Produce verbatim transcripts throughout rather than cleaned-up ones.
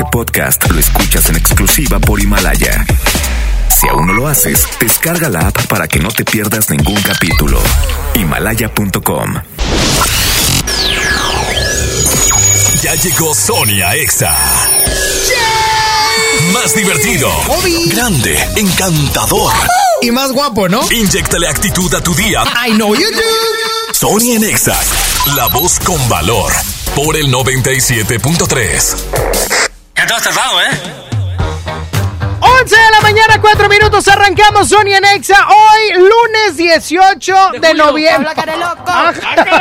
podcast lo escuchas en exclusiva por Himalaya. Si aún no lo haces, descarga la app para que no te pierdas ningún capítulo. Himalaya punto com. Ya llegó Sony a Exa. Más divertido, Obi. grande, encantador y más guapo, ¿no? Inyéctale actitud a tu día. I know you do. Sony en Exa, la voz con valor, por el noventa y siete punto tres. ¿Qué te has tardado, eh? once de la mañana, cuatro minutos, arrancamos Sony en Exa. Hoy, lunes dieciocho de, de noviembre. Ah,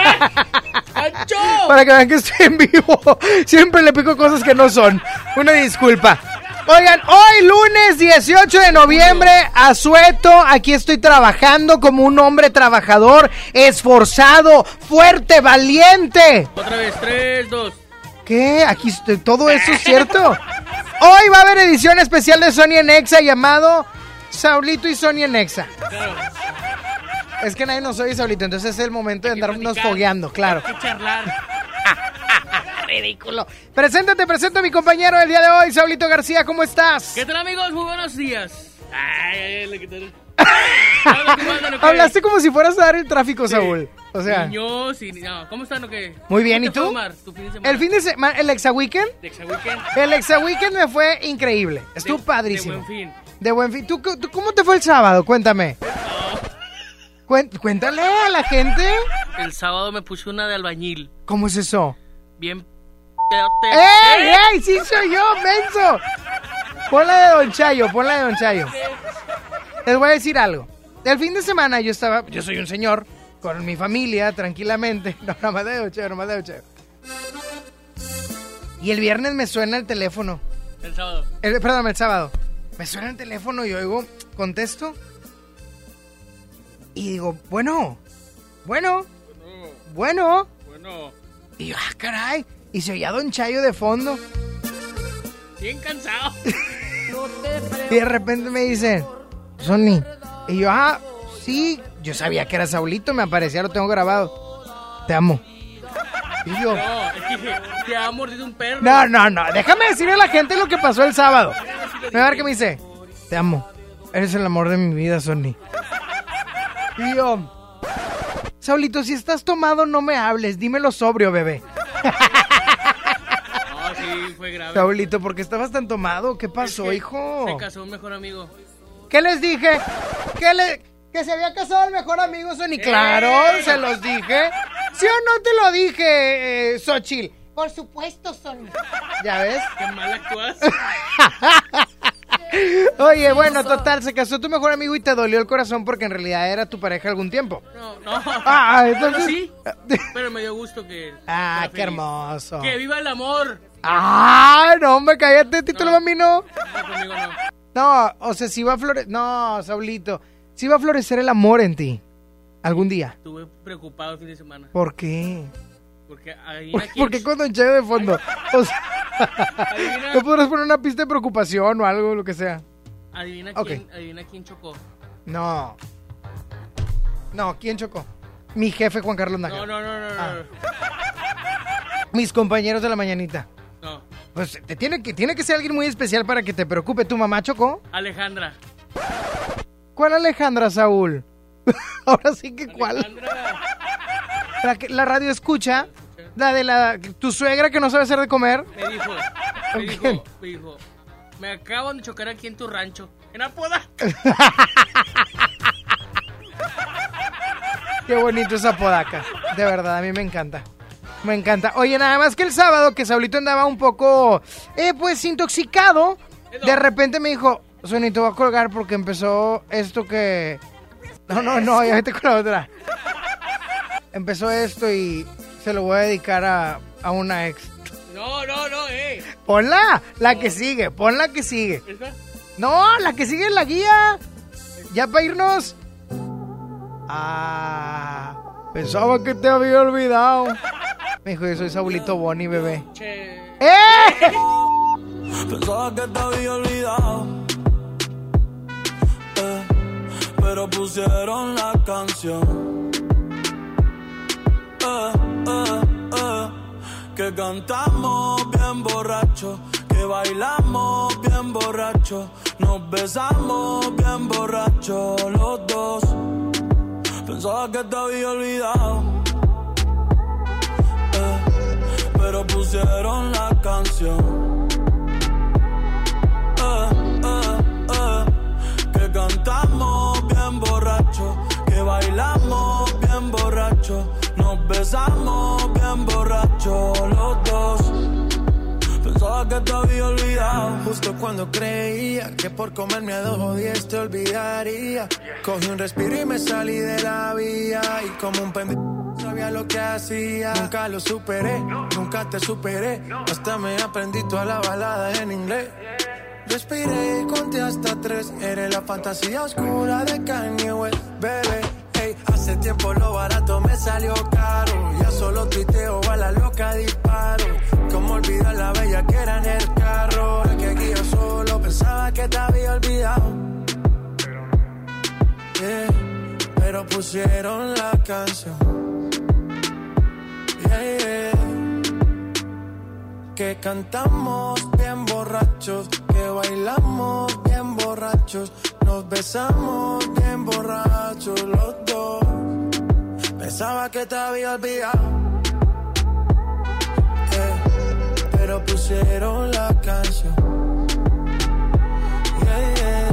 Para que vean que estoy en vivo. Siempre le pico cosas que no son. Una disculpa. Oigan, hoy lunes dieciocho de noviembre, asueto, aquí estoy trabajando como un hombre trabajador, esforzado, fuerte, valiente. Otra vez, tres, dos. ¿Qué? Aquí estoy, todo eso es cierto. Hoy va a haber edición especial de Sony en Exa llamado Saulito y Sony en Exa. Claro. Es que nadie nos oye, Saulito, entonces es el momento de Hay que andarnos platicar, fogueando, claro. Hay que charlar. Ridículo. Preséntate, presento a mi compañero del día de hoy, Saulito García, ¿cómo estás? ¿Qué tal, amigos? Muy buenos días. Ay, ay, ay, ¿qué tal? Hablaste como si fueras a dar el tráfico, sí. Saúl. O sea, niños y no, ¿cómo están o qué? Muy bien, ¿y ¿Cómo te tú? fue, Omar, tu fin de semana? El fin de semana, el Exa Weekend. ¿De Exa Weekend? El Exa Weekend me fue increíble. Estuvo de, padrísimo. De buen fin. De buen fin. ¿Tú, tú, ¿Cómo te fue el sábado? Cuéntame. Oh. Cuéntale a la gente. El sábado me puse una de albañil. ¿Cómo es eso? Bien. ¡Ey, ey! ¡Sí soy yo, menso! Ponla de Don Chayo, ponla de Don Chayo. Les voy a decir algo. El fin de semana yo estaba, yo soy un señor, con mi familia, tranquilamente. No, nada más de Don Chayo, nada más de Don Chayo. Y el viernes me suena el teléfono. El sábado. El, perdón, el sábado. Me suena el teléfono y oigo, contesto. Y digo, bueno, bueno, bueno. Bueno. Y yo, ah, caray. Y se oía Don Chayo de fondo. Bien cansado. Y de repente me dicen, Sony. Y yo, ah, sí. Yo sabía que era Saulito, me aparecía, lo tengo grabado. Te amo. Y yo, No, es que te ha mordido un perro. no, no, no. Déjame decirle a la gente lo que pasó el sábado. Me va a ver qué me dice. Te amo. Eres el amor de mi vida, Sony. Y yo, Saulito, si estás tomado, no me hables. Dímelo sobrio, bebé. No, sí, fue grave. Saulito, ¿por qué estabas tan tomado? ¿Qué pasó, Es que hijo? Se casó un mejor amigo. ¿Qué les dije? ¿Qué le... Que se había casado el mejor amigo, Sony. Claro, ¡Eh! se los dije. ¿Sí o no te lo dije, eh, Xochitl? Por supuesto, Sony. ¿Ya ves? Qué mal actúas. Oye, bueno, total, se casó tu mejor amigo y te dolió el corazón porque en realidad era tu pareja algún tiempo. No, no. Ah, entonces... sí, pero me dio gusto que... Ah, sea qué feliz. hermoso. ¡Que viva el amor! Ah, no, hombre, cállate, título, No. mami, no. No, conmigo no. No, o sea, si va a florecer... No, Saulito, si va a florecer el amor en ti. Algún día. Estuve preocupado el fin de semana. ¿Por qué? Porque adivina quién... ¿Por qué con Don Chayo de fondo? O sea, Adivina, ¿no podrás poner una pista de preocupación o algo, lo que sea? adivina, Ok. quién, adivina quién chocó. No. No, ¿quién chocó? Mi jefe Juan Carlos Nájera. No, no, no, no, Ah. no. Mis compañeros de la mañanita. No. Pues te tiene que, tiene que ser alguien muy especial para que te preocupe. ¿Tu mamá chocó? Alejandra. ¿Cuál Alejandra, Saúl? Ahora sí que ¿cuál? Alejandra. La, que- la radio escucha. La de la... Tu suegra que no sabe hacer de comer. Me dijo, me Ok. dijo, me dijo, me acaban de chocar aquí en tu rancho. En Apodaca. Qué bonito esa Apodaca. De verdad, a mí me encanta. Me encanta. Oye, nada más que el sábado, que Saulito andaba un poco, eh, pues, intoxicado. De repente me dijo, Sony, te voy a colgar porque empezó esto que... No, no, no, ya vete con la otra. Empezó esto y se lo voy a dedicar a, a una ex. No, no, no, eh. Ponla, la que sigue, pon la que sigue. ¿Esta? No, la que sigue es la guía. Ya para irnos. Ah, pensaba que te había olvidado. Me dijo, yo soy Saulito Boni, bebé. Che. ¡Eh! Pensaba que te había olvidado, eh, pero pusieron la canción, eh, eh, eh, que cantamos bien borrachos, que bailamos bien borrachos, nos besamos bien borrachos los dos. Pensaba que te había olvidado, eh, pero pusieron la canción, eh, eh, eh, que cantamos bien borrachos, que bailamos bien borrachos, nos besamos bien borrachos los dos. Pensaba que te había olvidado. Justo cuando creía que por comerme a dos o diez te olvidaría, cogí un respiro y me salí de la vía. Y como un pendejo sabía lo que hacía. Nunca lo superé, nunca te superé. Hasta me aprendí toda la balada en inglés. Respiré y conté hasta tres. Eres la fantasía oscura de Kanye West, bebé. Hey, hace tiempo lo barato me salió caro. Ya solo tuiteo, a la loca disparo. Cómo olvidar la bella que era en el carro. La que aquí yo solo pensaba que te había olvidado. Yeah, pero pusieron la canción. Yeah, yeah. Que cantamos bien borrachos, que bailamos bien borrachos, nos besamos bien borrachos los dos. Pensaba que te había olvidado, yeah, pero pusieron la canción. Yeah, yeah.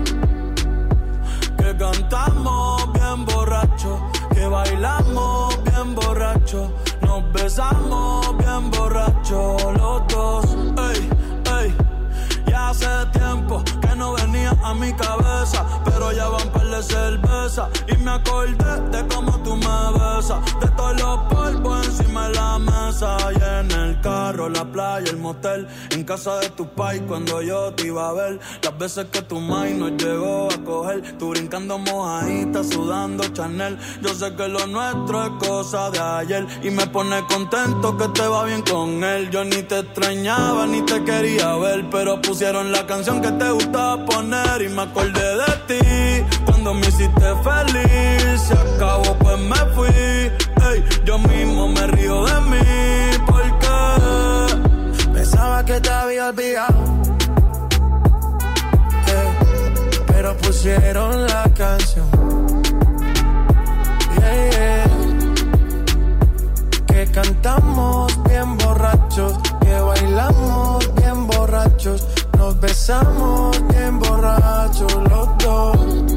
Que cantamos bien borrachos, que bailamos bien borrachos, nos besamos bien borrachos los dos. Ey, ey, ya hace tiempo que no venía a mi cabeza, pero ya van par de cerveza y me acordé de cómo tú me besas, de todos los polvos encima de la mesa, y en el carro, la playa, el motel, en casa de tu pai cuando yo te iba a ver, las veces que tu mai nos llegó a coger, tú brincando mojadita, sudando Chanel. Yo sé que lo nuestro es cosa de ayer y me pone contento que te va bien con él. Yo ni te extrañaba ni te quería ver, pero pusieron la canción que te gustaba poner y me acordé de ti cuando me hiciste feliz. Se acabó pues me fui, ey, yo mismo me río de mí porque pensaba que te había olvidado, eh, pero pusieron la canción. Yeah, yeah. Que cantamos bien borrachos, que bailamos bien borrachos, nos besamos bien borrachos los dos.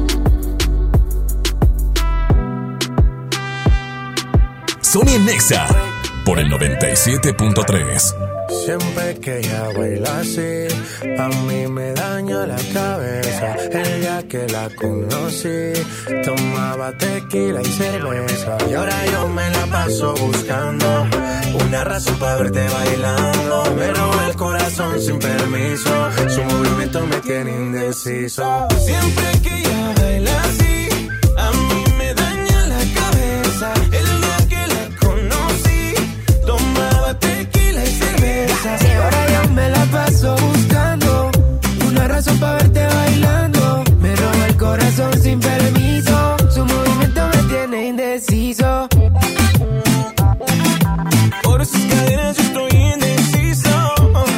Sony Nexa por el noventa y siete punto tres. Siempre que ella baila así, a mí me daña la cabeza. El día que la conocí, tomaba tequila y cerveza. Y ahora yo me la paso buscando una razón para verte bailando. Me roba el corazón sin permiso, su movimiento me tiene indeciso. Siempre que ella baila así, a mí me daña la cabeza. El día que la conocí, tomaba tequila y cerveza. Y ahora yo me la paso buscando una razón para verte bailando. Me roba el corazón sin permiso, su movimiento me tiene indeciso. Por esas cadenas yo estoy indeciso.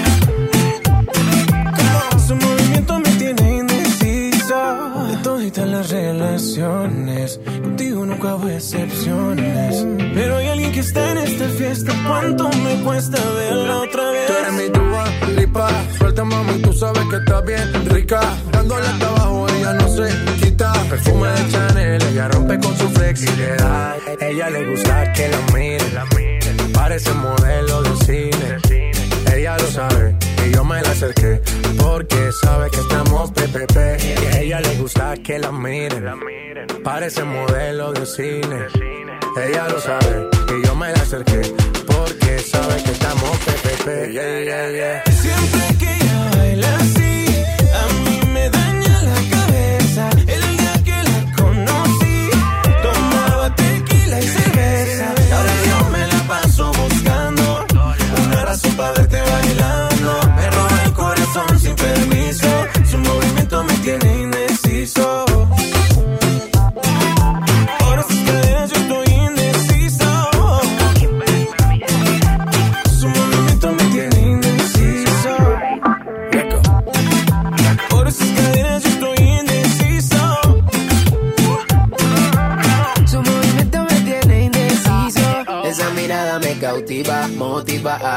Su movimiento me tiene indeciso. De toditas las relaciones, contigo nunca hubo excepciones. Pero hay alguien que está en esta fiesta. ¿Cuánto me cuesta verla otra vez? Tú eres mi Dua Lipa, suelta mami, tú sabes que estás bien rica. Dándole hasta abajo, ella no se quita. Perfume de Chanel, ella rompe con su flexibilidad. Ella le gusta que la miren, parece modelo de cine. Ella lo sabe y yo me la acerqué porque sabe que estamos P P P. Y a ella le gusta que la miren, parece modelo de cine. Ella lo sabe y yo me la acerqué porque sabe que estamos P P P. Yeah, yeah, yeah. Siempre que ella baila así, a mí me daña la cabeza. El día que la conocí, tomaba tequila y cerveza. Ahora yo me la paso buscando una razón para verte bailando. Me roba el corazón sin permiso, su movimiento me tiene indeciso. Por esas cadenas yo estoy indeciso. Su movimiento me tiene indeciso.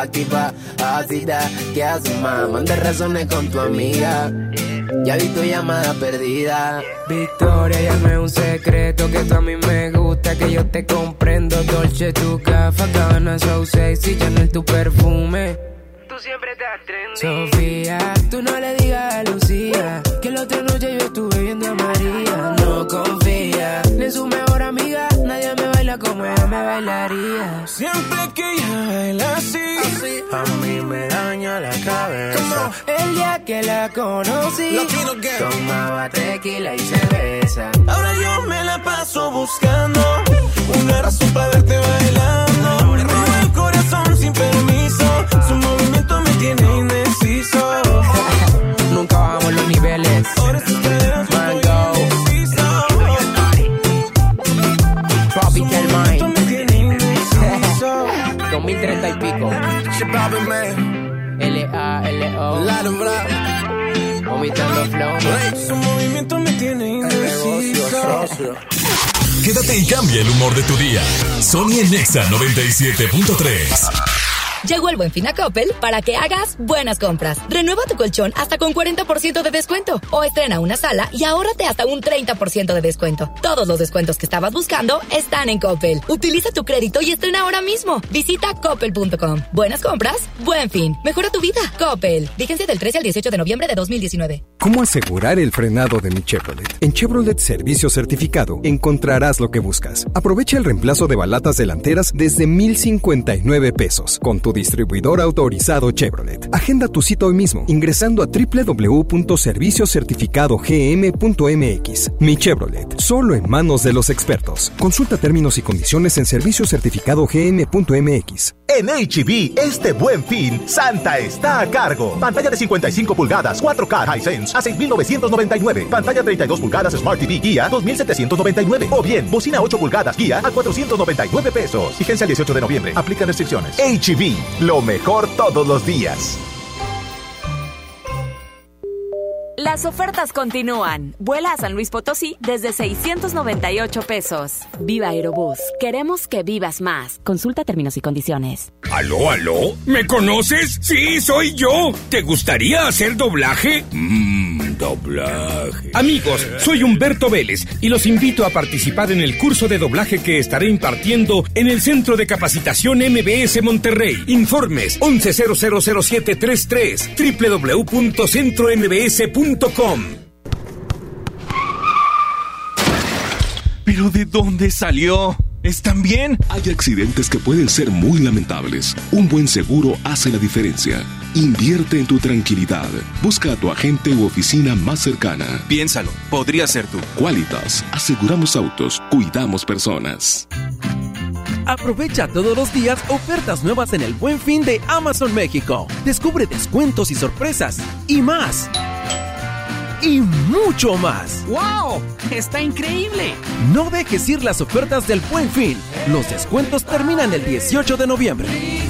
activa, ácida. ¿Qué haces, más? Manda razones con tu amiga. Ya vi tu llamada perdida. Victoria, llame un secreto que tú a mí me gusta, que yo te comprendo. Dolce, tu gafa, Gabbana, so sexy, Chanel, tu perfume. Tú siempre estás trendy. Sofía, tú no le digas a Lucía que la otra noche yo estuve viendo a María. No confía en su mejor amiga, nadie me baila como ella me bailaría. Siempre que ella baila así, así, a mí me daña la cabeza. El día que la conocí, tomaba tequila y cerveza. Ahora yo me la paso buscando una razón para verte bailando. Me roba el corazón sin permiso, su movimiento me tiene indeciso. Nunca bajamos los niveles. Mango, Tropical Mind, dos mil treinta y pico. L A L O, vomitando flow. Su movimiento me tiene indeciso. Quédate y cambia el humor de tu día. Sony en Nexa noventa y siete punto tres. Llegó el Buen Fin a Coppel para que hagas buenas compras. Renueva tu colchón hasta con cuarenta por ciento de descuento. O estrena una sala y ahórrate hasta un treinta por ciento de descuento. Todos los descuentos que estabas buscando están en Coppel. Utiliza tu crédito y estrena ahora mismo. Visita coppel punto com. Buenas compras, Buen Fin. Mejora tu vida. Coppel. Vigencia del trece al dieciocho de noviembre de dos mil diecinueve. ¿Cómo asegurar el frenado de mi Chevrolet? En Chevrolet Servicio Certificado encontrarás lo que buscas. Aprovecha el reemplazo de balatas delanteras desde mil cincuenta y nueve pesos con tu distribuidor autorizado Chevrolet. Agenda tu cita hoy mismo ingresando a doble u doble u doble u punto servicio certificado g m punto m x. Mi Chevrolet, solo en manos de los expertos. Consulta términos y condiciones en servicio certificado g m punto m x. En H E B, este Buen Fin, Santa está a cargo. Pantalla de cincuenta y cinco pulgadas, cuatro K Hisense a seis mil novecientos noventa y nueve. Pantalla treinta y dos pulgadas Smart T V Guía, dos mil setecientos noventa y nueve. O bien, bocina ocho pulgadas Guía a cuatrocientos noventa y nueve pesos. Vigencia el dieciocho de noviembre. Aplican restricciones. H E B, lo mejor todos los días. Las ofertas continúan. Vuela a San Luis Potosí desde seiscientos noventa y ocho pesos. Viva Aerobús. Queremos que vivas más. Consulta términos y condiciones. ¿Aló, aló? ¿Me conoces? Sí, soy yo. ¿Te gustaría hacer doblaje? Mmm, doblaje. Amigos, soy Humberto Vélez y los invito a participar en el curso de doblaje que estaré impartiendo en el Centro de Capacitación M B S Monterrey. Informes once cero cero cero siete treinta y tres, doble u doble u doble u punto centro m b s punto com. ¿Pero de dónde salió? ¿Están bien? Hay accidentes que pueden ser muy lamentables. Un buen seguro hace la diferencia. Invierte en tu tranquilidad. Busca a tu agente u oficina más cercana. Piénsalo, podría ser tú. Qualitas, aseguramos autos, cuidamos personas. Aprovecha todos los días ofertas nuevas en el Buen Fin de Amazon México. Descubre descuentos y sorpresas y más. Y mucho más. ¡Wow! ¡Está increíble! No dejes ir las ofertas del Buen Fin. Los descuentos terminan el dieciocho de noviembre.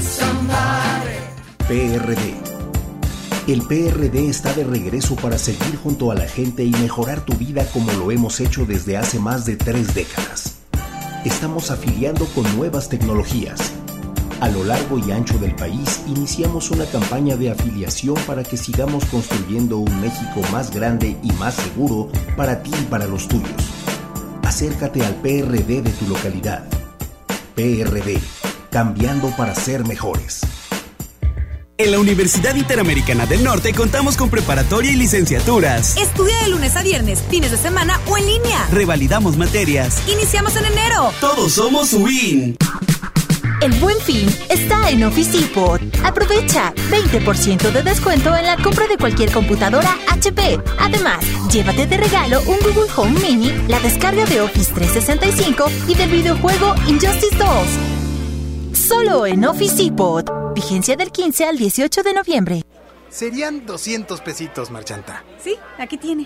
P R D. El P R D está de regreso para seguir junto a la gente y mejorar tu vida como lo hemos hecho desde hace más de tres décadas. Estamos afiliando con nuevas tecnologías. A lo largo y ancho del país, iniciamos una campaña de afiliación para que sigamos construyendo un México más grande y más seguro para ti y para los tuyos. Acércate al P R D de tu localidad. P R D, cambiando para ser mejores. En la Universidad Interamericana del Norte contamos con preparatoria y licenciaturas. Estudia de lunes a viernes, fines de semana o en línea. Revalidamos materias. Iniciamos en enero. Todos somos U I N. El Buen Fin está en Office Depot. Aprovecha veinte por ciento de descuento en la compra de cualquier computadora H P. Además, llévate de regalo un Google Home Mini, la descarga de Office trescientos sesenta y cinco y del videojuego Injustice dos. Solo en Office Depot. Vigencia del quince al dieciocho de noviembre. Serían doscientos pesitos, marchanta. Sí, aquí tiene.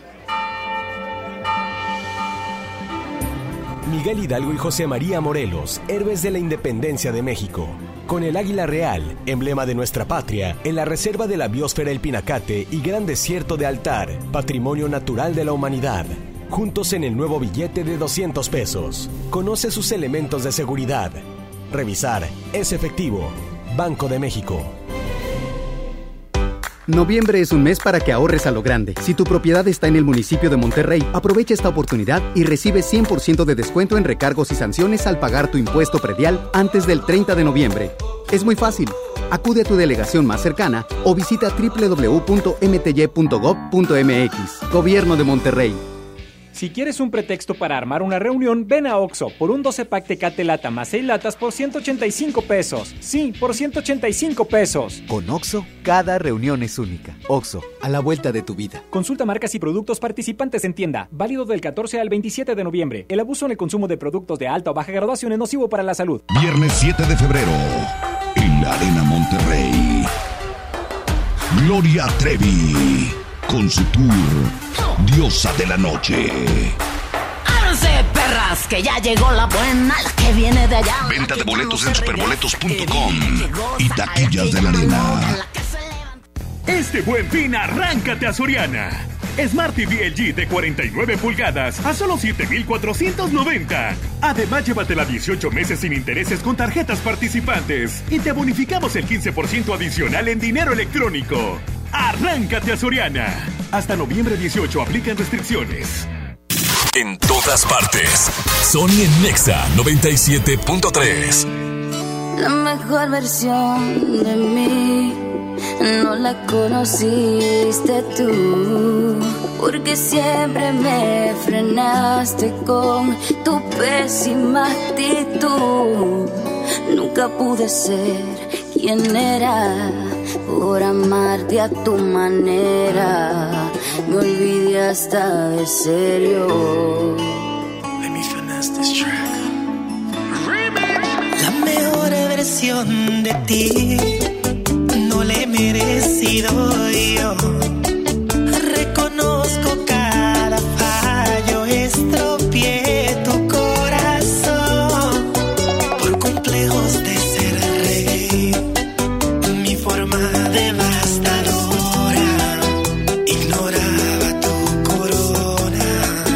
Miguel Hidalgo y José María Morelos, héroes de la independencia de México. Con el águila real, emblema de nuestra patria, en la reserva de la biosfera El Pinacate y Gran Desierto de Altar, patrimonio natural de la humanidad. Juntos en el nuevo billete de doscientos pesos. Conoce sus elementos de seguridad. Revisar es efectivo. Banco de México. Noviembre es un mes para que ahorres a lo grande. Si tu propiedad está en el municipio de Monterrey, aprovecha esta oportunidad y recibe cien por ciento de descuento en recargos y sanciones al pagar tu impuesto predial antes del treinta de noviembre. Es muy fácil. Acude a tu delegación más cercana o visita doble u doble u doble u punto m t y punto gov punto m x. Gobierno de Monterrey. Si quieres un pretexto para armar una reunión, ven a Oxxo por un doce pack Tecate Lata más seis latas por ciento ochenta y cinco pesos. Sí, por ciento ochenta y cinco pesos. Con Oxxo, cada reunión es única. Oxxo, a la vuelta de tu vida. Consulta marcas y productos participantes en tienda. Válido del catorce al veintisiete de noviembre. El abuso en el consumo de productos de alta o baja graduación es nocivo para la salud. Viernes siete de febrero, en la Arena Monterrey. Gloria Trevi, con su tour Diosa de la Noche. ¡Ábranse, perras! Que ya llegó la buena, la que viene de allá. Venta de boletos en superboletos punto com y taquillas de la Arena. Este Buen Fin, arráncate a Soriana. Smart T V L G de cuarenta y nueve pulgadas a solo siete mil cuatrocientos noventa. Además, llévatela dieciocho meses sin intereses con tarjetas participantes y te bonificamos el quince por ciento adicional en dinero electrónico. ¡Arráncate a Soriana! Hasta noviembre dieciocho aplican restricciones. En todas partes. Sony en Nexa noventa y siete punto tres. La mejor versión de mí no la conociste tú, porque siempre me frenaste con tu pésima actitud. Nunca pude ser quien era por amarte a tu manera. Me olvidé hasta de serio. Let me finesse this track. La mejor versión de ti no le he merecido yo. Reconozco cada fallo, estropeé tu corazón por complejos de ser rey. Mi forma devastadora ignoraba tu corona.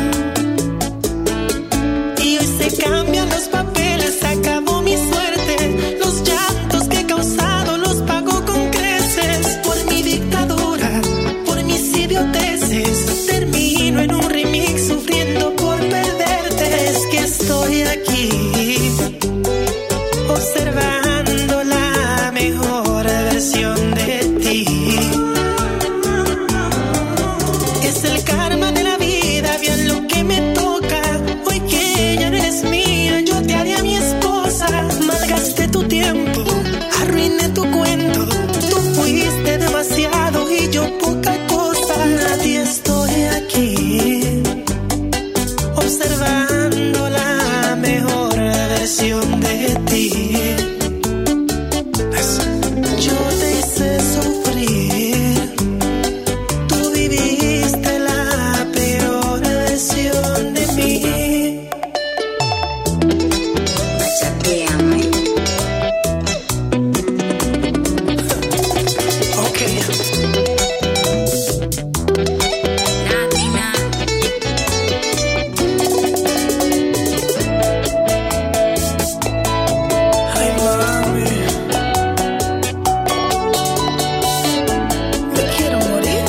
Y hoy se cambian los papeles, acabó mi suerte. Los llantos que he causado los pago con creces. Por mi dictadura, por mis idioteces, termino en un remix sufriendo por perderte. Es que estoy aquí observando la mejor versión de ti. Es el karma de la vida, bien lo que me toca. Hoy que ya no eres mía, yo te haré a mi esposa. Malgasté tu tiempo, arruiné tu cuento. Tú fuiste demasiado y yo poca cosa. Y estoy aquí observando la mejor versión de ti. Yo te hice sufrir, tú viviste la peor versión de mí. Chateame. Ok. Latina. Ay, mami, me quiero morir.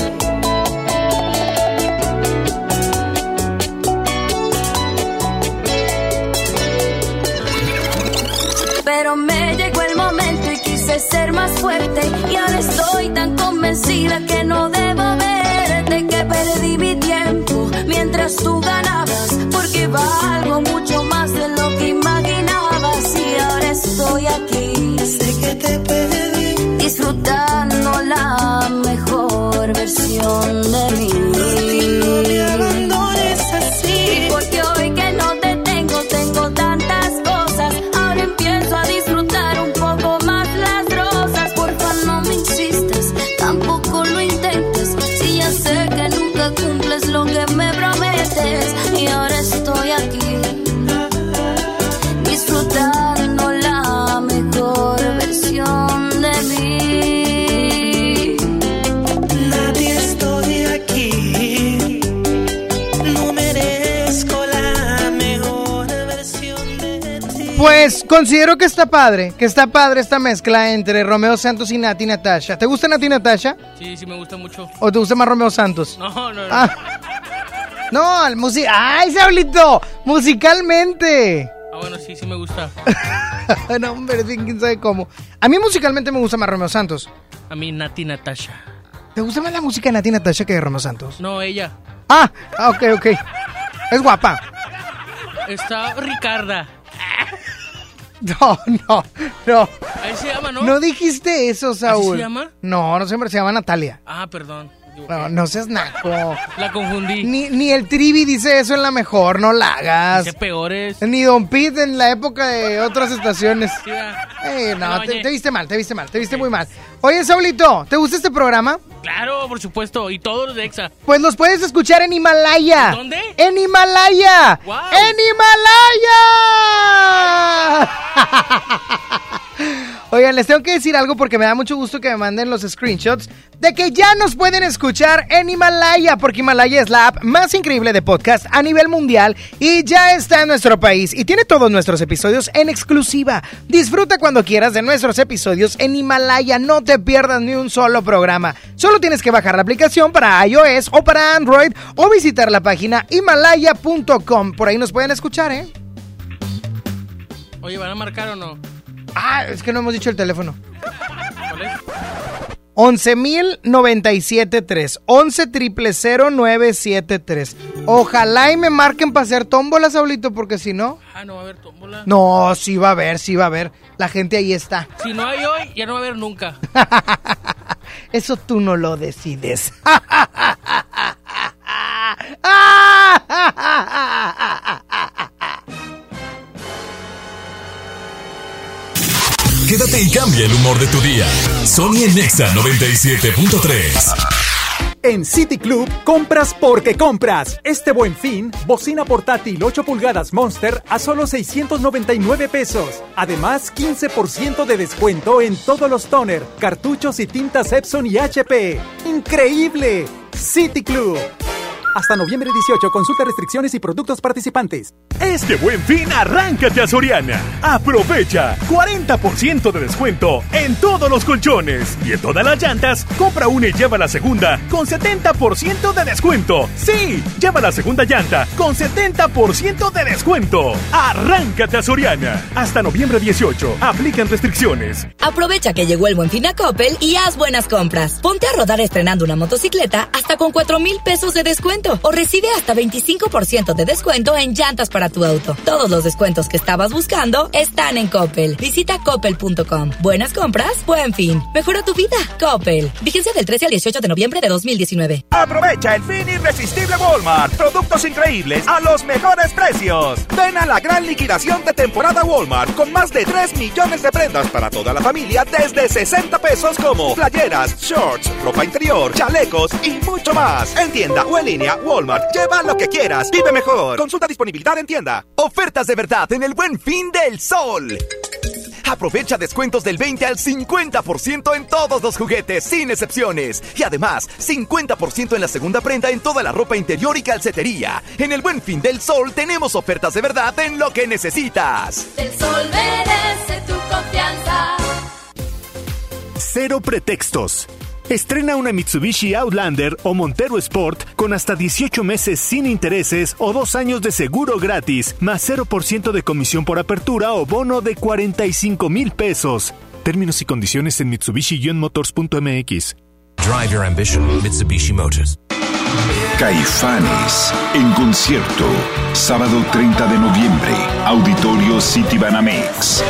Pero me llegó el momento y quise ser más fuerte. Y ahora estoy tan convencida que no debo verte, que perdí mi tiempo mientras tú ganabas, porque valgo mucho más de lo que imaginabas. Y ahora estoy aquí, Sé que te perdí, disfrutando la mejor versión de mí. no me abandones así. Y porque hoy que no te tengo, tengo tantas cosas. Ahora empiezo a disfrutar un poco más las rosas. Porfa, no me insistas, tampoco lo intentes. Si ya sé que nunca cumples lo que me prometes. Y ahora estoy aquí, disfrutando la mejor versión de mí. Nadie estoy aquí Pues considero que está padre, que está padre esta mezcla entre Romeo Santos y Nati Natasha. ¿Te gusta Nati Natasha? Sí, sí me gusta mucho. ¿O te gusta más Romeo Santos? No, no, no. Ah. No, el músico. ¡Ay, Saulito! Musicalmente. Ah, bueno, sí, sí me gusta. No, hombre, quién sabe cómo. A mí musicalmente me gusta más Romeo Santos. A mí Nati Natasha. ¿Te gusta más la música de Nati Natasha que de Romeo Santos? No, ella. Ah, ah, ok, ok. Es guapa. Está Ricarda. No, no, no. Ahí se llama, ¿no? No dijiste eso, Saúl. ¿Así se llama? No, no siempre se llama Natalia. Ah, perdón. No, no seas naco. La confundí. Ni, ni el Trivi dice eso en la mejor, no la hagas. Dice peores. Ni Don Pete en la época de otras estaciones. Sí, eh, no, no te, te viste mal, te viste mal, te viste okay. muy mal. Oye, Saulito, ¿te gusta este programa? Claro, por supuesto, y todos los de Exa. Pues los puedes escuchar en Himalaya. ¿Dónde? En Himalaya. Wow. ¡En Himalaya! Oigan, les tengo que decir algo porque me da mucho gusto que me manden los screenshots de que ya nos pueden escuchar en Himalaya, porque Himalaya es la app más increíble de podcast a nivel mundial y ya está en nuestro país y tiene todos nuestros episodios en exclusiva. Disfruta cuando quieras de nuestros episodios en Himalaya, no te pierdas ni un solo programa. Solo tienes que bajar la aplicación para iOS o para Android o visitar la página himalaya punto com. Por ahí nos pueden escuchar, ¿eh? Oye, ¿van a marcar o no? Ah, es que no hemos dicho el teléfono. ¿Cuál es? once mil noventa y siete tres. once triple cero nueve siete tres. Ojalá y me marquen para hacer tómbola, Saulito, porque si no... Ah, ¿no va a haber tómbola? No, sí va a haber, sí va a haber. La gente ahí está. Si no hay hoy, ya no va a haber nunca. Eso tú no lo decides. Quédate y cambia el humor de tu día. Sony en Nexa noventa y siete punto tres. En City Club, compras porque compras. Este Buen Fin, bocina portátil ocho pulgadas Monster a solo seiscientos noventa y nueve pesos. Además, quince por ciento de descuento en todos los toner, cartuchos y tintas Epson y H P. ¡Increíble! City Club. Hasta noviembre dieciocho, consulta restricciones y productos participantes. Este Buen Fin, arráncate a Soriana. Aprovecha cuarenta por ciento de descuento en todos los colchones y en todas las llantas. Compra una y lleva la segunda con setenta por ciento de descuento. Sí, lleva la segunda llanta con setenta por ciento de descuento. Arráncate a Soriana. Hasta noviembre dieciocho, aplican restricciones. Aprovecha que llegó el Buen Fin a Coppel y haz buenas compras. Ponte a rodar estrenando una motocicleta hasta con cuatro mil pesos de descuento. O recibe hasta veinticinco por ciento de descuento en llantas para tu auto. Todos los descuentos que estabas buscando están en Coppel. Visita coppel punto com. Buenas compras, Buen Fin. Mejora tu vida. Coppel. Vigencia del trece al dieciocho de noviembre de dos mil diecinueve. Aprovecha el fin irresistible Walmart. Productos increíbles a los mejores precios. Ven a la gran liquidación de temporada Walmart con más de tres millones de prendas para toda la familia desde sesenta pesos, como playeras, shorts, ropa interior, chalecos y mucho más. En tienda o en línea, Walmart. Lleva lo que quieras. Vive mejor. Consulta disponibilidad en tienda. Ofertas de verdad en el Buen Fin del Sol. Aprovecha descuentos del veinte al cincuenta por ciento en todos los juguetes, sin excepciones. Y además, cincuenta por ciento en la segunda prenda en toda la ropa interior y calcetería. En el Buen Fin del Sol tenemos ofertas de verdad en lo que necesitas. El Sol merece tu confianza. Cero pretextos. Estrena una Mitsubishi Outlander o Montero Sport con hasta dieciocho meses sin intereses o dos años de seguro gratis, más cero por ciento de comisión por apertura o bono de cuarenta y cinco mil pesos. Términos y condiciones en mitsubishi motors punto m x. Drive your ambition, Mitsubishi Motors. Caifanes en concierto, sábado treinta de noviembre, Auditorio Citibanamex.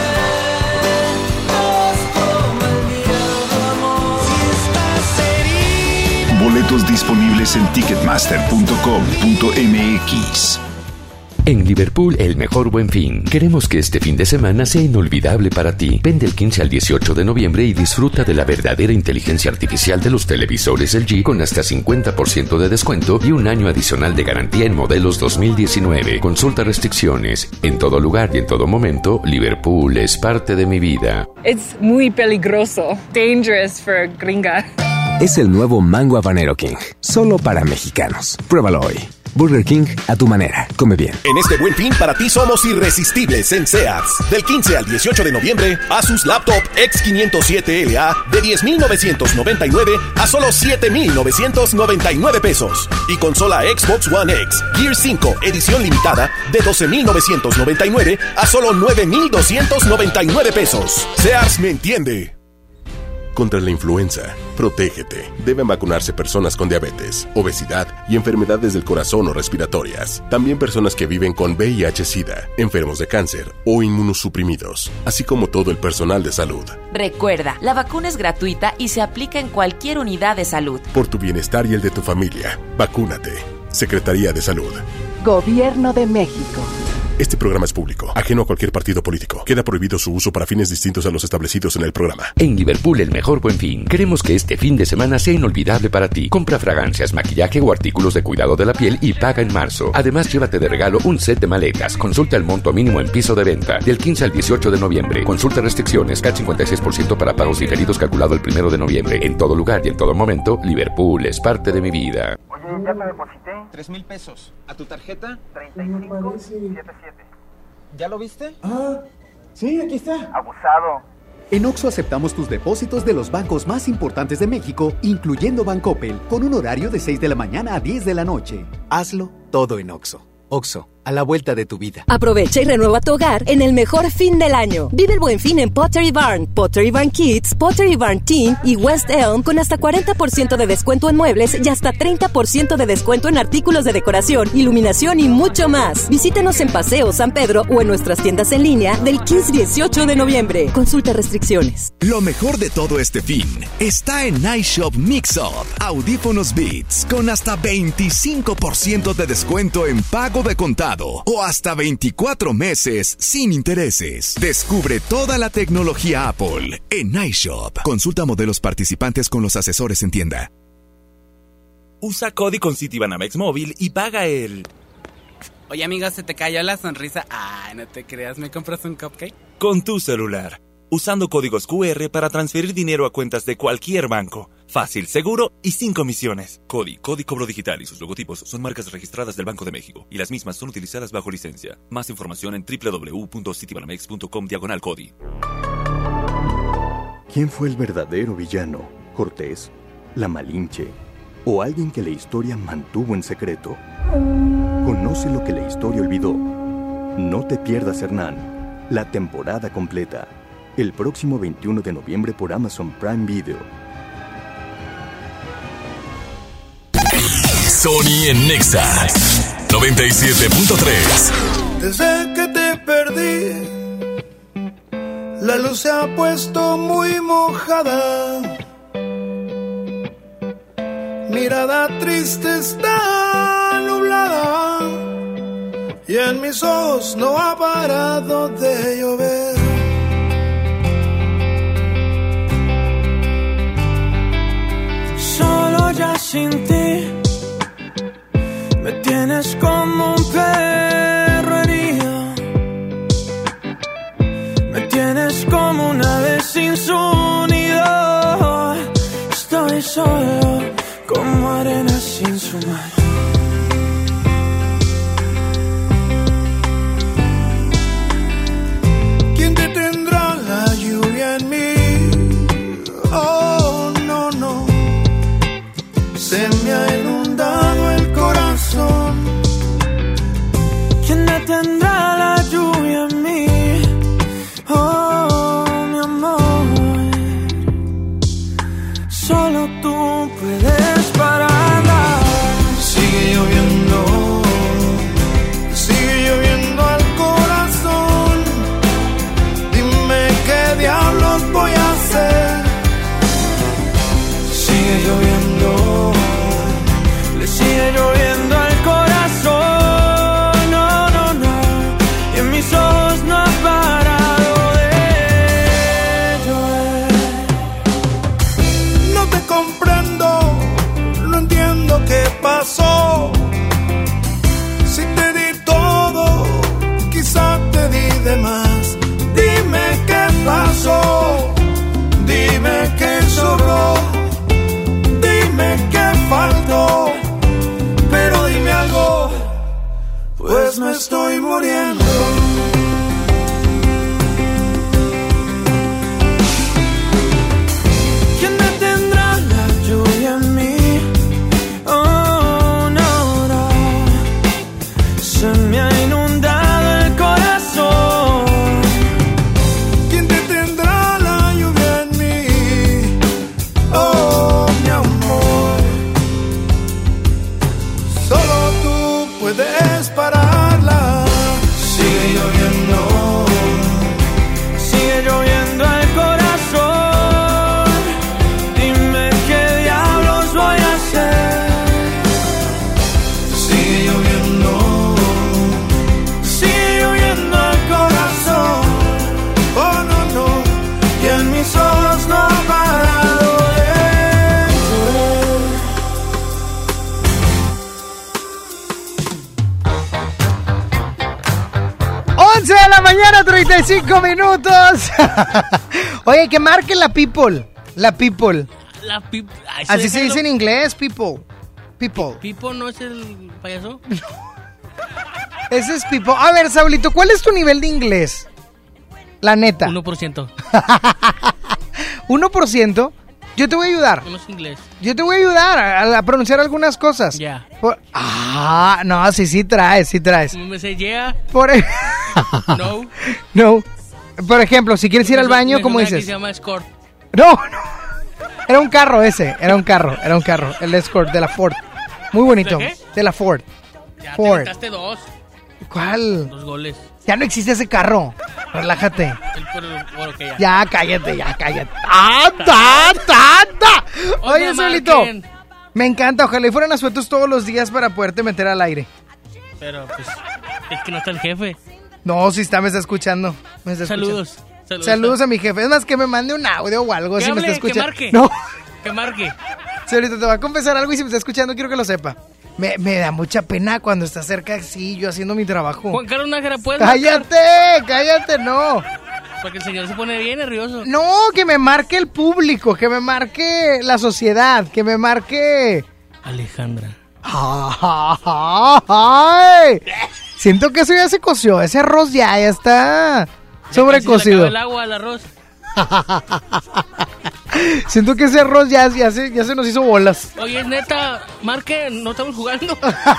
Boletos disponibles en ticketmaster punto com punto m x. En Liverpool, el mejor Buen Fin. Queremos que este fin de semana sea inolvidable para ti. Ven del quince al dieciocho de noviembre y disfruta de la verdadera inteligencia artificial de los televisores L G con hasta cincuenta por ciento de descuento y un año adicional de garantía en modelos dos mil diecinueve. Consulta restricciones. En todo lugar y en todo momento, Liverpool es parte de mi vida. Es muy peligroso. Dangerous for gringa. Es el nuevo Mango Habanero King, solo para mexicanos. Pruébalo hoy. Burger King a tu manera. Come bien. En este Buen Fin, para ti somos irresistibles en Sears. Del quince al dieciocho de noviembre, Asus Laptop X quinientos siete L A de diez mil novecientos noventa y nueve a solo siete mil novecientos noventa y nueve pesos. Y consola Xbox One X Gear cinco edición limitada de doce mil novecientos noventa y nueve a solo nueve mil doscientos noventa y nueve pesos. Sears me entiende. Contra la influenza, protégete. Deben vacunarse personas con diabetes, obesidad y enfermedades del corazón o respiratorias. También personas que viven con V I H-Sida, enfermos de cáncer o inmunosuprimidos, así como todo el personal de salud. Recuerda, la vacuna es gratuita y se aplica en cualquier unidad de salud. Por tu bienestar y el de tu familia, vacúnate. Secretaría de Salud. Gobierno de México. Este programa es público, ajeno a cualquier partido político. Queda prohibido su uso para fines distintos a los establecidos en el programa. En Liverpool, el mejor Buen Fin. Queremos que este fin de semana sea inolvidable para ti. Compra fragancias, maquillaje o artículos de cuidado de la piel y paga en marzo. Además, llévate de regalo un set de maletas. Consulta el monto mínimo en piso de venta. Del quince al dieciocho de noviembre. Consulta restricciones. C A T cincuenta y seis por ciento para pagos diferidos calculado el primero de noviembre. En todo lugar y en todo momento, Liverpool es parte de mi vida. Oye, ya te deposité. Tres mil pesos. ¿A tu tarjeta? treinta y cinco setenta y siete. ¿Ya lo viste? Ah, sí, aquí está. Abusado. En Oxxo aceptamos tus depósitos de los bancos más importantes de México, incluyendo Bancoppel, con un horario de seis de la mañana a diez de la noche. Hazlo todo en Oxxo. Oxxo, a la vuelta de tu vida. Aprovecha y renueva tu hogar en el mejor fin del año. Vive el Buen Fin en Pottery Barn, Pottery Barn Kids, Pottery Barn Teen y West Elm con hasta cuarenta por ciento de descuento en muebles y hasta treinta por ciento de descuento en artículos de decoración, iluminación y mucho más. Visítanos en Paseo San Pedro o en nuestras tiendas en línea del quince al dieciocho de noviembre. Consulta restricciones. Lo mejor de todo este fin está en iShop Mix Up. Audífonos Beats con hasta veinticinco por ciento de descuento en pago de contado o hasta veinticuatro meses sin intereses. Descubre toda la tecnología Apple en iShop. Consulta modelos participantes con los asesores en tienda. Usa Cody con Citibanamex Móvil y paga el... Oye, amigo, ¿se te cayó la sonrisa? Ay, no te creas, ¿me compras un cupcake? Con tu celular. Usando códigos Q R para transferir dinero a cuentas de cualquier banco. Fácil, seguro y sin comisiones. Cody, Cody Cobro Digital y sus logotipos son marcas registradas del Banco de México y las mismas son utilizadas bajo licencia. Más información en doble u doble u doble u punto citibanamex punto com diagonal Cody. ¿Quién fue el verdadero villano? ¿Cortés? ¿La Malinche? ¿O alguien que la historia mantuvo en secreto? Conoce lo que la historia olvidó. No te pierdas, Hernán. La temporada completa. El próximo veintiuno de noviembre por Amazon Prime Video. Sony en Nexa noventa y siete punto tres. Desde que te perdí, la luz se ha puesto muy mojada. Mirada triste está nublada y en mis ojos no ha parado de llover. Solo ya sin ti me tienes como un perro herido. Me tienes como una ave sin su nido. Estoy solo como arena sin su mar. ¿Quién detendrá la lluvia en mí? Oh, no, no. Se me ha inundado el corazón. ¿Quién detendrá la lluvia en mí? Oh, mi amor. Solo tú puedes pararla. Sigue lloviendo, sigue lloviendo al corazón. Dime qué diablos voy a hacer. Sigue lloviendo, me estoy muriendo. ¿Quién detendrá la lluvia en mí? Oh, no, no. Se me ha inundado el corazón. ¿Quién detendrá la lluvia en mí? Oh, mi amor. Solo tú puedes pararla. Sigue lloviendo, sigue lloviendo el corazón. Dime qué diablos voy a hacer. Sigue lloviendo, sigue lloviendo el corazón. Oh no, no, y en mis ojos no ha parado de llover. once de la mañana, treinta y cinco minutos. Oye, que marque la people. La people. La pip... Ay, Así se déjalo. dice en inglés, people. People. ¿Pipo no es el payaso? Ese es people. A ver, Saulito, ¿cuál es tu nivel de inglés? La neta. uno por ciento. uno por ciento. Yo te voy a ayudar. No es inglés. Yo te voy a ayudar a, a pronunciar algunas cosas. Ya. Por- Ah, no, sí, sí traes, sí traes. Me sé, yeah. Por e- No. No. Por ejemplo, si quieres ir al Me baño, suena ¿cómo que dices? se llama Escort. No, no. Era un carro ese, era un carro, era un carro. El Escort de la Ford. Muy bonito. ¿De qué? De la Ford. Ya Ford. te quitaste dos. ¿Cuál? Dos goles. Ya no existe ese carro. Relájate. El, pero, bueno, que ya. Ya, cállate, ya, cállate. ¡Anda, anda, anda! Oye, Oye, Solito. marquen. Me encanta, ojalá y fueran asuetos todos los días para poderte meter al aire. Pero, pues, es que no está el jefe. No, si está, me está escuchando. Me está Saludos. escuchando. Saludos. Saludos a mi jefe. Es más, que me mande un audio o algo Que si me hable, está escuchando. que marque. No, Que marque. Solito, te voy a confesar algo y si me está escuchando quiero que lo sepa. Me, me da mucha pena cuando está cerca así, yo haciendo mi trabajo. Juan Carlos Nájera, ¿puedes ¡Cállate! ¡Cállate! No. marcar? Porque el señor se pone bien nervioso. No, que me marque el público, que me marque la sociedad, que me marque... Alejandra. ¡Ay! Siento que eso ya se coció, ese arroz ya, ya está sobrecocido. Se le acabó el agua al arroz. Siento que ese arroz ya, ya, se, ya se nos hizo bolas. Oye, es neta, marque, no estamos jugando.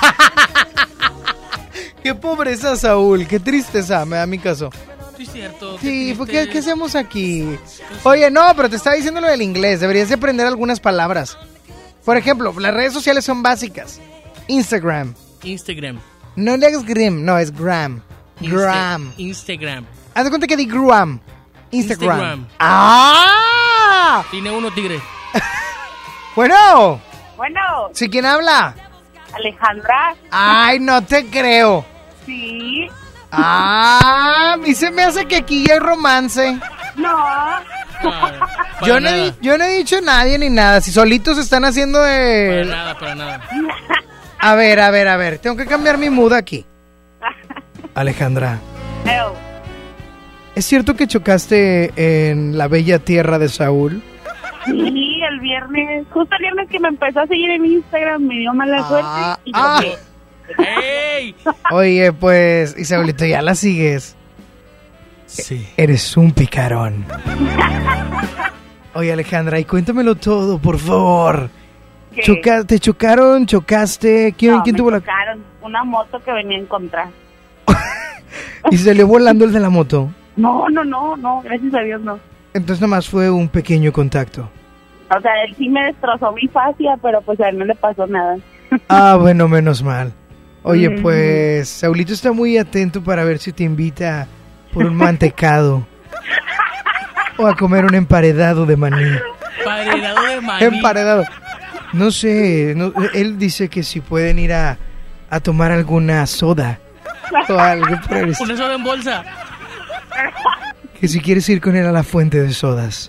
Qué pobreza, Saúl, qué tristeza, me da mi caso. Sí, cierto. Sí, ¿por qué, ¿qué hacemos aquí? Oye, no, pero te estaba diciendo lo del inglés, deberías de aprender algunas palabras. Por ejemplo, las redes sociales son básicas. Instagram. Instagram. No le hagas grim, no, es gram. Insta- Gram. Instagram. Haz de cuenta que di gram. Instagram. Instagram. ¡Ah! Tiene uno, tigre. Bueno. Bueno, ¿Sí, quién habla? Alejandra. Ay, no te creo. Sí. Ah, a mí se me hace que aquí ya hay romance. No. Yo no, he, yo no he dicho a nadie ni nada. Si solitos están haciendo de... Para nada, para nada. A ver, a ver, a ver. Tengo que cambiar mi mood aquí. Alejandra, Ew. ¿es cierto que chocaste en la bella tierra de Saúl? Sí, el viernes, justo el viernes que me empezó a seguir en Instagram, me dio mala suerte y ah. choqué. ¡Ey! Oye, pues, y Saúlito, ¿ya la sigues? Sí. Eres un picarón. Oye, Alejandra, y cuéntamelo todo, por favor. ¿Qué? Choca- ¿Te chocaron? ¿Chocaste? ¿Quién, No, ¿quién me tuvo la...? chocaron, una moto que venía en contra. ¿Y se salió volando el de la moto? No, no, no, no, gracias a Dios no. Entonces nomás fue un pequeño contacto. O sea, él sí me destrozó mi fascia, pero pues a él no le pasó nada. Ah, bueno, menos mal. Oye, Mm. pues, Saulito está muy atento para ver si te invita por un mantecado. O a comer un emparedado de maní. Emparedado de maní. Emparedado. No sé, no- él dice que si pueden ir a, a tomar alguna soda. O algo por el Una soda en bolsa. Que si quieres ir con él a la fuente de sodas.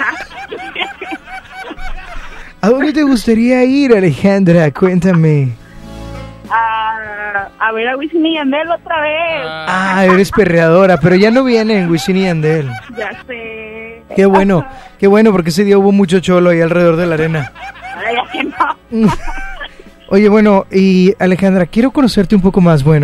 ¿A dónde te gustaría ir, Alejandra? Cuéntame. A, a ver a Wisin y Yandel otra vez. Ah, eres perreadora, pero ya no vienen Wisin y Yandel. Ya sé. Qué bueno, qué bueno, porque ese día hubo mucho cholo ahí alrededor de la arena. Ahora ya que no. Oye, bueno, y Alejandra, quiero conocerte un poco más, bueno.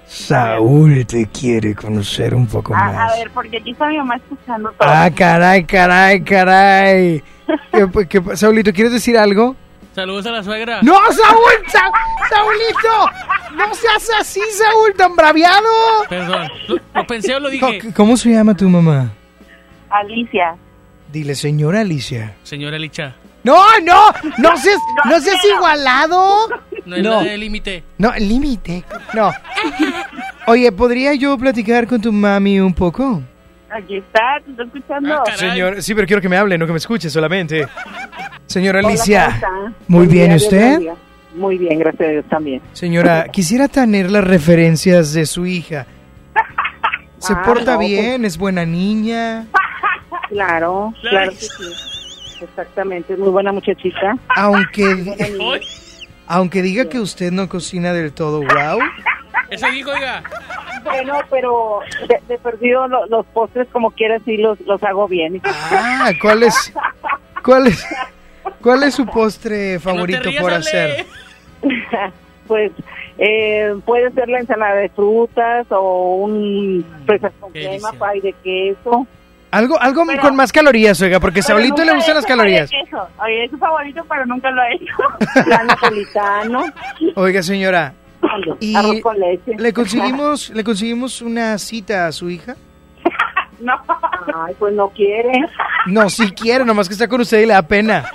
Saúl te quiere conocer un poco A, más. a ver, porque aquí está mi mamá escuchando todo. Ah, caray, caray, caray. ¿Qué, qué, Saúlito, ¿quieres decir algo? Saludos a la suegra. ¡No, Saúl! Sa ¡Saúlito! ¡No seas así, Saúl, tan braviado! Perdón, lo, lo pensé o lo dije. ¿Cómo, ¿Cómo se llama tu mamá? Alicia. Dile, señora Alicia. Señora Licha. ¡No, no! ¡No seas, no seas igualado! No es No. la de límite. No, límite. No. Oye, ¿podría yo platicar con tu mami un poco? Aquí está, te estoy escuchando. Ah, Señor, sí, pero quiero que me hable, no que me escuche solamente. Señora Hola, Alicia. ¿cómo está? Muy Buen bien, día, ¿y usted? Dios bendiga. Muy bien, gracias a Dios también. Señora, quisiera tener las referencias de su hija. ¿Se Ah, porta no, bien? ¿Es buena niña? Claro, claro que sí. Exactamente, es muy buena muchachita. Aunque, aunque diga que usted no cocina del todo, wow. Eso dijo, oiga. Bueno, pero de, de perdido lo- los postres como quieras sí los, los hago bien. Ah, ¿cuál es, cuál es, cuál es su postre favorito rías, por Ale. hacer? Pues eh, puede ser la ensalada de frutas o un fresas con crema, pay de queso. Algo, algo Pero- con más calorías, oiga, porque a Pero Saulito nunca le he gustan hecho las calorías. pay de queso. Oye, es su favorito, pero nunca lo he hecho. La napolitano. Oiga, señora, ¿y Arroz con leche. le conseguimos, le conseguimos una cita a su hija? No. Ay, pues no quiere. No, sí quiere, nomás que está con usted y le da pena.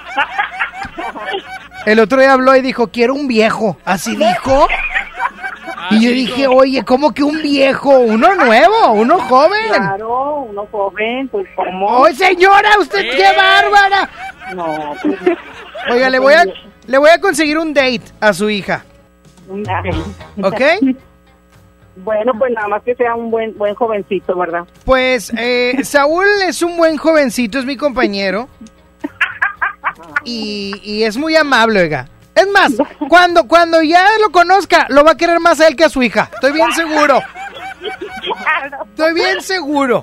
El otro día habló y dijo, quiero un viejo. ¿Así dijo? Y yo dije, oye, ¿cómo que un viejo? Uno nuevo, uno joven. Claro, uno joven, pues ¿cómo? ¡Oh, señora, usted qué bárbara! No, pues, Oiga, le voy a, le voy a conseguir un date a su hija. ¿Ok? Bueno, pues nada más que sea un buen buen jovencito, ¿verdad? Pues eh, Saúl es un buen jovencito, es mi compañero. Y, y es muy amable, oiga. Es más, cuando, cuando ya lo conozca, lo va a querer más a él que a su hija. Estoy bien seguro. Estoy bien seguro.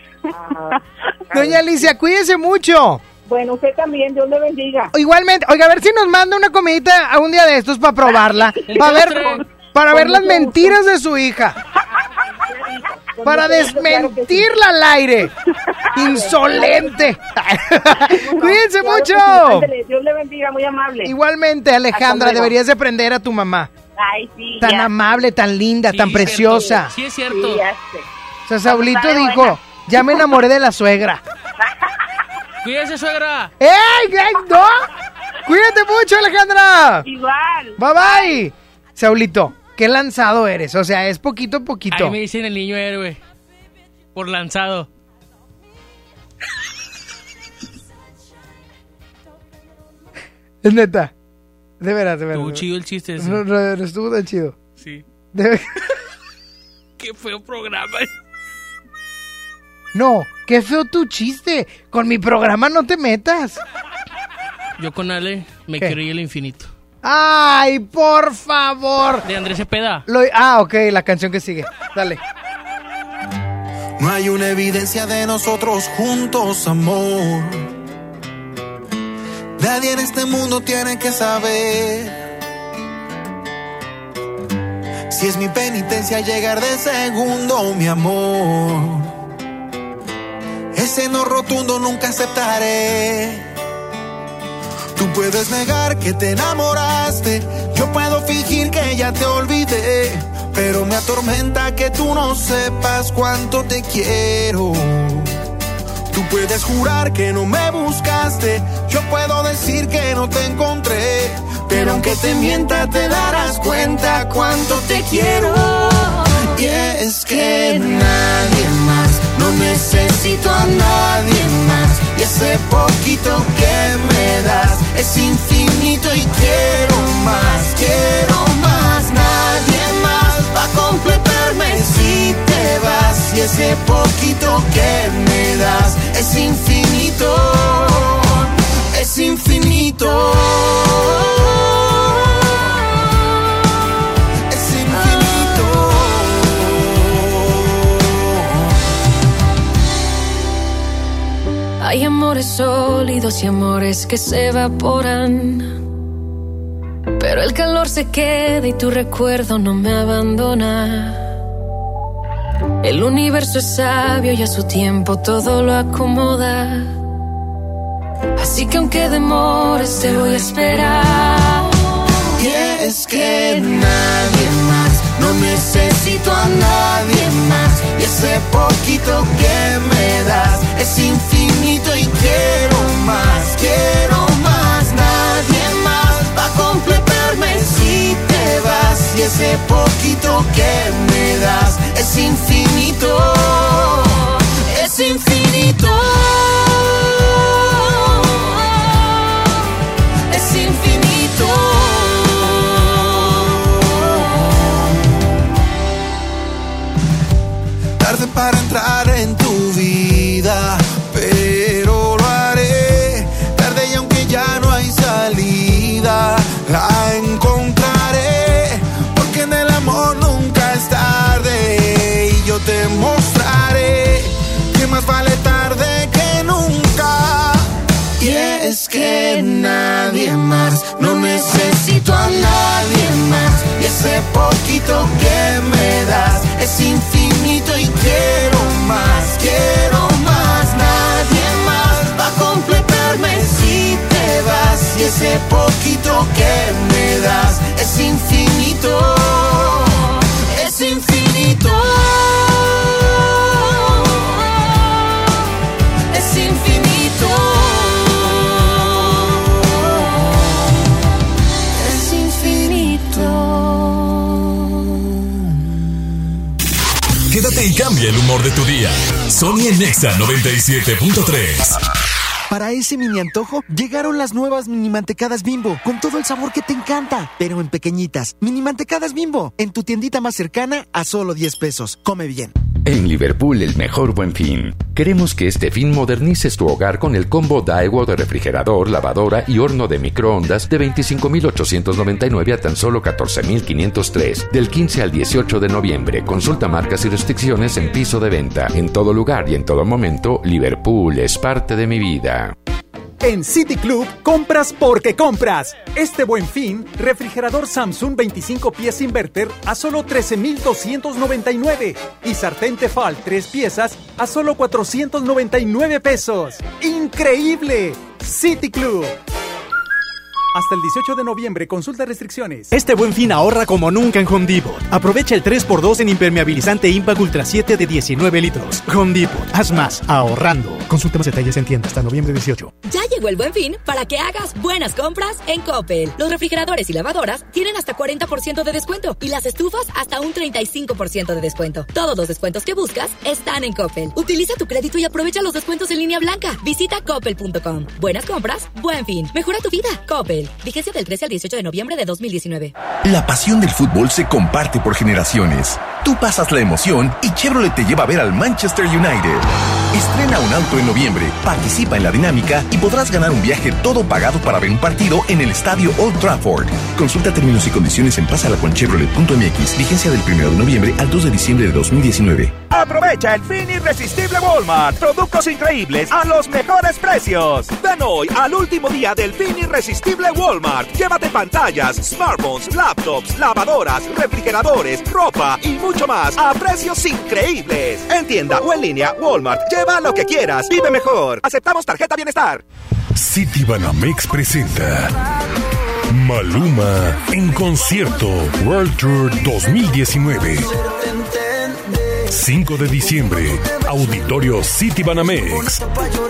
Doña Alicia, cuídese mucho. Bueno, usted también, Dios le bendiga. Igualmente, oiga, a ver si nos manda una comidita a un día de estos para probarla. Para ver, para ver las mentiras de su hija. Para desmentirla al aire. Insolente. Cuídense Claro que sí, mucho. ándele, Dios le bendiga, muy amable. Igualmente, Alejandra, Hasta luego. deberías de aprender a tu mamá. Ay, sí, Tan ya. amable, tan linda, tan preciosa. Sí, es cierto. Sí, ya sé. O sea, Saulito Sabe dijo, buena. ya me enamoré de la suegra. Cuídese, suegra. ¡Ey, ey, no! Cuídate mucho, Alejandra. Igual. Bye, bye. Saulito, qué lanzado eres. O sea, es poquito a poquito. Ahí me dicen el niño héroe. Por lanzado. Es neta. De veras, de veras. Estuvo chido el chiste ese. No, no, no estuvo tan chido. Sí. De- Qué feo programa. No, qué feo tu chiste. Con mi programa no te metas. Yo con Ale me ¿Qué? creí el infinito. Ay, por favor. De Andrés Cepeda. Lo- ah, ok, la canción que sigue. Dale. No hay una evidencia de nosotros juntos, amor. Nadie en este mundo tiene que saber si es mi penitencia llegar de segundo, mi amor. Ese no rotundo nunca aceptaré. Tú puedes negar que te enamoraste, yo puedo fingir que ya te olvidé, pero me atormenta que tú no sepas cuánto te quiero. Tú puedes jurar que no me buscaste, yo puedo decir que no te encontré, pero aunque te mienta te darás cuenta cuánto te quiero. Y es que nadie más, no necesito a nadie más, y ese poquito que me das es infinito y quiero más, quiero más. Nadie más va a completarme si te vas, y ese poquito que me das es infinito, es infinito. Es infinito. Hay amores sólidos y amores que se evaporan, pero el calor se queda y tu recuerdo no me abandona. El universo es sabio y a su tiempo todo lo acomoda. Así que aunque demores te voy a esperar. Y es que nadie más, no necesito a nadie más. Y ese poquito que me das es infinito y quiero más, quiero más. Nadie más va a completarme si te vas. Y ese poquito que me das es infinito, es infinito. Es infinito. Tarde para entrar en tu vida, pero lo haré. Tarde y aunque ya no hay salida, la encontraré. Porque en el amor nunca es tarde. Y yo te mostraré que más vale tarde que nunca. Y es que nadie más, no necesito a nadie más. Y ese poquito que me das es infinito y quiero más, quiero más. Nadie más va a completarme si te vas. Y ese poquito que me das es infinito, es infinito. Es infinito. Quédate y cambia el humor de tu día. Sony en Nexa noventa y siete punto tres. Para ese mini antojo, llegaron las nuevas mini mantecadas Bimbo, con todo el sabor que te encanta, pero en pequeñitas. Mini mantecadas Bimbo, en tu tiendita más cercana a solo diez pesos. Come bien. En Liverpool, el mejor Buen Fin. Queremos que este fin modernices tu hogar con el combo Daewoo de refrigerador, lavadora y horno de microondas de veinticinco mil ochocientos noventa y nueve a tan solo catorce mil quinientos tres. Del quince al dieciocho de noviembre. Consulta marcas y restricciones en piso de venta. En todo lugar y en todo momento, Liverpool es parte de mi vida. En City Club, compras porque compras. Este Buen Fin, refrigerador Samsung veinticinco pies inverter a solo trece mil doscientos noventa y nueve y sartén Tefal tres piezas a solo cuatrocientos noventa y nueve pesos. ¡Increíble! City Club. Hasta el dieciocho de noviembre, consulta restricciones. Este Buen Fin ahorra como nunca en Home Depot. Aprovecha el tres por dos en impermeabilizante Impact Ultra siete de diecinueve litros. Home Depot, haz más, ahorrando. Consulta más detalles en tienda hasta noviembre dieciocho. Ya llegó el Buen Fin para que hagas buenas compras en Coppel. Los refrigeradores y lavadoras tienen hasta cuarenta por ciento de descuento y las estufas hasta un treinta y cinco por ciento de descuento. Todos los descuentos que buscas están en Coppel. Utiliza tu crédito y aprovecha los descuentos en línea blanca. Visita coppel punto com. Buenas compras, Buen Fin. Mejora tu vida. Coppel. Vigencia del trece al dieciocho de noviembre de dos mil diecinueve. La pasión del fútbol se comparte por generaciones. Tú pasas la emoción y Chevrolet te lleva a ver al Manchester United. Estrena un auto en noviembre, participa en la dinámica y podrás ganar un viaje todo pagado para ver un partido en el estadio Old Trafford. Consulta términos y condiciones en pásala con chevrolet punto m x. Vigencia del primero de noviembre al dos de diciembre de dos mil diecinueve. Aprovecha el fin irresistible Walmart. Productos increíbles a los mejores precios. Ven hoy al último día del fin irresistible Walmart. Llévate pantallas, smartphones, laptops, lavadoras, refrigeradores, ropa y mucho más a precios increíbles. En tienda o en línea, Walmart. Lleva lo que quieras. Vive mejor. Aceptamos tarjeta bienestar. Citibanamex presenta Maluma en concierto World Tour dos mil diecinueve. cinco de diciembre, Auditorio Citibanamex.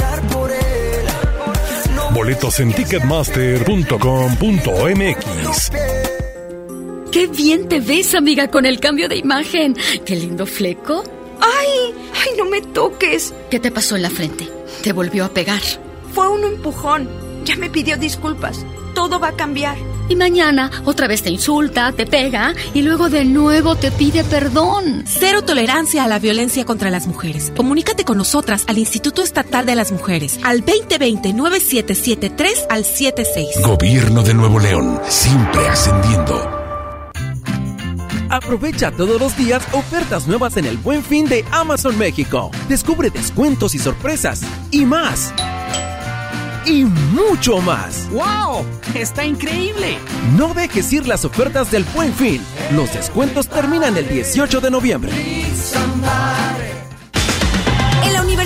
Boletos en ticketmaster punto com punto m x. ¡Qué bien te ves, amiga, con el cambio de imagen! ¡Qué lindo fleco! ¡Ay! ¡Ay, no me toques! ¿Qué te pasó en la frente? ¿Te volvió a pegar? Fue un empujón. Ya me pidió disculpas. Todo va a cambiar. Y mañana otra vez te insulta, te pega y luego de nuevo te pide perdón. Cero tolerancia a la violencia contra las mujeres. Comunícate con nosotras al Instituto Estatal de las Mujeres al veinte veinte, nueve siete siete tres al setenta y seis. Gobierno de Nuevo León, siempre ascendiendo. Aprovecha todos los días ofertas nuevas en el Buen Fin de Amazon México. Descubre descuentos y sorpresas y más. Y mucho más. ¡Wow! ¡Está increíble! No dejes ir las ofertas del Buen Fin. Los descuentos terminan el dieciocho de noviembre.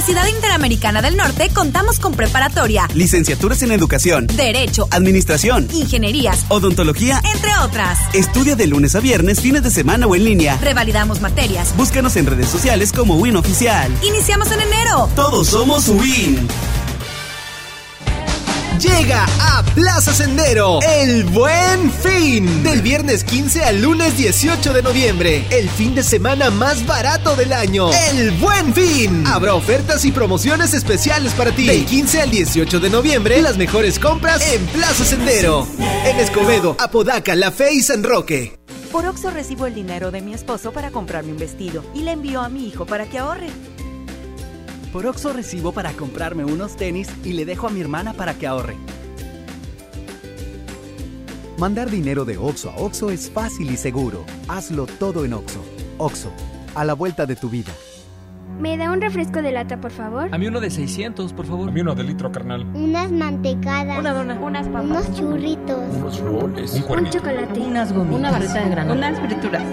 Universidad Interamericana del Norte contamos con preparatoria, licenciaturas en educación, derecho, administración, ingenierías, odontología, entre otras. Estudia de lunes a viernes, fines de semana o en línea. Revalidamos materias. Búscanos en redes sociales como Win Oficial. Iniciamos en enero. Todos somos Win. Llega a Plaza Sendero el Buen Fin. Del viernes quince al lunes dieciocho de noviembre. El fin de semana más barato del año. El Buen Fin. Habrá ofertas y promociones especiales para ti. Del quince al dieciocho de noviembre, las mejores compras en Plaza Sendero. En Escobedo, Apodaca, La Fe y San Roque. Por Oxxo recibo el dinero de mi esposo para comprarme un vestido y le envío a mi hijo para que ahorre. Por Oxxo recibo para comprarme unos tenis y le dejo a mi hermana para que ahorre. Mandar dinero de Oxxo a Oxxo es fácil y seguro. Hazlo todo en Oxxo. Oxxo, a la vuelta de tu vida. ¿Me da un refresco de lata, por favor? A mí uno de seiscientos, por favor. A mí uno de litro, carnal. Unas mantecadas. Una dona. Unas papas. Unos churritos. Unos roles. Un cuernito. Un chocolate. Unas gomitas. Una barrita de granola. Unas frituras.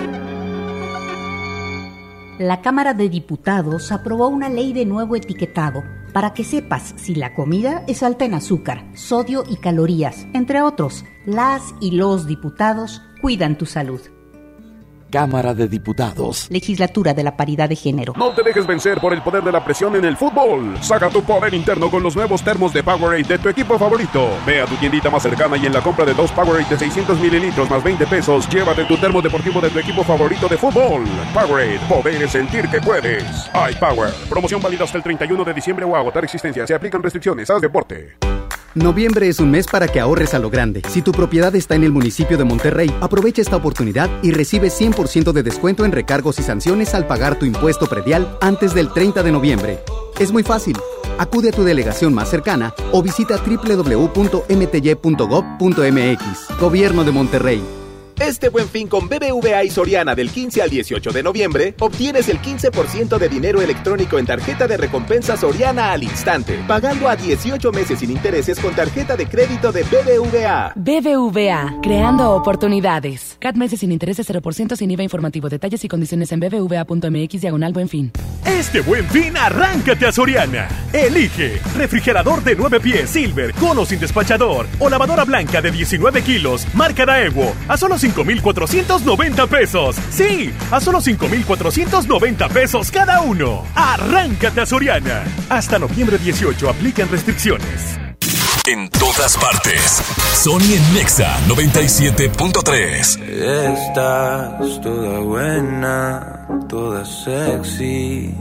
La Cámara de Diputados aprobó una ley de nuevo etiquetado para que sepas si la comida es alta en azúcar, sodio y calorías. Entre otros, las y los diputados cuidan tu salud. Cámara de Diputados. Legislatura de la Paridad de Género. No te dejes vencer por el poder de la presión en el fútbol. Saca tu poder interno con los nuevos termos de Powerade de tu equipo favorito. Ve a tu tiendita más cercana y en la compra de dos Powerade de seiscientos mililitros más veinte pesos, llévate tu termo deportivo de tu equipo favorito de fútbol. Powerade, poder es sentir que puedes. iPower. Promoción válida hasta el treinta y uno de diciembre o agotar existencia. Se aplican restricciones. Haz deporte. Noviembre es un mes para que ahorres a lo grande. Si tu propiedad está en el municipio de Monterrey, aprovecha esta oportunidad y recibe cien por ciento de descuento en recargos y sanciones al pagar tu impuesto predial antes del treinta de noviembre. Es muy fácil. Acude a tu delegación más cercana o visita doble u doble u doble u punto m t y punto gov punto m x. Gobierno de Monterrey. Este Buen Fin con B B V A y Soriana del quince al dieciocho de noviembre, obtienes el quince por ciento de dinero electrónico en tarjeta de recompensa Soriana al instante, pagando a dieciocho meses sin intereses con tarjeta de crédito de B B V A. B B V A, creando oportunidades. C A T meses sin intereses cero por ciento sin I V A informativo. Detalles y condiciones en b b v a punto m x diagonal Buen Fin. Este Buen Fin, arráncate a Soriana. Elige refrigerador de nueve pies Silver, cono sin despachador o lavadora blanca de diecinueve kilos, marca Daewoo, a solo cinco mil cuatrocientos noventa pesos. Sí, a solo cinco mil cuatrocientos noventa pesos cada uno. Arráncate a Soriana. Hasta noviembre dieciocho aplican restricciones. En todas partes. Sony en Nexa noventa y siete punto tres. Estás toda buena, toda sexy.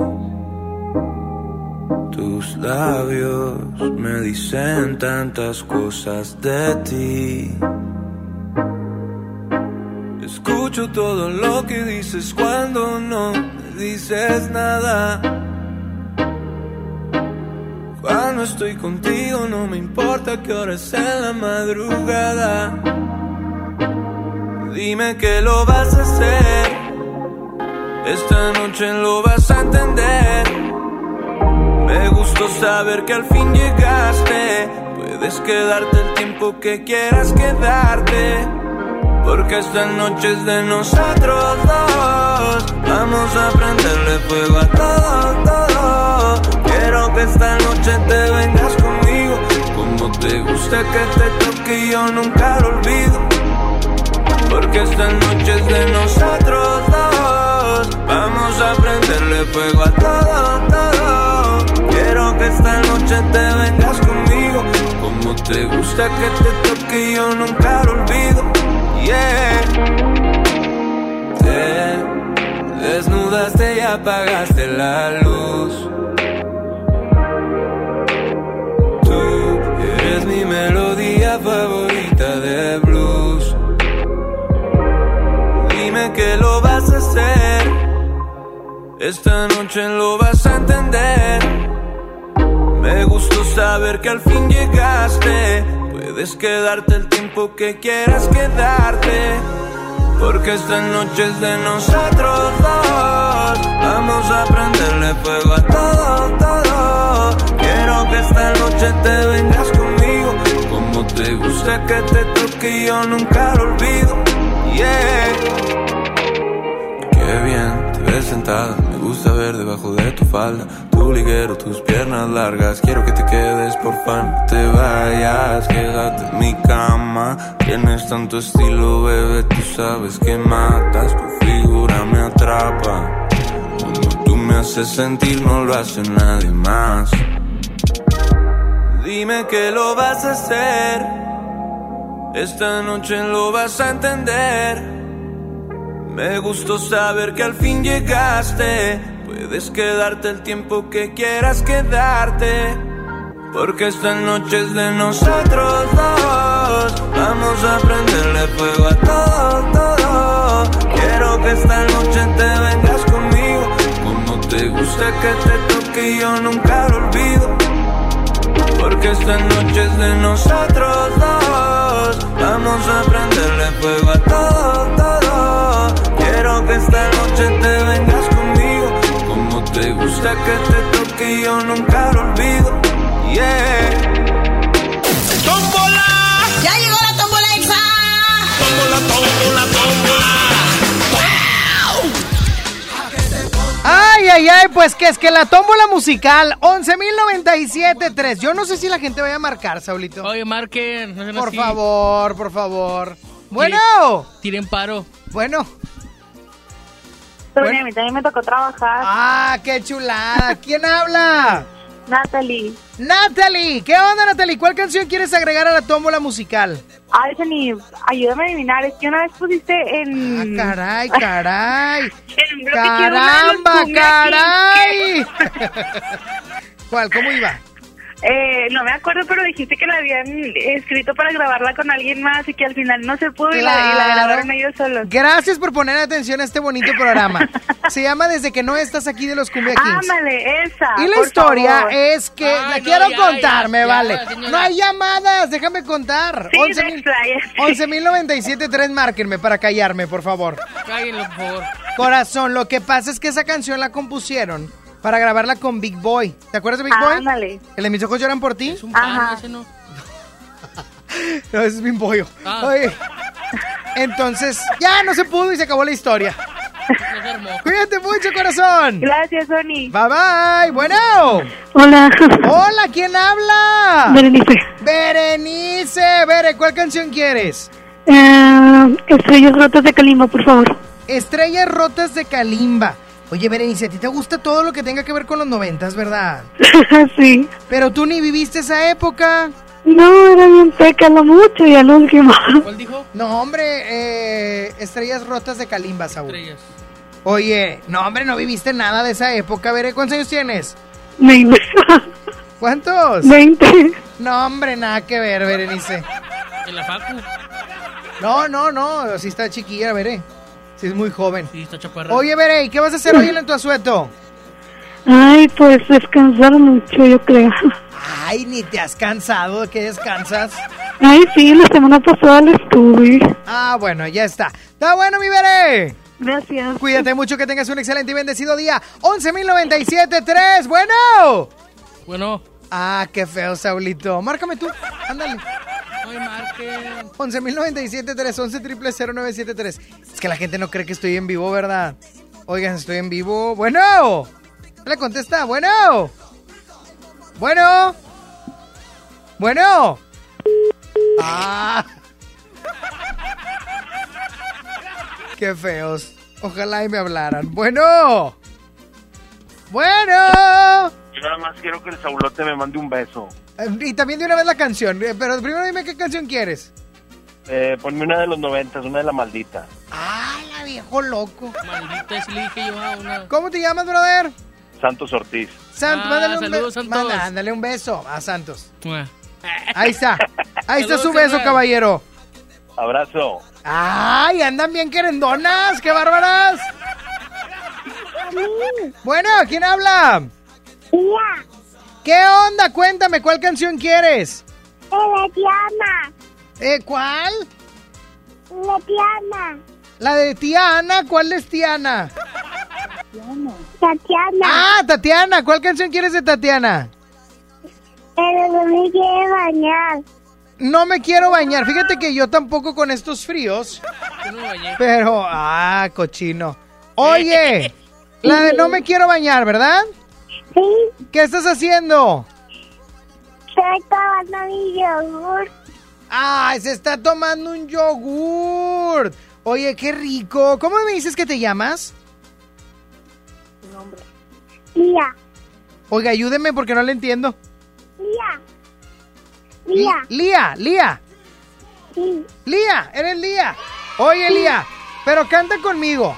Tus labios me dicen tantas cosas de ti. Escucho todo lo que dices cuando no me dices nada. Cuando estoy contigo no me importa qué hora es en la madrugada. Dime que lo vas a hacer, esta noche lo vas a entender. Me gustó saber que al fin llegaste. Puedes quedarte el tiempo que quieras quedarte, porque esta noche es de nosotros dos. Vamos a prenderle fuego a todo, todo. Quiero que esta noche te vengas conmigo. Como te gusta que te toque y yo nunca lo olvido, porque esta noche es de nosotros dos. Vamos a prenderle fuego a todo, todo. Quiero que esta noche te vengas conmigo. Como te gusta que te toque y yo nunca lo olvido. Yeah. Te desnudaste y apagaste la luz. Tú eres mi melodía favorita de blues. Dime que lo vas a hacer, esta noche lo vas a entender. Me gustó saber que al fin llegaste. Puedes quedarte el tiempo que quieras quedarte, porque esta noche es de nosotros dos. Vamos a prenderle fuego a todo, todo. Quiero que esta noche te vengas conmigo. Como te gusta que te toque y yo nunca lo olvido. Yeah. Qué bien te ves sentada, me gusta ver debajo de tu falda tu liguero, tus piernas largas. Quiero que te quedes, porfa, no te vayas. Quédate en mi cama. Tienes tanto estilo, bebé, tú sabes que matas. Tu figura me atrapa. Cuando tú me haces sentir, no lo hace nadie más. Dime que lo vas a hacer. Esta noche lo vas a entender. Me gustó saber que al fin llegaste. Puedes quedarte el tiempo que quieras quedarte. Porque esta noche es de nosotros dos. Vamos a prenderle fuego a todo, todo. Quiero que esta noche te vengas conmigo. Como te gusta que te toque y yo nunca lo olvido. Porque esta noche es de nosotros dos. Vamos a prenderle fuego a todo, todo. Quiero que esta noche te vengas conmigo. Como te gusta que te toque y yo nunca lo olvido. Yeah. ¡Tómbola! ¡Ya llegó la tómbola exa! Tómbola, tómbola, tómbola. Ay, ay, ay, pues que es que la tómbola musical once mil noventa y siete tres. Yo no sé si la gente vaya a marcar, Saulito. Oye, marquen. No sean por así. favor, por favor. Bueno. Tiren paro. Bueno. Bueno. A mí también me tocó trabajar. Ah, qué chulada. ¿Quién habla? Natalie. Natalie, ¿qué onda, Natalie? ¿Cuál canción quieres agregar a la tómbola musical? Ay, Jenny, ayúdame a adivinar. Es que una vez pusiste en... Ah, caray, caray. en un bloque Caramba, caray. ¿Cuál? ¿Cómo iba? Eh, no me acuerdo, pero dijiste que la habían escrito para grabarla con alguien más y que al final no se pudo. Claro. y, la, y la grabaron ellos solos. Gracias por poner atención a este bonito programa. Se llama Desde que no estás aquí de los Cumbia Kings. Ándale, esa. Y la por historia favor. es que Ay, la no, quiero ya, contar, ya, me ya, vale. señora. No hay llamadas, déjame contar. Sí, once mil noventa y siete tres, márquenme para callarme, por favor. Cállenlo, por favor. Corazón, lo que pasa es que esa canción la compusieron para grabarla con Big Boy. ¿Te acuerdas de Big Boy? Ándale. ¿El de Mis ojos lloran por ti? Es un pan, ese no. No, ese es Big Boy. Ah. Oye, entonces ya no se pudo y se acabó la historia. No se armó. Cuídate mucho, corazón. Gracias, Sony. Bye, bye. Bueno. Hola. Hola, ¿quién habla? Berenice. Berenice. Bere, ¿cuál canción quieres? Uh, Estrellas rotas de Kalimba, por favor. Estrellas rotas de Kalimba. Oye, Berenice, a ti te gusta todo lo que tenga que ver con los noventas, ¿verdad? Sí. Pero tú ni viviste esa época. No, era bien peca, lo mucho y al último. ¿Cuál dijo? No, hombre, eh, Estrellas rotas de Kalimba, Saúl. Estrellas. Oye, no, hombre, no viviste nada de esa época. Bere, ¿cuántos años tienes? Veinte. ¿Cuántos? Veinte. No, hombre, nada que ver, Berenice. ¿En la facu? No, no, no, sí está chiquilla, Bere. Sí, es muy joven. Sí, está chaparra. Oye, Bere, ¿y qué vas a hacer hoy en tu asueto? Ay, pues descansar mucho, yo creo. Ay, ni te has cansado. ¿De qué descansas? Ay, sí, la semana pasada la estuve. Ah, bueno, ya está. Está bueno, mi Bere. Gracias. Cuídate mucho, que tengas un excelente y bendecido día. once mil noventa y siete tres. Bueno. Bueno. Ah, qué feo, Saulito. Márcame tú. Ándale. Ay, marquen. once mil noventa y siete tres, once triple cero nueve siete tres. Es que la gente no cree que estoy en vivo, ¿verdad? Oigan, estoy en vivo. Bueno. ¿No le contesta? Bueno. Bueno. Bueno. Ah. Qué feos. Ojalá y me hablaran. Bueno. Bueno. Yo nada más quiero que el Saulote me mande un beso. Y también de una vez la canción. Pero primero dime qué canción quieres. Eh, ponme una de los noventas, una de la maldita. Ah, la viejo loco. Maldita, si le dije yo a una. ¿Cómo te llamas, brother? Santos Ortiz. Santos, Ah, mándale un saludos, beso. Santos. Manda, ándale un beso a Santos. Mua. Ahí está. Ahí está Saludos, su beso, carnal. caballero. Abrazo. ¡Ay, andan bien querendonas! ¡Qué bárbaras! Bueno, ¿quién habla? Tía, ¿Qué onda? Cuéntame, ¿cuál canción quieres? la Tiana, ¿Eh, cuál? la Tiana, ¿La de tía Ana? ¿Cuál es tía Ana? Tatiana, Ah, Tatiana. ¿Cuál canción quieres de Tatiana? pero no me quiere bañar. No me quiero bañar. Fíjate que yo tampoco con estos fríos. Yo no me bañé. Pero, ah, cochino. Oye, la de no me quiero bañar, ¿verdad? Sí. ¿Qué estás haciendo? Estoy tomando mi yogur. ¡Ay, se está tomando un yogur! Oye, qué rico. ¿Cómo me dices que te llamas? Tu nombre. Lía. Oiga, ayúdeme porque no le entiendo. Lía. Lía. Lía, Lía. Sí. Lía, eres Lía. Oye, Lía, pero canta conmigo.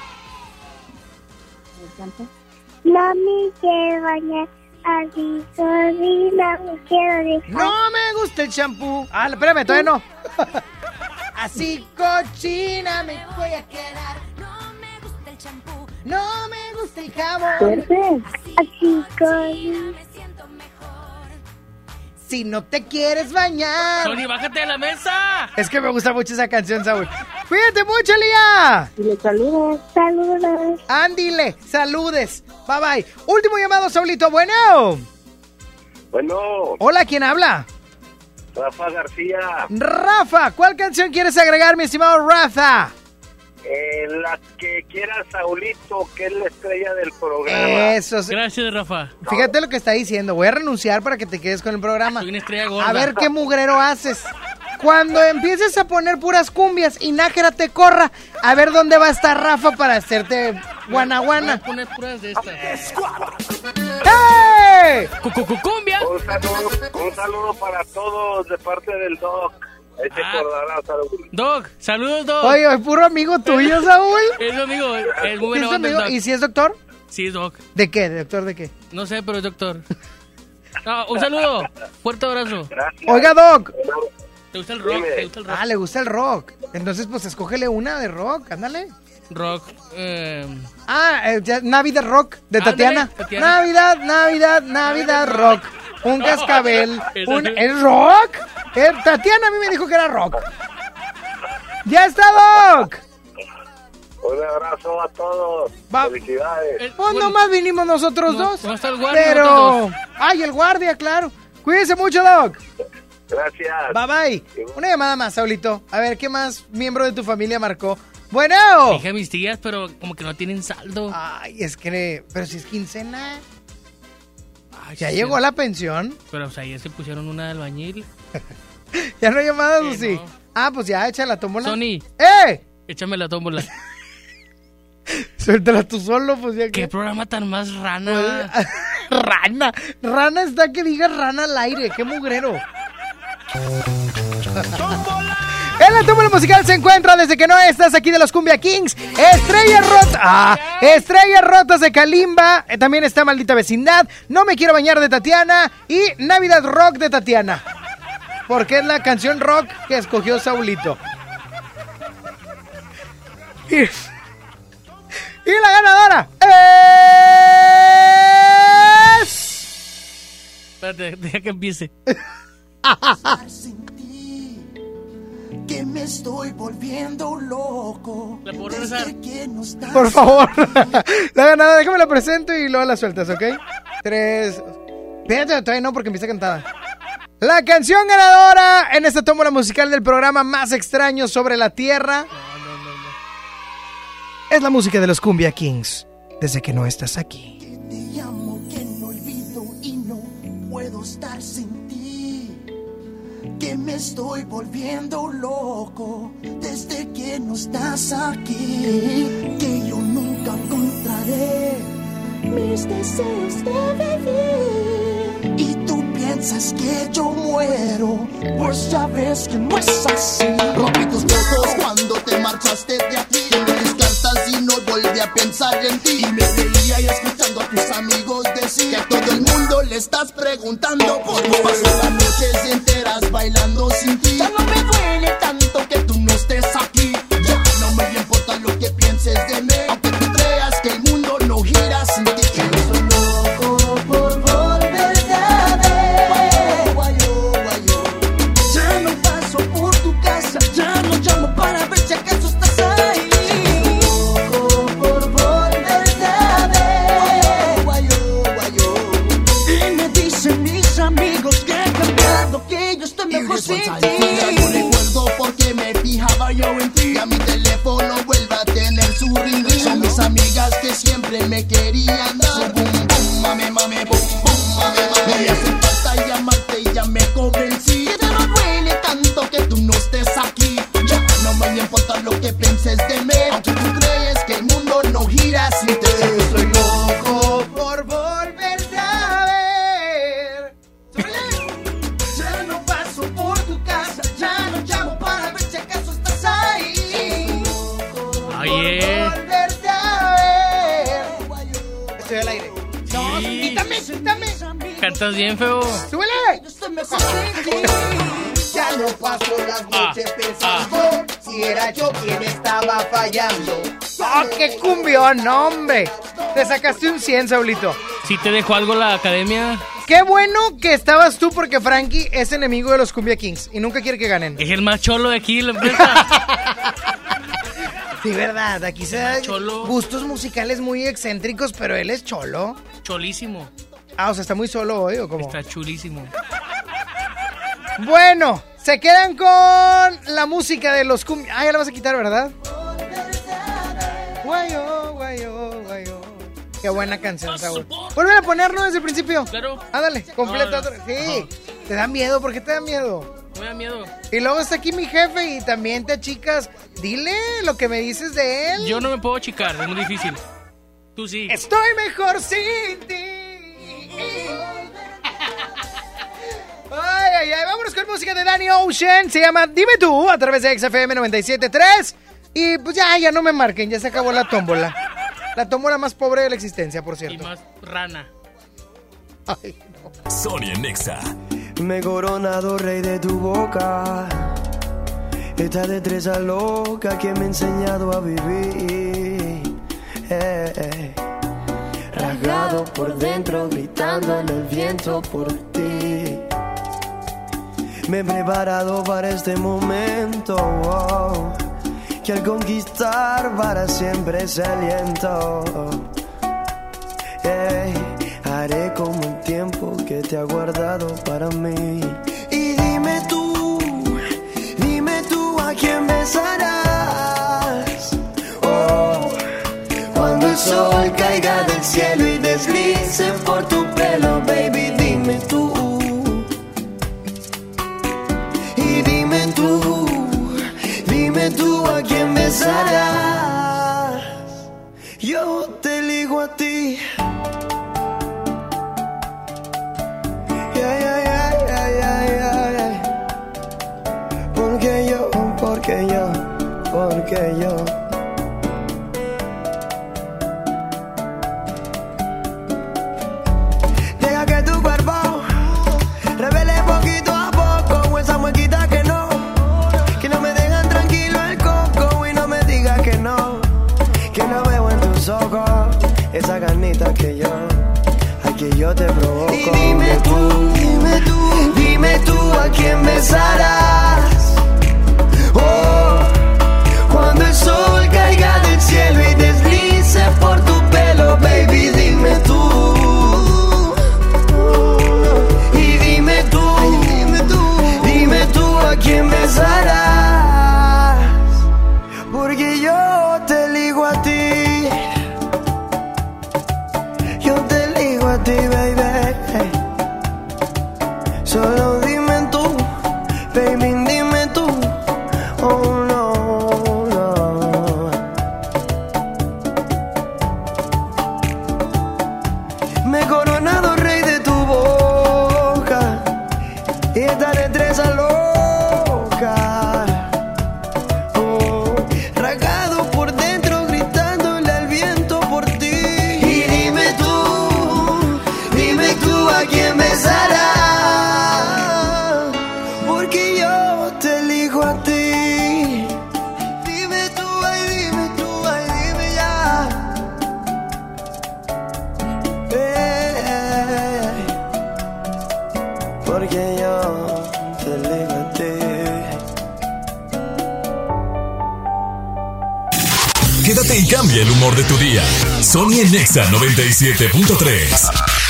No me quiero bañar, así soy, no me quiero dejar. No me gusta el champú. Ah, espérame, todavía no. Así cochina me voy a quedar. No me gusta el champú, no me gusta el jabón. Así cochina. Si no te quieres bañar. Sony, bájate de la mesa. Es que me gusta mucho esa canción, Saúl. Cuídate mucho, Lía. Dile saludos, saludos. Ándile, saludes. Bye bye. Último llamado, Saulito. Bueno. Bueno. Hola, ¿quién habla? Rafa García. Rafa, ¿cuál canción quieres agregar, mi estimado Rafa? Eh, la que quiera Saulito, que es la estrella del programa. Eso. Gracias, Rafa. Fíjate lo que está diciendo. Voy a renunciar para que te quedes con el programa. Soy una estrella gorda. A ver qué mugrero haces. Cuando empieces a poner puras cumbias y Nájera te corra, a ver dónde va a estar Rafa para hacerte guanaguana. Voy a poner puras de estas. ¡Hey! ¡Cumbia! Un saludo, un saludo para todos de parte del Doc. Ahí te acordarás, Saúl. Doc, saludos, Doc. Oye, es puro amigo tuyo, Saúl. Es mi amigo, es muy buena ¿Es tu onda el amigo? Doc. ¿Y si es doctor? Sí, es Doc. ¿De qué? ¿De doctor de qué? No sé, pero es doctor. No, un saludo, fuerte abrazo. Gracias. Oiga, Doc. ¿Te gusta el rock? Dime. ¿Te gusta el rock? Ah, le gusta el rock. Entonces, pues, escógele una de rock, ándale. Rock, eh... Ah, eh, ya, Navidad Rock, de Ándale, Tatiana. Tatiana. Navidad, Navidad, Navidad Rock. Un cascabel. Esa Un, sí. ¿Es rock? Eh, Tatiana a mí me dijo que era rock. ¡Ya está, Doc! Un abrazo a todos. Va. Felicidades. El- Pues bueno, nomás vinimos nosotros no, dos. no está el guardia, Pero... nosotros ¡Ay, el guardia, claro! Cuídense mucho, Doc. Gracias. Bye, bye. Una llamada más, Saulito. A ver, ¿qué más miembro de tu familia marcó? Bueno. Dije a mis tías, pero como que no tienen saldo. Ay, es que... Pero si es quincena. Ay, ¿Ya sí, llegó sí. la pensión? Pero o sea, ayer se pusieron una de albañil. ¿Ya no hay llamadas o Sí, sí? no. Ah, pues ya, échala, tómbola. Sony, ¡Eh! échame la tómbola. Suéltala tú solo, pues ya ¿Qué que... programa tan más rana? Rana. Rana está que diga rana al aire. ¡Qué mugrero! En la tómbola musical se encuentra desde que no estás aquí de los Cumbia Kings, Estrellas Rotas, ah, Estrellas Rotas de Kalimba, eh, también está Maldita Vecindad, No me quiero bañar de Tatiana y Navidad Rock de Tatiana, porque es la canción rock que escogió Saulito. Y, y la ganadora es... Espérate, deja que empiece. Que me estoy volviendo loco. ¿La puedo regresar? Que no estás... Por favor. La ganadora, déjame la presento y luego la sueltas, ¿ok? Tres. Espérate, todavía no porque empieza cantada. La canción ganadora en esta tómbola musical del programa más extraño sobre la tierra es la música de los Cumbia Kings. Desde que no estás aquí. Te llamo, que no olvido y no puedo estar sin ti. Que me estoy volviendo loco desde que no estás aquí. Que yo nunca encontraré mis deseos de vivir. Y tú piensas que yo muero, pues ya ves que no es así. Rompí tus fotos cuando te marchaste de aquí. Tengo tus cartas y no volví a pensar en ti. Y me reía y escuchando a tus amigos decir que a todo el mundo le estás preguntando por qué paso las noches enteras bailando sin ti. Ya no me duele tanto que tú no estés aquí. Ya no me importa lo que pienses de mí, aunque tú creas que el mundo no gira sin ti. Que yo soy loco por volverte a ver. Guayo, guayo. Ya no paso por tu casa, ya no llamo para ver si acaso estás ahí. Loco por volverte a ver. Guayo, guayo. Y me dicen mis amigos que he cambiado, que yo estoy mejor sin ti. No recuerdo por qué me fijaba yo en ti. Ya mi teléfono vuelve a tener su ring ring. Son mis amigas que siempre me querían dar. Su boom boom, mame mame boom que penses de mí, aunque tú crees que el mundo no gira sin ti. Soy loco por volverte a ver. Ya no paso por tu casa, ya no llamo para ver si acaso estás ahí. Oye. Volverte a ver. Estoy al aire. No, quítame, quítame. Cantas bien, feo. ¡Súbele! Ya no paso las noches pensando si era yo quien estaba fallando. ¡Oh, qué cumbión, hombre! Te sacaste un cien, Saulito. ¿Sí te dejó algo la academia? Qué bueno que estabas tú porque Frankie es enemigo de los Cumbia Kings y nunca quiere que ganen. Es el más cholo de aquí, la empresa. Sí, verdad, aquí se dan gustos musicales muy excéntricos, pero él es cholo. Cholísimo. Ah, o sea, está muy solo hoy, ¿o cómo? Está chulísimo. Bueno, se quedan con la música de los Cumbia... Ah, ya la vas a quitar, ¿verdad? Guayo, guayo, guayo. Qué buena canción, Saúl. Vuelve a ponerlo desde el principio. Claro. Ah, dale, completa No, otra. Sí. Ajá. ¿Te da miedo? ¿Por qué te da miedo? Me da miedo. Y luego está aquí mi jefe y también te achicas. Dile lo que me dices de él. Yo no me puedo achicar, es muy difícil. Tú sí. Estoy mejor sin ti. Ay, ay, ay. Vámonos con música de Danny Ocean. Se llama Dime Tú a través de X F M noventa y siete punto tres. Y pues ya, ya no me marquen. Ya se acabó la tómbola. La tómbola más pobre de la existencia, por cierto. Y más rana. Ay, no. Sonia Nexa. Me he coronado rey de tu boca. Esta destreza loca que me ha enseñado a vivir. Eh, eh. Rasgado por dentro, gritando en el viento por ti. Me he preparado para este momento, oh, que al conquistar para siempre se aliento. Hey, haré como el tiempo que te ha guardado para mí. Y dime tú, dime tú a quién besarás. Oh, cuando el sol caiga del cielo y deslice por tu pelo, baby, dime tú. Y dime tú, dime tú a quién besarás. Yo te elijo a ti. Yeah, yeah, yeah, yeah, yeah, yeah. Porque yo, porque yo, porque yo. Deja que tu cuerpo revele poquito a poco esa muequita que no, que no me dejan tranquilo el coco y no me digas que no, que no veo en tus ojos esa ganita que yo, aquí yo te provoco. Y dime tú, dime tú, dime tú a quién besarás. Oh, cuando el sol caiga del cielo y deslice por tu pelo, baby, dime tú. Y dime tú, dime tú, dime tú a quién besarás. Porque yo te elijo a ti. Yo te elijo a ti, baby. Solo dime tú, baby, dime tú. Oh no, no. Me he coronado rey de tu boca y esta destreza loca. Oh, rasgado por dentro, gritándole al viento por ti. Y dime tú, dime tú a quién besarás. Porque yo te elijo a ti. Dime tú, ay, dime tú, ay, dime ya. Eh, porque yo te elijo a ti. Quédate y cambia el humor de tu día. Sonia Nexa noventa y siete punto tres.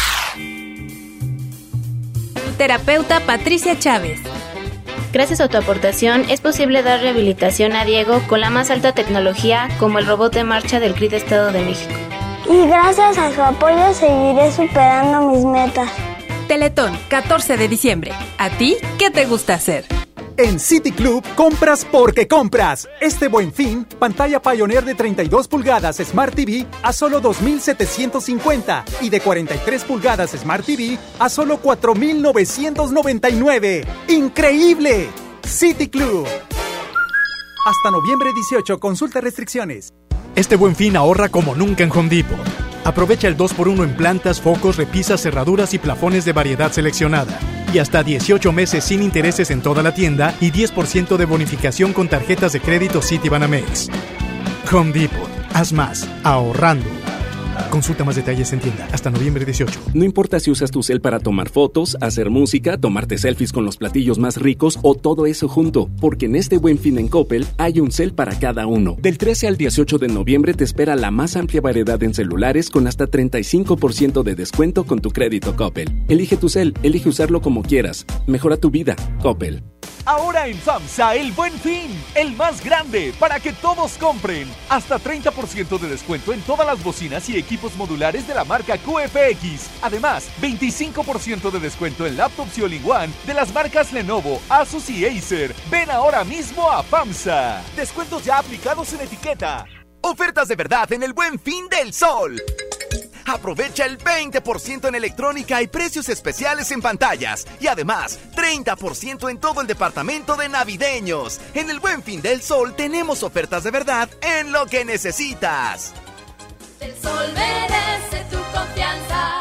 Terapeuta Patricia Chávez. Gracias a tu aportación es posible dar rehabilitación a Diego con la más alta tecnología como el robot de marcha del C R I de Estado de México. Y gracias a su apoyo seguiré superando mis metas. Teletón, catorce de diciembre. ¿A ti qué te gusta hacer? En City Club, compras porque compras. Este Buen Fin, pantalla Pioneer de treinta y dos pulgadas Smart T V a solo dos mil setecientos cincuenta y de cuarenta y tres pulgadas Smart T V a solo cuatro mil novecientos noventa y nueve. ¡Increíble! City Club. Hasta noviembre dieciocho, consulta restricciones. Este Buen Fin ahorra como nunca en Home Depot. Aprovecha el dos por uno en plantas, focos, repisas, cerraduras y plafones de variedad seleccionada. Y hasta dieciocho meses sin intereses en toda la tienda y diez por ciento de bonificación con tarjetas de crédito Citibanamex. Home Depot. Haz más. Ahorrando. Consulta más detalles en tienda hasta noviembre dieciocho. No importa si usas tu cel para tomar fotos, hacer música, tomarte selfies con los platillos más ricos o todo eso junto, porque en este Buen Fin en Coppel hay un cel para cada uno. Del trece al dieciocho de noviembre te espera la más amplia variedad en celulares con hasta treinta y cinco por ciento de descuento con tu crédito Coppel. Elige tu cel, elige usarlo como quieras. Mejora tu vida, Coppel. Ahora en FAMSA, el Buen Fin, el más grande, para que todos compren. Hasta treinta por ciento de descuento en todas las bocinas y equipos modulares de la marca Q F X. Además, veinticinco por ciento de descuento en laptops y all-in-one de las marcas Lenovo, Asus y Acer. Ven ahora mismo a FAMSA. Descuentos ya aplicados en etiqueta. Ofertas de verdad en el Buen Fin del Sol. Aprovecha el veinte por ciento en electrónica y precios especiales en pantallas. Y además, treinta por ciento en todo el departamento de navideños. En el Buen Fin del Sol tenemos ofertas de verdad en lo que necesitas. El Sol merece tu confianza.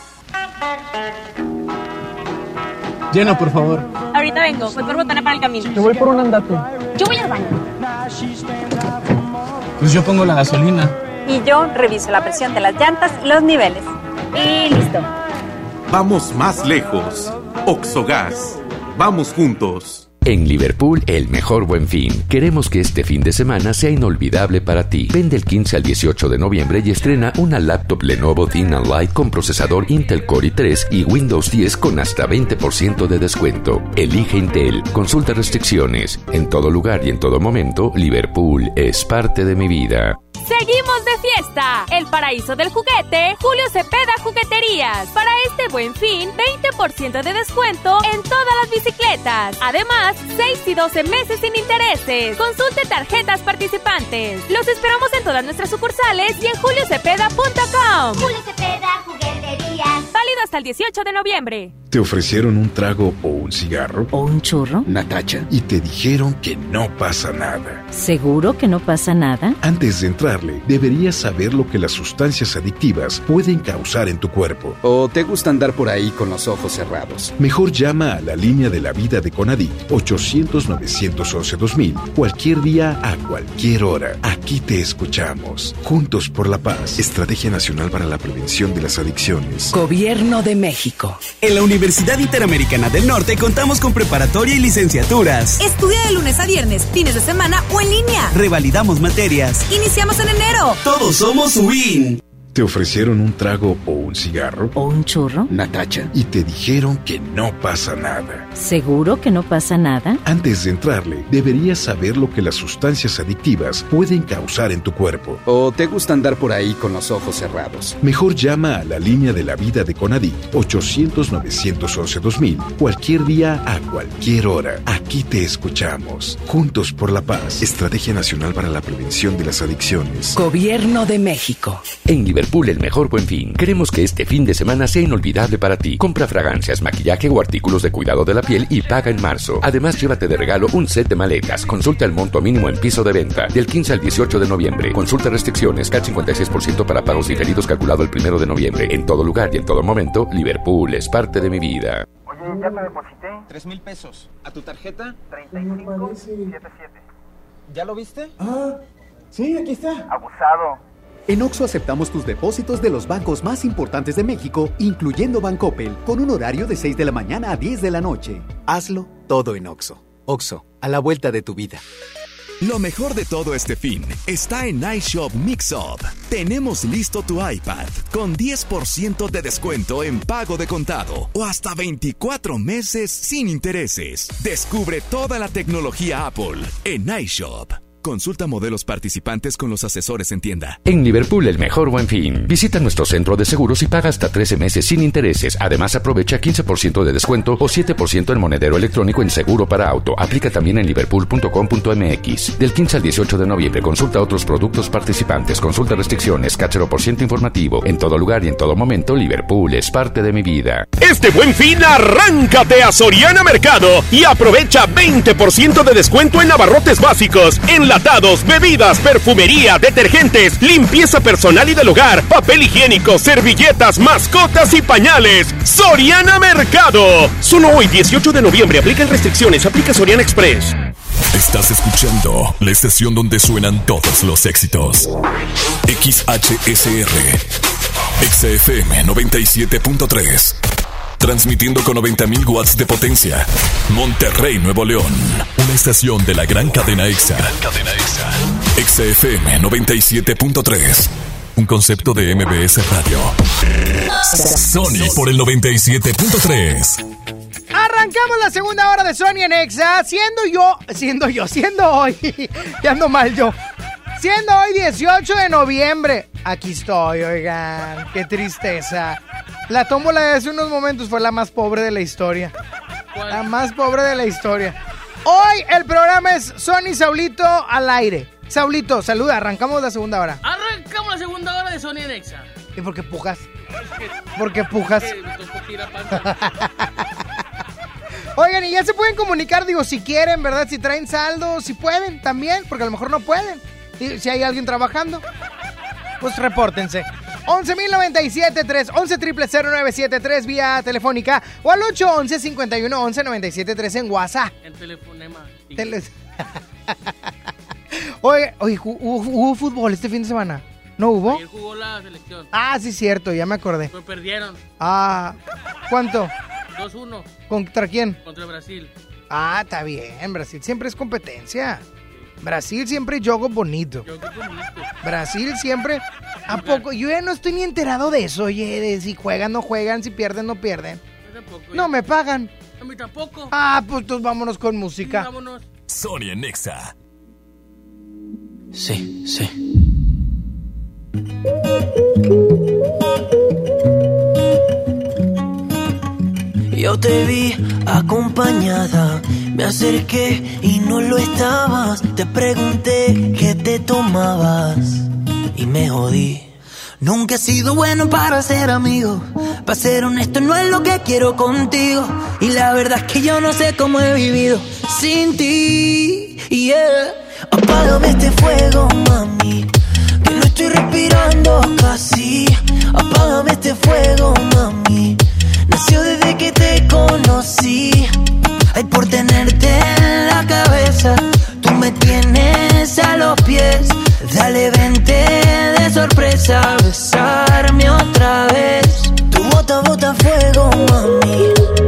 Llena, por favor. Ahorita vengo, voy por botana para el camino. Yo voy por un andate. Yo voy al baño. Pues yo pongo la gasolina. Y yo reviso la presión de las llantas y los niveles. Y listo. Vamos más lejos. Oxogas. Vamos juntos. En Liverpool, el mejor Buen Fin. Queremos que este fin de semana sea inolvidable para ti. Ven del quince al dieciocho de noviembre y estrena una laptop Lenovo Thin and Light con procesador Intel Core i tres y Windows diez con hasta veinte por ciento de descuento. Elige Intel. Consulta restricciones. En todo lugar y en todo momento, Liverpool es parte de mi vida. ¡Seguimos de fiesta! El paraíso del juguete, Julio Cepeda Jugueterías. Para este Buen Fin, veinte por ciento de descuento en todas las bicicletas. Además, seis y doce meses sin intereses. Consulte tarjetas participantes. Los esperamos en todas nuestras sucursales y en julio cepeda punto com. Julio Cepeda Jugueterías. Válido hasta el dieciocho de noviembre. ¿Te ofrecieron un trago o un cigarro? ¿O un churro? Natacha. Y te dijeron que no pasa nada. ¿Seguro que no pasa nada? Antes de entrarle, deberías saber lo que las sustancias adictivas pueden causar en tu cuerpo. ¿O te gusta andar por ahí con los ojos cerrados? Mejor llama a la línea de la vida de Conadic ochocientos, novecientos once, dos mil cualquier día a cualquier hora. Aquí te escuchamos. Juntos por la paz. Estrategia Nacional para la Prevención de las Adicciones. Gobierno de México. En la Universidad Interamericana del Norte contamos con preparatoria y licenciaturas. Estudia de lunes a viernes, fines de semana o en línea. Revalidamos materias. Iniciamos en enero. Todos somos U I N. ¿Te ofrecieron un trago o un cigarro? ¿O un churro? Natacha. Y te dijeron que no pasa nada. ¿Seguro que no pasa nada? Antes de entrarle, deberías saber lo que las sustancias adictivas pueden causar en tu cuerpo. ¿O te gusta andar por ahí con los ojos cerrados? Mejor llama a la línea de la vida de Conadic ochocientos, novecientos once, dos mil cualquier día a cualquier hora. Aquí te escuchamos. Juntos por la paz. Estrategia Nacional para la Prevención de las Adicciones. Gobierno de México. En Liverpool, el mejor Buen Fin. Queremos que este fin de semana sea inolvidable para ti. Compra fragancias, maquillaje o artículos de cuidado de la piel y paga en marzo. Además, llévate de regalo un set de maletas. Consulta el monto mínimo en piso de venta. Del quince al dieciocho de noviembre. Consulta restricciones. C A T cincuenta y seis por ciento para pagos diferidos calculado el primero de noviembre. En todo lugar y en todo momento, Liverpool es parte de mi vida. Oye, ya te deposité. Tres mil pesos. ¿A tu tarjeta? treinta y cinco setenta y siete. ¿Ya lo viste? Ah, sí, aquí está. Abusado. En Oxxo aceptamos tus depósitos de los bancos más importantes de México, incluyendo Bancoppel, con un horario de seis de la mañana a diez de la noche. Hazlo todo en Oxxo. Oxxo, a la vuelta de tu vida. Lo mejor de todo este fin está en iShop Mix-Up. Tenemos listo tu iPad con diez por ciento de descuento en pago de contado o hasta veinticuatro meses sin intereses. Descubre toda la tecnología Apple en iShop. Consulta modelos participantes con los asesores en tienda. En Liverpool, el mejor Buen Fin. Visita nuestro centro de seguros y paga hasta trece meses sin intereses. Además, aprovecha quince por ciento de descuento o siete por ciento en monedero electrónico en seguro para auto. Aplica también en liverpool punto com punto m x. Del quince al dieciocho de noviembre, consulta otros productos participantes. Consulta restricciones, cachero por ciento informativo. En todo lugar y en todo momento, Liverpool es parte de mi vida. Este Buen Fin, arráncate a Soriana Mercado y aprovecha veinte por ciento de descuento en abarrotes básicos, enlatados, bebidas, perfumería, detergentes, limpieza personal y del hogar, papel higiénico, servilletas, mascotas y pañales. Soriana Mercado. Solo hoy, dieciocho de noviembre, aplican restricciones, aplica Soriana Express. Estás escuchando la estación donde suenan todos los éxitos. X H S R, X F M noventa y siete punto tres. Transmitiendo con noventa mil watts de potencia. Monterrey, Nuevo León. Una estación de la gran cadena EXA. Cadena EXA. EXA F M noventa y siete punto tres. Un concepto de M B S Radio. Sony por el noventa y siete punto tres. Arrancamos la segunda hora de Sony en EXA. Siendo yo, siendo yo, siendo hoy. Ya ando mal yo. Siendo hoy dieciocho de noviembre. Aquí estoy, oigan. Qué tristeza. La tómbola de hace unos momentos fue la más pobre de la historia. ¿Cuál? La más pobre de la historia. Hoy el programa es Sony Saulito al aire. Saulito, saluda, arrancamos la segunda hora. Arrancamos la segunda hora de Sony en EXA. ¿Y por qué pujas? ¿Por qué pujas? Oigan, y ya se pueden comunicar, digo, si quieren, ¿verdad? Si traen saldo, si pueden también, porque a lo mejor no pueden. Y si hay alguien trabajando, pues repórtense. once mil noventa y siete tres, once triple cero nueve siete tres vía telefónica o al ocho once cincuenta y uno once noventa y siete tres en WhatsApp. En telefonema. Tele... Oye, oye, ¿hubo, ¿hubo fútbol este fin de semana? ¿No hubo? Ayer jugó la selección. Ah, sí, cierto, ya me acordé. Pero perdieron. Ah, ¿cuánto? dos uno. ¿Contra quién? Contra Brasil. Ah, está bien, Brasil siempre es competencia. Brasil siempre juego bonito. Juego bonito. Brasil siempre... ¿A poco? Yo ya no estoy ni enterado de eso, oye, de si juegan, no juegan, si pierden, no pierden. Yo tampoco. No ya. me pagan. A mí tampoco. Ah, pues entonces vámonos con música. Sí, vámonos. Sony en EXA. Sí, sí. Yo te vi acompañada, me acerqué y no lo estabas. Te pregunté qué te tomabas y me jodí. Nunca he sido bueno para ser amigo, para ser honesto no es lo que quiero contigo. Y la verdad es que yo no sé cómo he vivido sin ti, yeah. Apágame este fuego, mami, que no estoy respirando casi. Apágame este fuego, mami, nació desde que te conocí. Ay, por tenerte en la cabeza, tú me tienes a los pies. Dale, vente de sorpresa a besarme otra vez. Tu bota, bota fuego, mami.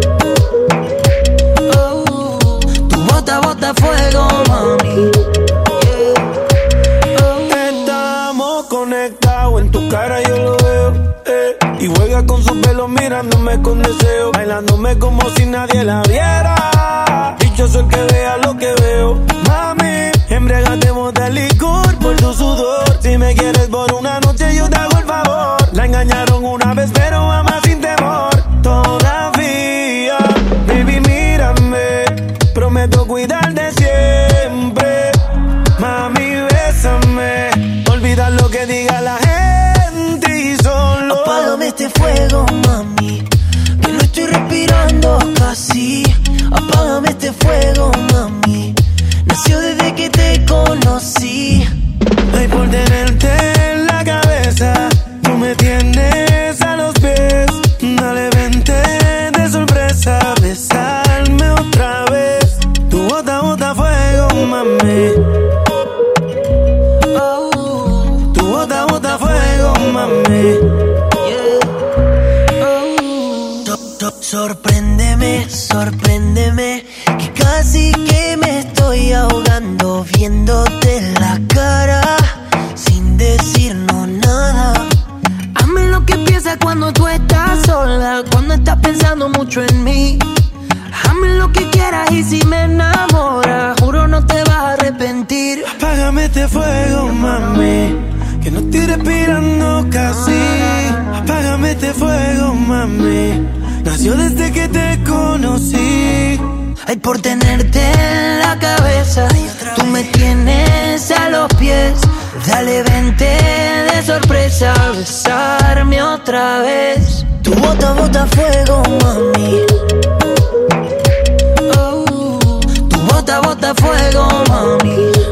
Oh, tu bota, bota fuego, mami. Yeah. Oh. Estamos conectados, en tu cara yo lo veo, eh. Y juega con su pelo mirándome con deseo, bailándome como si nadie la viera. Dichoso el que vea lo que veo. Mami, embriagatemos de licor por tu sudor. Si me quieres por una noche yo te hago el favor. La engañaron una vez pero ama sin temor. Todavía, baby mírame, prometo cuidarte siempre. Mami bésame, olvida lo que diga la gente y solo apágame este fuego, mami, que no estoy respirando casi. Apágame este fuego, mami, nació desde que te conocí. Ay, por tenerte en la cabeza, tú me tienes a los pies. Dale, vente de sorpresa, besarme otra vez. Tu bota, bota fuego, mami. Oh, tu bota, bota fuego, mami. Yeah. Oh, so, so, sorpréndeme, sorpréndeme, que casi que me estoy ahogando viéndote en la cara sin decirnos nada. Hazme lo que piensas cuando tú estás sola, cuando estás pensando mucho en mí. Hazme lo que quieras y si me enamoras, juro no te vas a arrepentir. Apágame que no estoy respirando casi. Apágame este fuego, mami. Nació desde que te conocí. Ay, por tenerte en la cabeza, tú me tienes a los pies. Dale, vente de sorpresa a besarme otra vez. Tu bota, bota fuego, mami. Oh, tu bota, bota fuego, mami.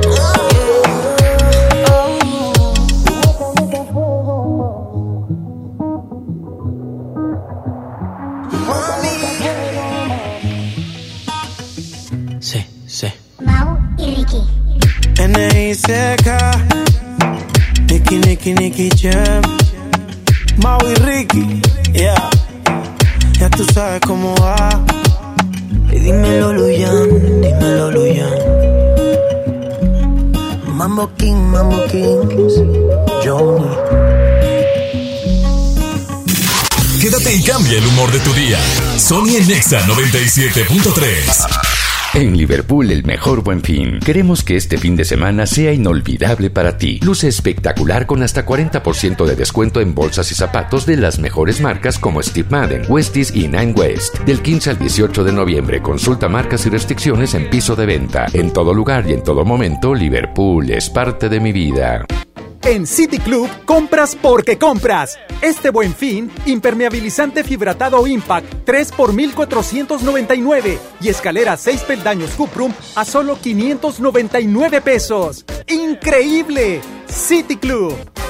Sí, sí. Mau y Ricky. N I C K. Nicky, Nicky, Nicky Jam. Mau y Ricky. Yeah. Ya tú sabes cómo va. Y dímelo, Luyan, dímelo, Luyan. Mambo King, Mambo Kings. Johnny. Quédate y cambia el humor de tu día. Sony en Nexa noventa y siete punto tres. En Liverpool, el mejor Buen Fin. Queremos que este fin de semana sea inolvidable para ti. Luce espectacular con hasta cuarenta por ciento de descuento en bolsas y zapatos de las mejores marcas como Steve Madden, Westies y Nine West. Del quince al dieciocho de noviembre, consulta marcas y restricciones en piso de venta. En todo lugar y en todo momento, Liverpool es parte de mi vida. En City Club, compras porque compras. Este Buen Fin, impermeabilizante fibratado Impact tres por mil cuatrocientos noventa y nueve y escalera seis peldaños Cuprum a solo quinientos noventa y nueve pesos. ¡Increíble! City Club.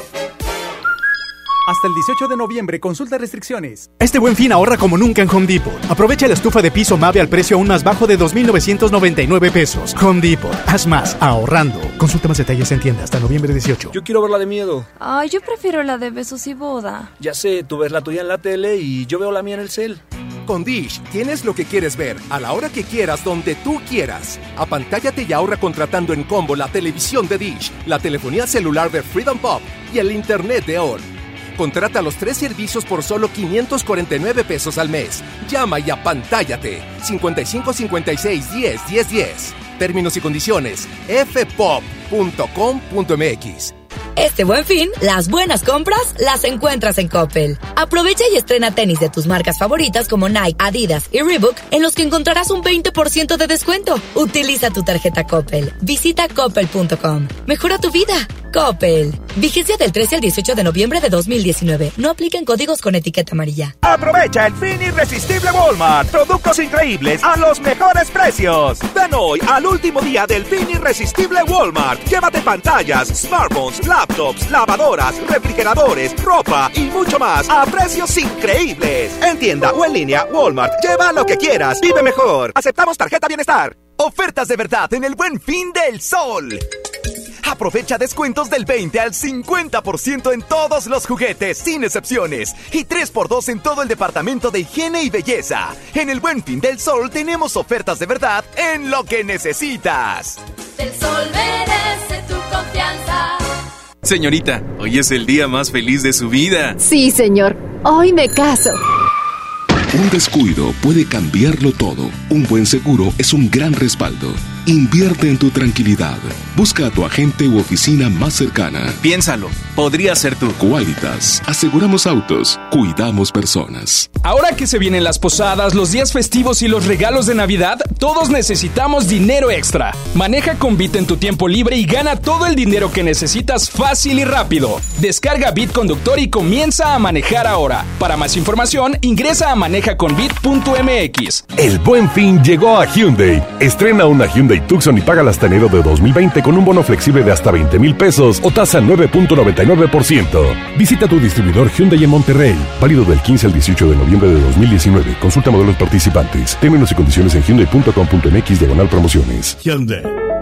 Hasta el dieciocho de noviembre, consulta restricciones. Este Buen Fin ahorra como nunca en Home Depot. Aprovecha la estufa de piso Mave al precio aún más bajo de dos mil novecientos noventa y nueve pesos. Home Depot, haz más ahorrando. Consulta más detalles en tienda hasta noviembre dieciocho. Yo quiero ver la de miedo. Ay, yo prefiero la de besos y boda. Ya sé, tú ves la tuya en la tele y yo veo la mía en el cel. Con Dish tienes lo que quieres ver, a la hora que quieras, donde tú quieras. Apantállate y ahorra contratando en combo la televisión de Dish, la telefonía celular de Freedom Pop y el internet de O R. Contrata los tres servicios por solo quinientos cuarenta y nueve pesos al mes. Llama y apantállate. cincuenta y cinco cincuenta y seis diez diez diez. Términos y condiciones. f pop punto com punto m x. Este Buen Fin, las buenas compras las encuentras en Coppel. Aprovecha y estrena tenis de tus marcas favoritas como Nike, Adidas y Reebok, en los que encontrarás un veinte por ciento de descuento. Utiliza tu tarjeta Coppel. Visita coppel punto com. Mejora tu vida. Coppel. Vigencia del trece al dieciocho de noviembre de dos mil diecinueve. No aplican códigos con etiqueta amarilla. Aprovecha el fin irresistible Walmart. Productos increíbles a los mejores precios. Ven hoy al último día del fin irresistible Walmart. Llévate pantallas, smartphones, laptops, lavadoras, refrigeradores, ropa y mucho más a precios increíbles. En tienda o en línea, Walmart. Lleva lo que quieras. Vive mejor. Aceptamos tarjeta Bienestar. Ofertas de verdad en el Buen Fin del Sol. Aprovecha descuentos del veinte al cincuenta por ciento en todos los juguetes, sin excepciones. Y tres por dos en todo el departamento de higiene y belleza. En el Buen Fin del Sol tenemos ofertas de verdad en lo que necesitas. El Sol merece tu confianza. Señorita, hoy es el día más feliz de su vida. Sí, señor. Hoy me caso. Un descuido puede cambiarlo todo. Un buen seguro es un gran respaldo. Invierte en tu tranquilidad. Busca a tu agente u oficina más cercana. Piénsalo, podría ser tú. Qualitas. Aseguramos autos. Cuidamos personas. Ahora que se vienen las posadas, los días festivos y los regalos de Navidad, todos necesitamos dinero extra. Maneja con Bit en tu tiempo libre y gana todo el dinero que necesitas fácil y rápido. Descarga Bit Conductor y comienza a manejar ahora. Para más información, ingresa a maneja con bit punto m x. El Buen Fin llegó a Hyundai. Estrena una Hyundai Tucson y págala hasta enero de dos mil veinte con un bono flexible de hasta veinte mil pesos o tasa nueve punto noventa y nueve por ciento. Visita tu distribuidor Hyundai en Monterrey. Válido del quince al dieciocho de noviembre de dos mil diecinueve. Consulta modelos participantes. Términos y condiciones en hyundai punto com punto m x diagonal promociones. Hyundai.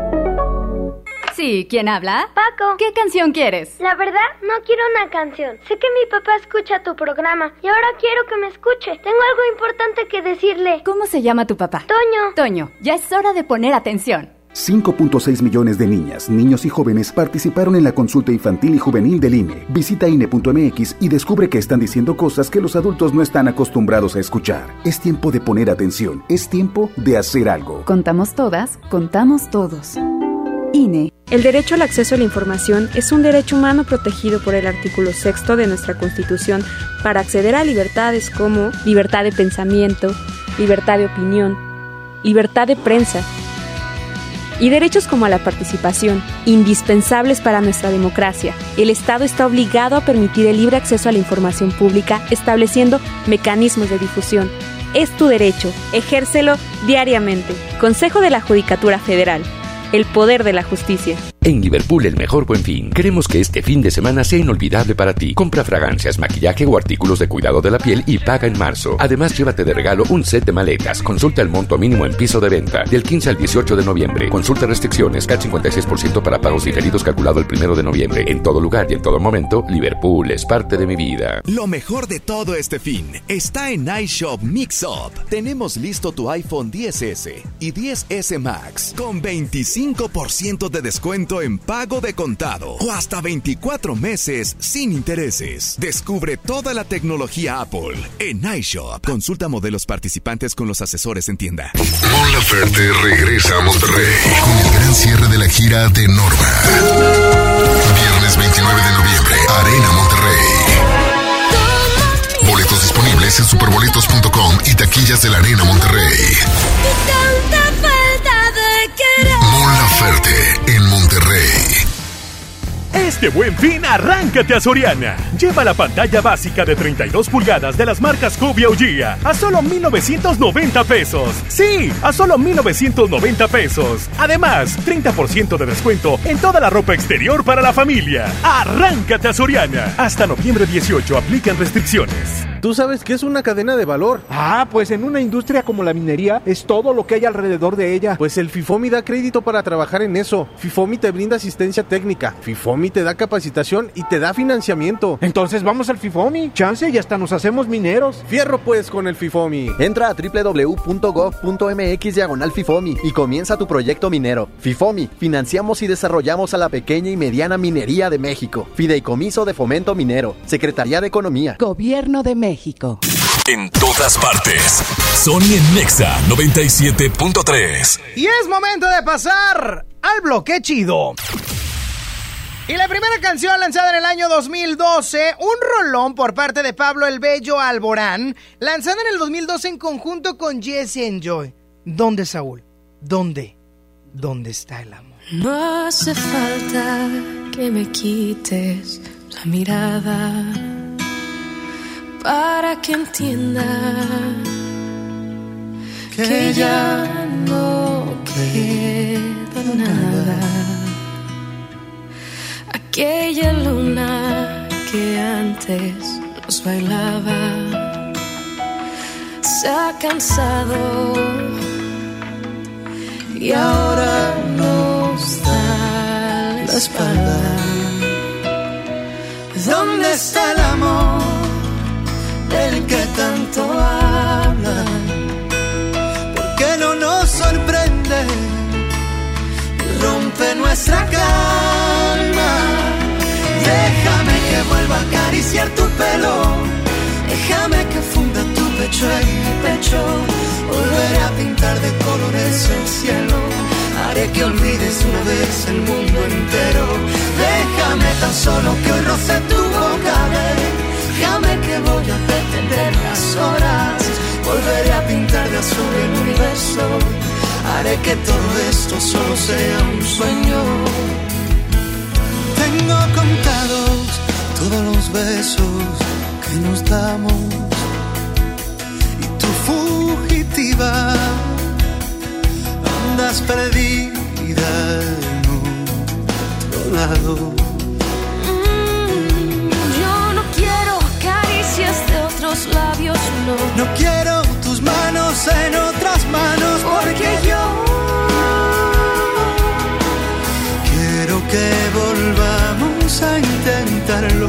Sí, ¿quién habla? Paco. ¿Qué canción quieres? La verdad, no quiero una canción. Sé que mi papá escucha tu programa y ahora quiero que me escuche. Tengo algo importante que decirle. ¿Cómo se llama tu papá? Toño. Toño, ya es hora de poner atención. cinco punto seis millones de niñas, niños y jóvenes participaron en la consulta infantil y juvenil del I N E. Visita I N E punto m x y descubre que están diciendo cosas que los adultos no están acostumbrados a escuchar. Es tiempo de poner atención. Es tiempo de hacer algo. Contamos todas, contamos todos. I N E. El derecho al acceso a la información es un derecho humano protegido por el artículo sexto de nuestra Constitución para acceder a libertades como libertad de pensamiento, libertad de opinión, libertad de prensa y derechos como a la participación, indispensables para nuestra democracia. El Estado está obligado a permitir el libre acceso a la información pública, estableciendo mecanismos de difusión. Es tu derecho, ejércelo diariamente. Consejo de la Judicatura Federal. El poder de la justicia. En Liverpool, el mejor Buen Fin. Queremos que este fin de semana sea inolvidable para ti. Compra fragancias, maquillaje o artículos de cuidado de la piel y paga en marzo. Además, llévate de regalo un set de maletas. Consulta el monto mínimo en piso de venta. Del quince al dieciocho de noviembre. Consulta restricciones. C A T cincuenta y seis por ciento para pagos diferidos calculado el primero de noviembre. En todo lugar y en todo momento, Liverpool es parte de mi vida. Lo mejor de todo este fin está en iShop Mix Up. Tenemos listo tu iPhone diez ese y diez ese Max con veinticinco por ciento de descuento en pago de contado o hasta veinticuatro meses sin intereses. Descubre toda la tecnología Apple en iShop. Consulta modelos participantes con los asesores en tienda. Mon Laferte regresa a Monterrey con el gran cierre de la gira de Norma. Viernes veintinueve de noviembre, Arena Monterrey. Boletos disponibles en superboletos punto com y taquillas de la Arena Monterrey. Mon Laferte en Monterrey. Este Buen Fin, arráncate a Soriana. Lleva la pantalla básica de treinta y dos pulgadas de las marcas Cubia o Gia a solo mil novecientos noventa pesos. Sí, a solo mil novecientos noventa pesos. Además, treinta por ciento de descuento en toda la ropa exterior para la familia. Arráncate a Soriana. Hasta noviembre dieciocho aplican restricciones. ¿Tú sabes qué es una cadena de valor? Ah, pues en una industria como la minería es todo lo que hay alrededor de ella. Pues el FIFOMI da crédito para trabajar en eso. FIFOMI te brinda asistencia técnica. FIFOMI te da capacitación y te da financiamiento. Entonces vamos al FIFOMI. Chance y hasta nos hacemos mineros. Fierro pues con el FIFOMI. Entra a doble u doble u doble u punto gov punto eme equis diagonal FIFOMI y comienza tu proyecto minero. FIFOMI, financiamos y desarrollamos a la pequeña y mediana minería de México. Fideicomiso de Fomento Minero. Secretaría de Economía. Gobierno de México. México. En todas partes. Sony en Nexa noventa y siete punto tres. Y es momento de pasar al bloque chido. Y la primera canción lanzada en el año dos mil doce, un rolón por parte de Pablo el Bello Alborán, lanzada en el dos mil doce en conjunto con Jesse Enjoy. ¿Dónde, Saúl? ¿Dónde? ¿Dónde está el amor? No hace falta que me quites la mirada para que entienda que, que ya no queda nada. Aquella luna que antes nos bailaba se ha cansado y ahora nos da la espalda. ¿Dónde está el amor del que tanto hablan? ¿Por qué no nos sorprende y rompe nuestra calma? Déjame que vuelva a acariciar tu pelo, déjame que funda tu pecho en mi pecho, volveré a pintar de colores el cielo, haré que olvides una vez el mundo entero. Déjame tan solo que hoy roce tu boca, déjame que voy a detener las horas, volveré a pintar de azul el universo, haré que todo esto solo sea un sueño. Tengo contados todos los besos que nos damos y tu fugitiva andas perdida en otro lado. Mm, yo no quiero caricias de otros labios, no. No quiero tus manos en otras manos, porque yo quiero que volvamos a intentarlo.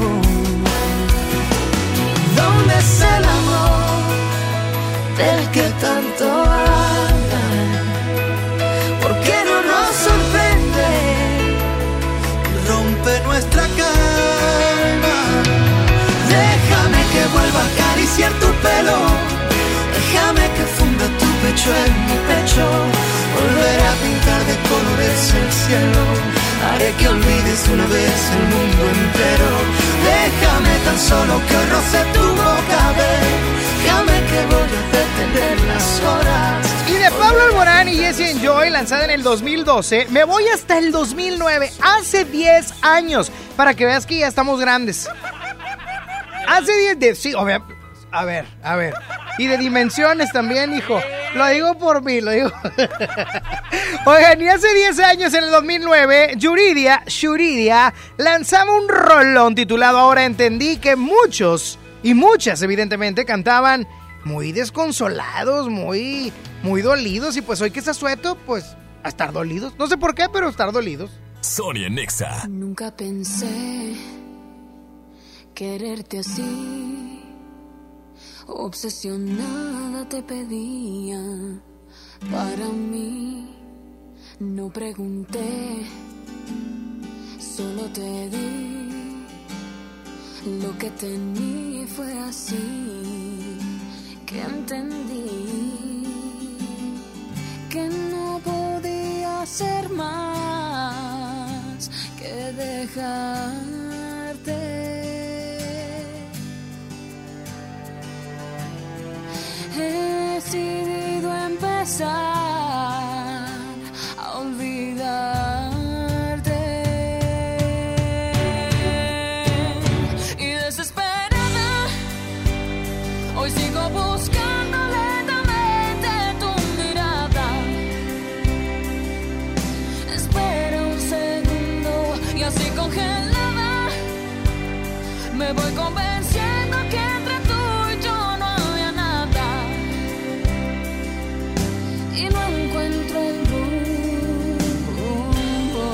¿Dónde está el amor del que tanto hablan? ¿Por qué no nos sorprende y rompe nuestra calma? Déjame que vuelva a acariciar tu pelo, déjame que funda tu pecho en mi pecho, volveré a pintar de colores el cielo, Haré que olvides una vez el mundo entero. Déjame tan solo que hoy roce tu boca, déjame que voy a detener las horas. Y de Pablo Alborán y Jesse and Joy, lanzada en el dos mil doce, me voy hasta el dos mil nueve, hace diez años, para que veas que ya estamos grandes. Hace diez, de, sí, obvia, a ver, a ver, y de dimensiones también, hijo, lo digo por mí, lo digo. Oigan, y hace diez años, en el dos mil nueve, Yuridia, Yuridia, lanzaba un rolón titulado Ahora Entendí, que muchos, y muchas evidentemente, cantaban muy desconsolados, muy, muy dolidos, y pues hoy que está suelto, pues a estar dolidos. No sé por qué, pero a estar dolidos. Sonia Nexa. Nunca pensé quererte así, obsesionada te pedía para mí. No pregunté, solo te di lo que tenía y fue así que entendí que no podía hacer más que dejarte. He decidido empezar a olvidarte y desesperada hoy sigo buscando lentamente tu mirada. Espera un segundo y así congelada me voy convenciendo que entre tú y yo no había nada y no encuentro el rumbo.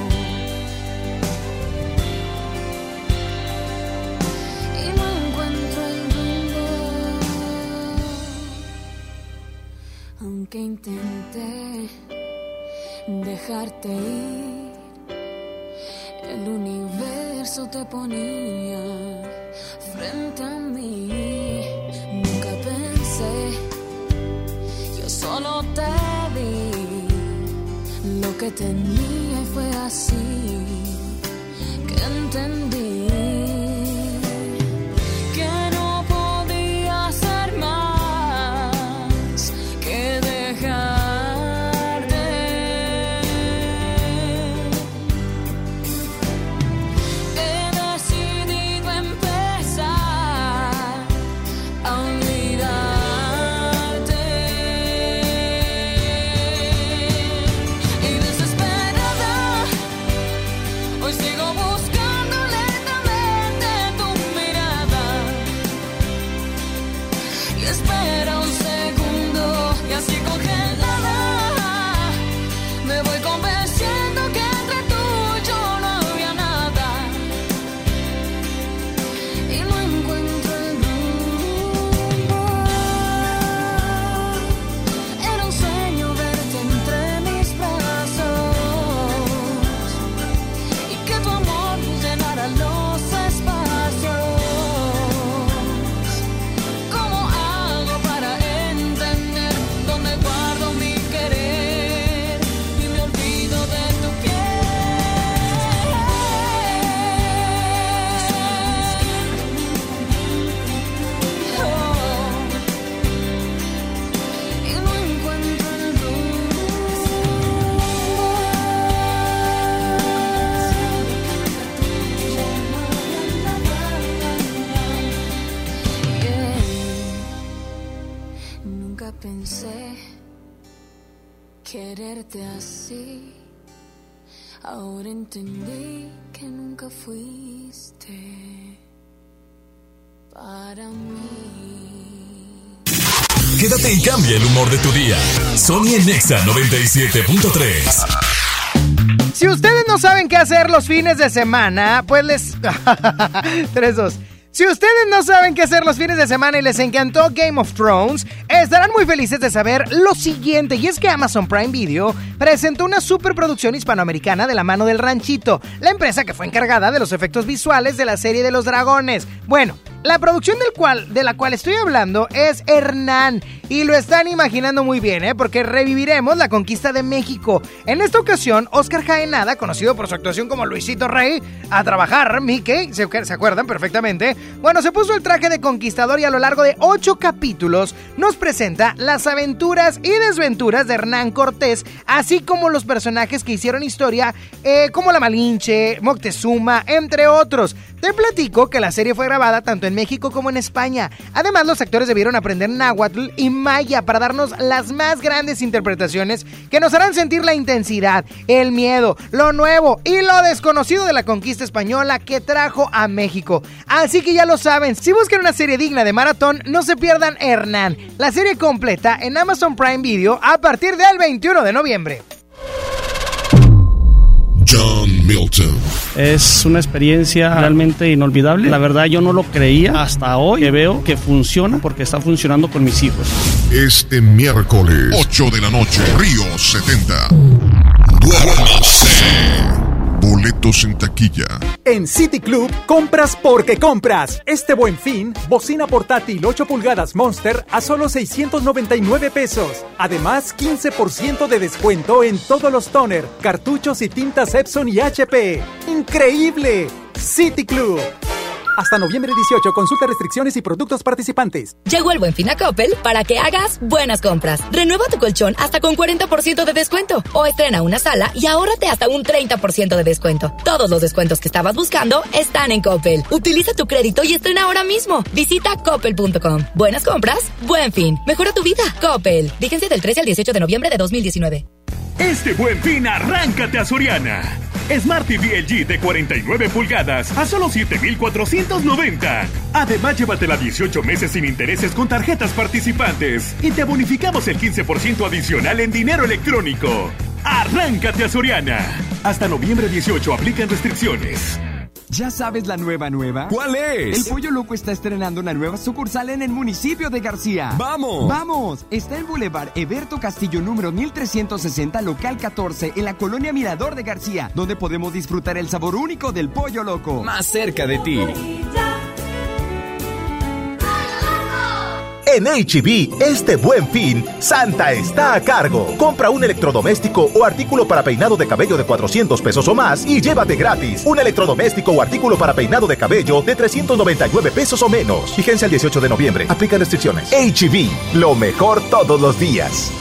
Y no encuentro el rumbo. Aunque intenté dejarte ir, el universo te ponía frente a mí. Nunca pensé, yo solo te di lo que tenía y fue así que entendí que no podía hacer más que dejarte. He decidido empezar a olvidarte y desesperada hoy sigo buscando lentamente tu mirada y espera un segundo y así congelada me voy convenciendo que entre tú y yo no había nada y no encuentro el rumbo. Era un sueño verte entre mis brazos y que tu amor llenara los espacios. ¿Cómo hago para entender dónde guardo mi querer y me olvido de tu piel? Oh, y no encuentro el rumbo. Yeah. Nunca pensé quererte así. Ahora entendí que nunca fuiste para mí. Quédate y cambia el humor de tu día. Sonia Nexa noventa y siete punto tres. Si ustedes no saben qué hacer los fines de semana, pues les... tres, dos. Si ustedes no saben qué hacer los fines de semana y les encantó Game of Thrones, estarán muy felices de saber lo siguiente, y es que Amazon Prime Video presentó una superproducción hispanoamericana de la mano del Ranchito, la empresa que fue encargada de los efectos visuales de la serie de los dragones. Bueno, La producción del cual, de la cual estoy hablando es Hernán. Y lo están imaginando muy bien, ¿eh? Porque reviviremos la conquista de México. En esta ocasión, Oscar Jaenada, conocido por su actuación como Luisito Rey, a trabajar, Mickey, ¿se, ¿se acuerdan perfectamente? Bueno, se puso el traje de conquistador y a lo largo de ocho capítulos nos presenta las aventuras y desventuras de Hernán Cortés, así como los personajes que hicieron historia, eh, como la Malinche, Moctezuma, entre otros. Te platico que la serie fue grabada tanto en México como en España. Además, los actores debieron aprender náhuatl y maya para darnos las más grandes interpretaciones que nos harán sentir la intensidad, el miedo, lo nuevo y lo desconocido de la conquista española que trajo a México. Así que ya lo saben, si buscan una serie digna de maratón, no se pierdan Hernán. La serie completa en Amazon Prime Video a partir del veintiuno de noviembre. John Milton. Es una experiencia realmente inolvidable. La verdad yo no lo creía hasta hoy que veo que funciona porque está funcionando con mis hijos. Este miércoles, ocho de la noche, Río setenta. Duérmase. Boletos en taquilla. En City Club, compras porque compras. Este Buen Fin, bocina portátil ocho pulgadas Monster a solo seiscientos noventa y nueve pesos. Además, quince por ciento de descuento en todos los tóner, cartuchos y tintas Epson y H P. ¡Increíble! City Club. Hasta noviembre dieciocho, consulta restricciones y productos participantes. Llegó el Buen Fin a Coppel para que hagas buenas compras. Renueva tu colchón hasta con cuarenta por ciento de descuento. O estrena una sala y ahórrate hasta un treinta por ciento de descuento. Todos los descuentos que estabas buscando están en Coppel. Utiliza tu crédito y estrena ahora mismo. Visita coppel punto com. Buenas compras, Buen Fin. Mejora tu vida. Coppel. Fíjense del trece al dieciocho de noviembre de dos mil diecinueve. Este Buen Fin, arráncate a Soriana. Smart T V L G de cuarenta y nueve pulgadas a solo siete mil cuatrocientos noventa. Además, llévatela dieciocho meses sin intereses con tarjetas participantes y te bonificamos el quince por ciento adicional en dinero electrónico. Arráncate a Soriana. Hasta noviembre dieciocho aplican restricciones. ¿Ya sabes la nueva nueva? ¿Cuál es? El Pollo Loco está estrenando una nueva sucursal en el municipio de García. ¡Vamos! ¡Vamos! Está en Boulevard Eberto Castillo número mil trescientos sesenta, local catorce, en la colonia Mirador de García, donde podemos disfrutar el sabor único del Pollo Loco. Más cerca de ti. En H E B, este Buen Fin, Santa está a cargo. Compra un electrodoméstico o artículo para peinado de cabello de cuatrocientos pesos o más y llévate gratis un electrodoméstico o artículo para peinado de cabello de trescientos noventa y nueve pesos o menos. Vigencia el dieciocho de noviembre. Aplica restricciones. H E B, lo mejor todos los días.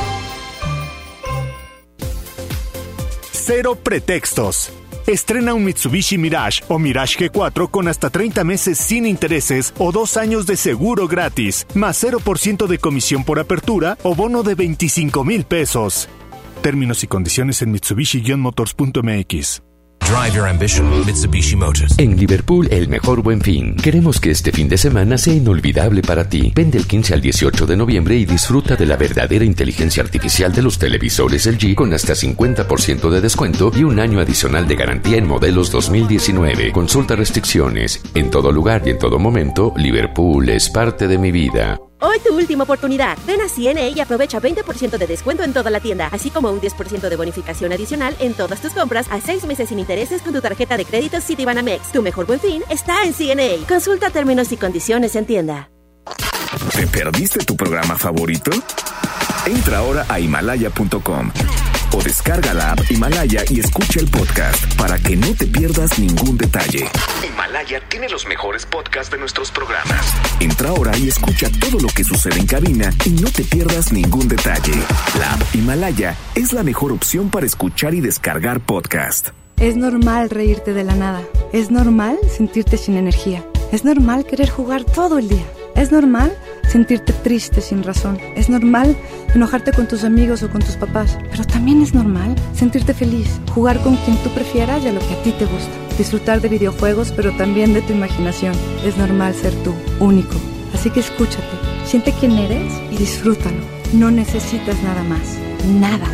Cero pretextos. Estrena un Mitsubishi Mirage o Mirage G cuatro con hasta treinta meses sin intereses o dos años de seguro gratis, más cero por ciento de comisión por apertura o bono de veinticinco mil pesos. Términos y condiciones en mitsubishi guion motors punto m x. Drive your ambition, Mitsubishi Motors. En Liverpool, el mejor Buen Fin. Queremos que este fin de semana sea inolvidable para ti. Ven del quince al dieciocho de noviembre y disfruta de la verdadera inteligencia artificial de los televisores L G con hasta cincuenta por ciento de descuento y un año adicional de garantía en modelos dos mil diecinueve. Consulta restricciones. En todo lugar y en todo momento, Liverpool es parte de mi vida. Hoy tu última oportunidad. Ven a C N A y aprovecha veinte por ciento de descuento en toda la tienda, así como un diez por ciento de bonificación adicional en todas tus compras a seis meses sin intereses con tu tarjeta de crédito Citibanamex. Tu mejor Buen Fin está en C N A. Consulta términos y condiciones en tienda. ¿Te perdiste tu programa favorito? Entra ahora a himalaya punto com o descarga la app Himalaya y escucha el podcast para que no te pierdas ningún detalle. Himalaya tiene los mejores podcasts de nuestros programas. Entra ahora y escucha todo lo que sucede en cabina y no te pierdas ningún detalle. La app Himalaya es la mejor opción para escuchar y descargar podcast. Es normal reírte de la nada. Es normal sentirte sin energía. Es normal querer jugar todo el día. Es normal sentirte triste sin razón. Es normal enojarte con tus amigos o con tus papás. Pero también es normal sentirte feliz, jugar con quien tú prefieras y a lo que a ti te gusta. Disfrutar de videojuegos, pero también de tu imaginación. Es normal ser tú, único. Así que escúchate, siente quién eres y disfrútalo. No necesitas nada más. Nada.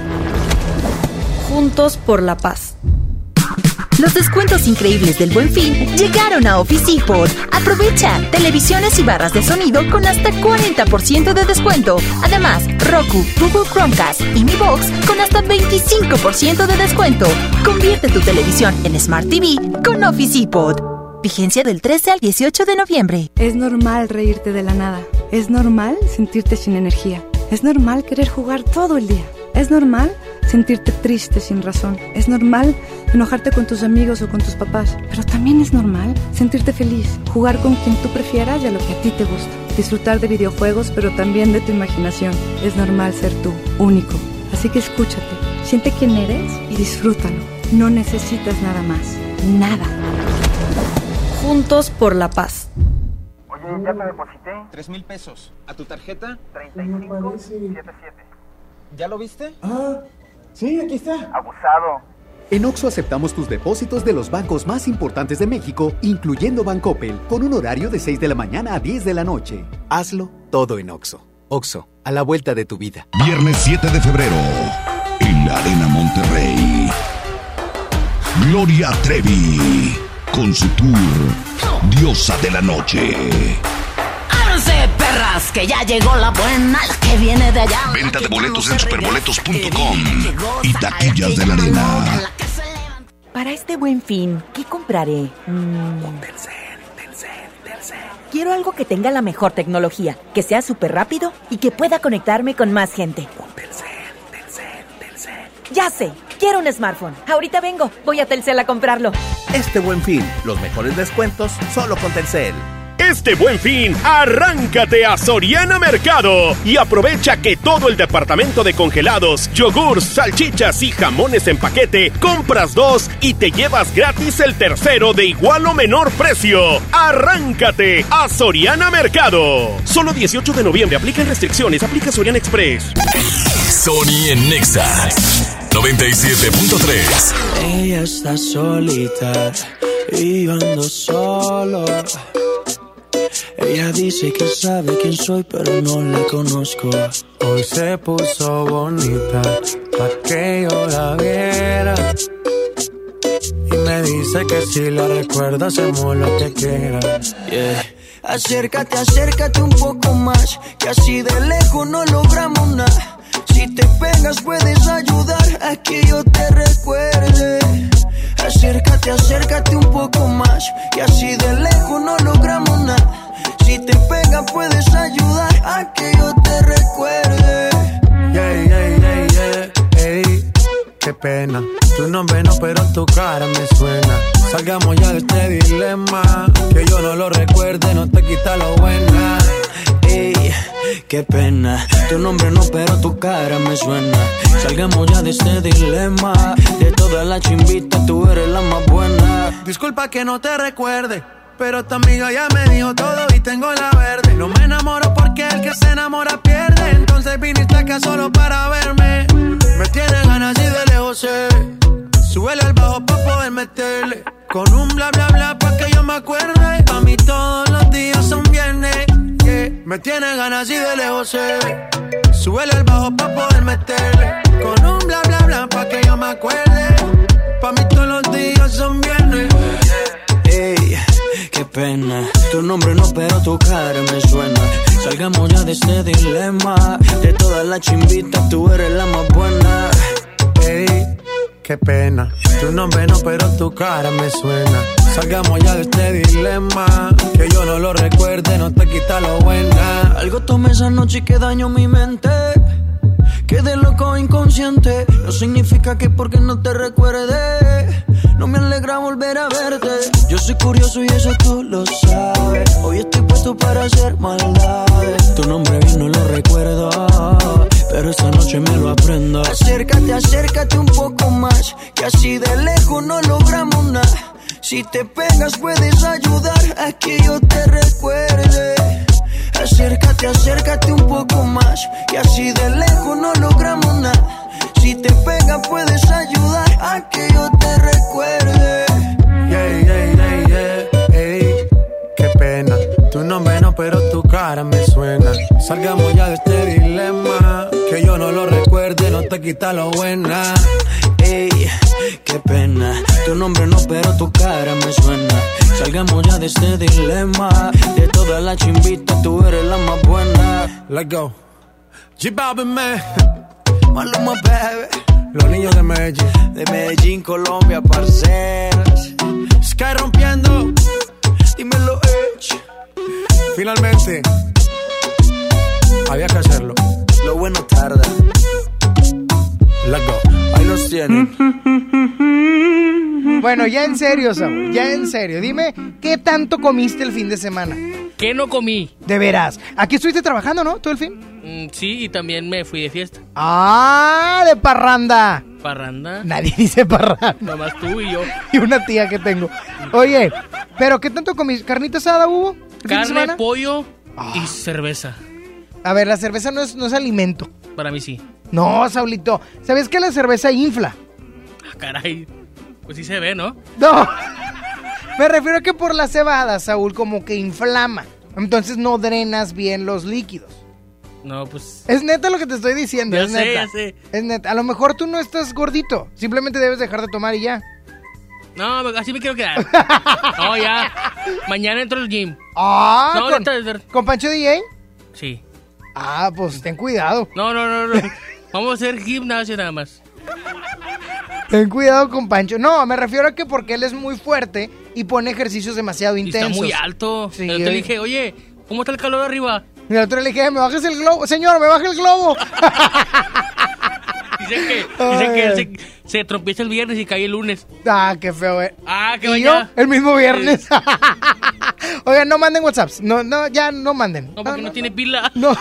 Juntos por la paz. Los descuentos increíbles del Buen Fin llegaron a Office Depot. Aprovecha televisiones y barras de sonido con hasta cuarenta por ciento de descuento. Además, Roku, Google Chromecast y Mi Box con hasta veinticinco por ciento de descuento. Convierte tu televisión en Smart T V con Office Depot. Vigencia del trece al dieciocho de noviembre. Es normal reírte de la nada. Es normal sentirte sin energía. Es normal querer jugar todo el día. Es normal sentirte triste sin razón. Es normal enojarte con tus amigos o con tus papás. Pero también es normal sentirte feliz, jugar con quien tú prefieras y a lo que a ti te gusta. Disfrutar de videojuegos, pero también de tu imaginación. Es normal ser tú, único. Así que escúchate, siente quién eres y disfrútalo. No necesitas nada más. Nada. Juntos por la paz. Oye, ya te deposité. Tres mil pesos. ¿A tu tarjeta? treinta y cinco setenta y siete. ¿Ya lo viste? Ah, sí, aquí está. Abusado. En Oxxo aceptamos tus depósitos de los bancos más importantes de México, incluyendo Bancoppel, con un horario de seis de la mañana a diez de la noche. Hazlo todo en Oxxo. Oxxo, a la vuelta de tu vida. Viernes siete de febrero, en la Arena Monterrey. Gloria Trevi, con su tour Diosa de la Noche. ¡Ábranse, perras! Que ya llegó la buena, la que viene de allá. Venta de boletos en superboletos punto com y taquillas de la Arena. Para este Buen Fin, ¿qué compraré? Mm. Un Telcel, Telcel, Telcel. Quiero algo que tenga la mejor tecnología, que sea súper rápido y que pueda conectarme con más gente. Un Telcel, Telcel, Telcel. Ya sé, quiero un smartphone. Ahorita vengo, voy a Telcel a comprarlo. Este Buen Fin, los mejores descuentos solo con Telcel. Este Buen Fin, arráncate a Soriana Mercado y aprovecha que todo el departamento de congelados, yogurts, salchichas y jamones en paquete, compras dos y te llevas gratis el tercero de igual o menor precio. Arráncate a Soriana Mercado. Solo dieciocho de noviembre, aplican restricciones, aplica Soriana Express. Sony en Nexa noventa y siete punto tres. Ella está solita y yo ando solo. Ella dice que sabe quién soy, pero no la conozco. Hoy se puso bonita pa' que yo la viera. Y me dice que si la recuerda hacemos lo que quiera. Yeah. Acércate, acércate un poco más, que así de lejos no logramos nada. Si te pegas puedes ayudar a que yo te recuerde. Acércate, acércate un poco más, que así de lejos no logramos nada. Si te pega puedes ayudar a que yo te recuerde. Yeah, yeah, yeah, yeah, ey, qué pena. Tu nombre no, pero tu cara me suena. Salgamos ya de este dilema. Que yo no lo recuerde, no te quita lo buena. Ey, qué pena. Tu nombre no, pero tu cara me suena. Salgamos ya de este dilema. De todas las chimbitas tú eres la más buena. Disculpa que no te recuerde, pero tu amiga ya me dijo todo y tengo la verde. No me enamoro porque el que se enamora pierde. Entonces viniste acá solo para verme. Me tiene ganas y de lejos se ve. Súbele al bajo pa' poder meterle. Con un bla bla bla pa' que yo me acuerde. Pa' mí todos los días son viernes. Yeah. Me tiene ganas y de lejos se ve. Súbele al bajo pa' poder meterle. Con un bla bla bla pa' que yo me acuerde. Pa' mí todos los días son viernes. Ey, qué pena. Tu nombre no, pero tu cara me suena. Salgamos ya de este dilema. De todas las chimbitas tú eres la más buena. Ey, qué pena. Tu nombre no, pero tu cara me suena. Salgamos ya de este dilema. Que yo no lo recuerde, no te quita lo buena. Algo tomé esa noche y que dañó mi mente. Quedé loco inconsciente. No significa que porque no te recuerde no me alegra volver a verte. Yo soy curioso y eso tú lo sabes. Hoy estoy puesto para hacer maldades. Tu nombre bien no lo recuerdo, pero esta noche me lo aprendo. Acércate, acércate un poco más, que así de lejos no logramos nada. Si te pegas puedes ayudar a que yo te recuerde. Acércate, acércate un poco más, que así de lejos no logramos nada. Si te pega puedes ayudar a que yo te recuerde. Yeah, yeah, yeah, yeah, ey, qué pena. Tu nombre no, pero tu cara me suena. Salgamos ya de este dilema. Que yo no lo recuerde, no te quita lo buena. Ey, qué pena. Tu nombre no, pero tu cara me suena. Salgamos ya de este dilema. De todas las chimbitas tú eres la más buena. Let's go. G-Balvin, man. Maluma, baby. Los niños de Medellín. De Medellín, Colombia, parceras. Sky rompiendo. finalmente. Había que hacerlo. Lo bueno tarda. Let's go. Ahí los tienen. Bueno, ya en serio, Saúl, ya en serio. Dime, ¿qué tanto comiste el fin de semana? ¿Qué no comí? De veras. Aquí estuviste trabajando, ¿no? ¿Todo el fin? Mm, sí, y también me fui de fiesta. ¡Ah! ¡De parranda! ¿Parranda? Nadie dice parranda. Nomás tú y yo. Y una tía que tengo. Oye, ¿pero qué tanto comiste? ¿Carnita asada hubo? Carne, pollo oh. y cerveza. A ver, la cerveza no es, no es alimento. Para mí sí. No, Saulito. ¿Sabes que la cerveza infla? Ah, caray. Pues sí se ve, ¿no? No. Me refiero a que por la cebada, Saúl, como que inflama. Entonces no drenas bien los líquidos. No, pues... Es neta lo que te estoy diciendo, ya es sé, neta. Ya sé. Es neta. A lo mejor tú no estás gordito. Simplemente debes dejar de tomar y ya. No, así me quiero quedar. No, ya. Mañana entro al gym. Ah, no, ¿con, ahorita... ¿con Pancho D J? Sí. Ah, pues ten cuidado. No, no, no, no. Vamos a hacer gimnasio nada más. Ten cuidado con Pancho. No, me refiero a que porque él es muy fuerte y pone ejercicios demasiado intensos. Y está muy alto. Sí, yo te dije, oye, ¿cómo está el calor arriba? Y el otro le dije, ¿me bajes el globo? Señor, ¿me baja el globo? Dicen que, dicen que él se, se tropieza el viernes y cae el lunes. Ah, qué feo, eh. Ah, qué ¿Y vaya. yo? El mismo viernes. Sí. Oigan, no manden WhatsApps. No, no, ya no manden. No, porque no, no, no tiene pila. No.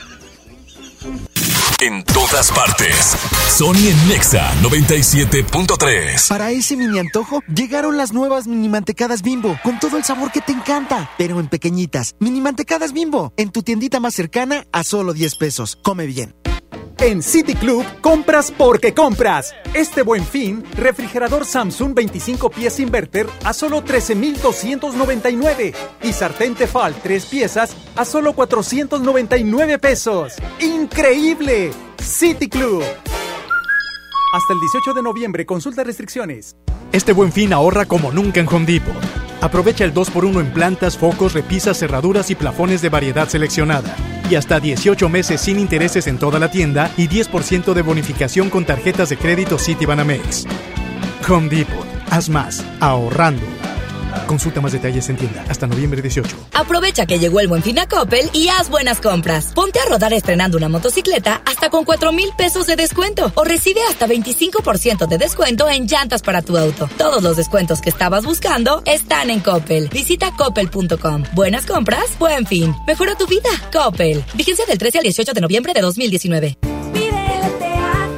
En todas partes. Sony en Nexa noventa y siete punto tres. Para ese mini antojo, llegaron las nuevas mini mantecadas Bimbo, con todo el sabor que te encanta, pero en pequeñitas. Mini mantecadas Bimbo, en tu tiendita más cercana a solo diez pesos. Come bien. En City Club, compras porque compras. Este Buen Fin, refrigerador Samsung veinticinco pies inverter a solo trece mil doscientos noventa y nueve y sartén Tefal tres piezas a solo cuatrocientos noventa y nueve pesos. ¡Increíble! City Club. Hasta el dieciocho de noviembre, consulta restricciones. Este Buen Fin ahorra como nunca en Home Depot. Aprovecha el dos por uno en plantas, focos, repisas, cerraduras y plafones de variedad seleccionada. Y hasta dieciocho meses sin intereses en toda la tienda y diez por ciento de bonificación con tarjetas de crédito Citibanamex. Home Depot. Haz más. Ahorrando. Consulta más detalles en tienda hasta noviembre dieciocho. Aprovecha que llegó el Buen Fin a Coppel y haz buenas compras. Ponte a rodar estrenando una motocicleta hasta con cuatro mil pesos de descuento o recibe hasta veinticinco por ciento de descuento en llantas para tu auto. Todos los descuentos que estabas buscando están en Coppel. Visita coppel punto com. Buenas compras, Buen Fin. Mejora tu vida. Coppel. Vigencia del trece al dieciocho de noviembre de dos mil diecinueve. Pide L T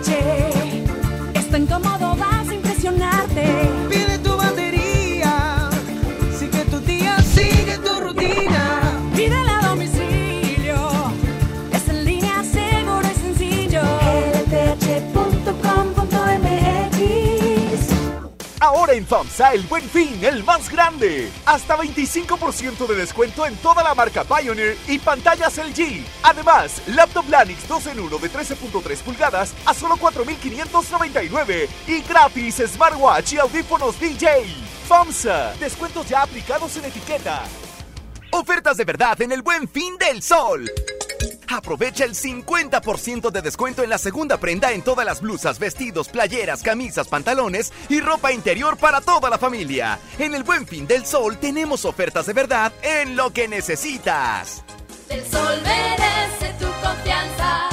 H. Es tan cómodo, vas a impresionarte. Pide tu batería. Sigue tu día, sigue tu rutina. Pídela a domicilio. Es en línea, seguro y sencillo. L T H punto com punto m x. Ahora en FAMSA el Buen Fin, el más grande. Hasta veinticinco por ciento de descuento en toda la marca Pioneer y pantallas L G. Además, laptop Lanix dos en uno de trece punto tres pulgadas a solo cuatro mil quinientos noventa y nueve. Y gratis smartwatch y audífonos D J. FAMSA, descuentos ya aplicados en etiqueta. Ofertas de verdad en el Buen Fin del Sol. Aprovecha el cincuenta por ciento de descuento en la segunda prenda en todas las blusas, vestidos, playeras, camisas, pantalones y ropa interior para toda la familia. En el Buen Fin del Sol tenemos ofertas de verdad en lo que necesitas. El Sol merece tu confianza.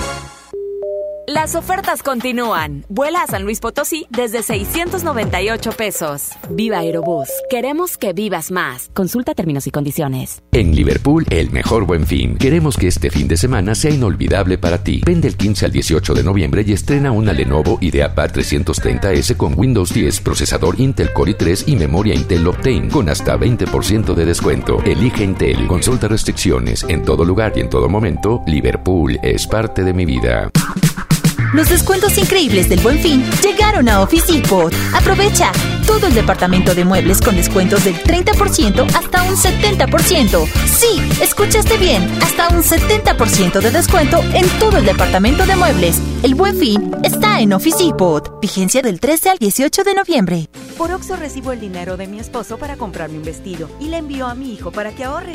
Las ofertas continúan. Vuela a San Luis Potosí desde seiscientos noventa y ocho pesos. Viva Aerobús. Queremos que vivas más. Consulta términos y condiciones. En Liverpool, el mejor Buen Fin. Queremos que este fin de semana sea inolvidable para ti. Ven del quince al dieciocho de noviembre y estrena una Lenovo IdeaPad trescientos treinta ese con Windows diez, procesador Intel Core i tres y memoria Intel Optane con hasta veinte por ciento de descuento. Elige Intel. Consulta restricciones. En todo lugar y en todo momento, Liverpool es parte de mi vida. Los descuentos increíbles del Buen Fin llegaron a Office Depot. Aprovecha todo el departamento de muebles con descuentos del treinta por ciento hasta un setenta por ciento. Sí, escuchaste bien, hasta un setenta por ciento de descuento en todo el departamento de muebles. El Buen Fin está en Office Depot. Vigencia del trece al dieciocho de noviembre. Por Oxxo recibo el dinero de mi esposo para comprarme un vestido y le envío a mi hijo para que ahorre.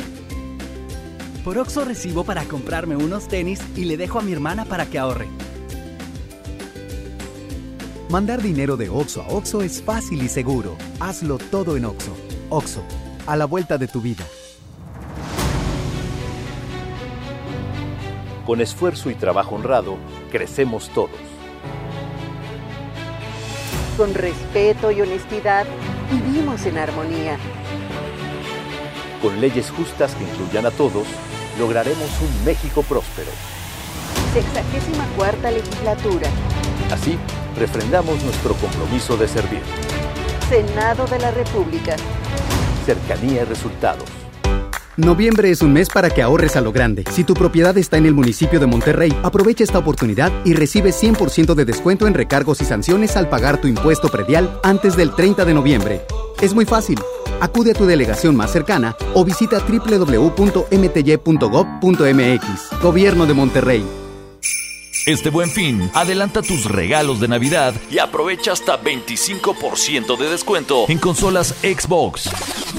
Por Oxxo recibo para comprarme unos tenis y le dejo a mi hermana para que ahorre. Mandar dinero de Oxxo a Oxxo es fácil y seguro. Hazlo todo en Oxxo. Oxxo, a la vuelta de tu vida. Con esfuerzo y trabajo honrado, crecemos todos. Con respeto y honestidad, vivimos en armonía. Con leyes justas que incluyan a todos, lograremos un México próspero. Sexagésima cuarta legislatura. Así, refrendamos nuestro compromiso de servir. Senado de la República. Cercanía y resultados. Noviembre es un mes para que ahorres a lo grande. Si tu propiedad está en el municipio de Monterrey, aprovecha esta oportunidad y recibe cien por ciento de descuento en recargos y sanciones al pagar tu impuesto predial antes del treinta de noviembre. Es muy fácil. Acude a tu delegación más cercana o visita doble u doble u doble u punto m t y punto gov punto m x. Gobierno de Monterrey. Este Buen Fin, adelanta tus regalos de Navidad y aprovecha hasta veinticinco por ciento de descuento en consolas Xbox.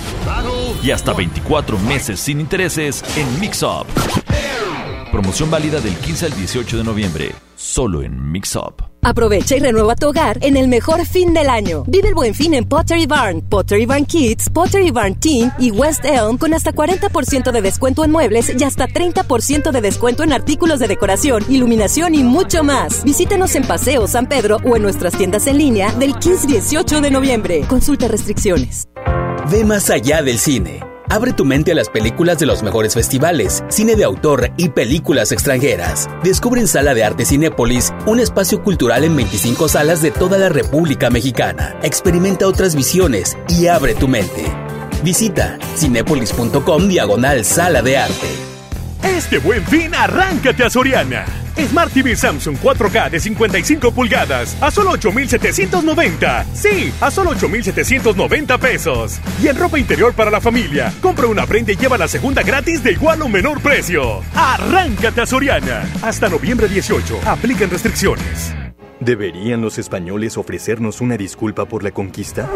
Y hasta veinticuatro meses sin intereses en Mix Up. Promoción válida del quince al dieciocho de noviembre, solo en Mix Up. Aprovecha y renueva tu hogar en el mejor fin del año. Vive el Buen Fin en Pottery Barn, Pottery Barn Kids, Pottery Barn Teen y West Elm con hasta cuarenta por ciento de descuento en muebles y hasta treinta por ciento de descuento en artículos de decoración, iluminación y mucho más. Visítanos en Paseo San Pedro o en nuestras tiendas en línea del quince al dieciocho de noviembre. Consulta restricciones. Ve más allá del cine. Abre tu mente a las películas de los mejores festivales, cine de autor y películas extranjeras. Descubre en Sala de Arte Cinépolis un espacio cultural en veinticinco salas de toda la República Mexicana. Experimenta otras visiones y abre tu mente. Visita cinépolis punto com diagonal Sala de Arte. Este Buen Fin, arráncate a Soriana. Smart T V Samsung cuatro K de cincuenta y cinco pulgadas a solo ocho mil setecientos noventa. Sí, a solo ocho mil setecientos noventa pesos. Y en ropa interior para la familia, compra una prenda y lleva la segunda gratis de igual o menor precio. Arráncate a Soriana. Hasta noviembre dieciocho. Aplican restricciones. ¿Deberían los españoles ofrecernos una disculpa por la conquista?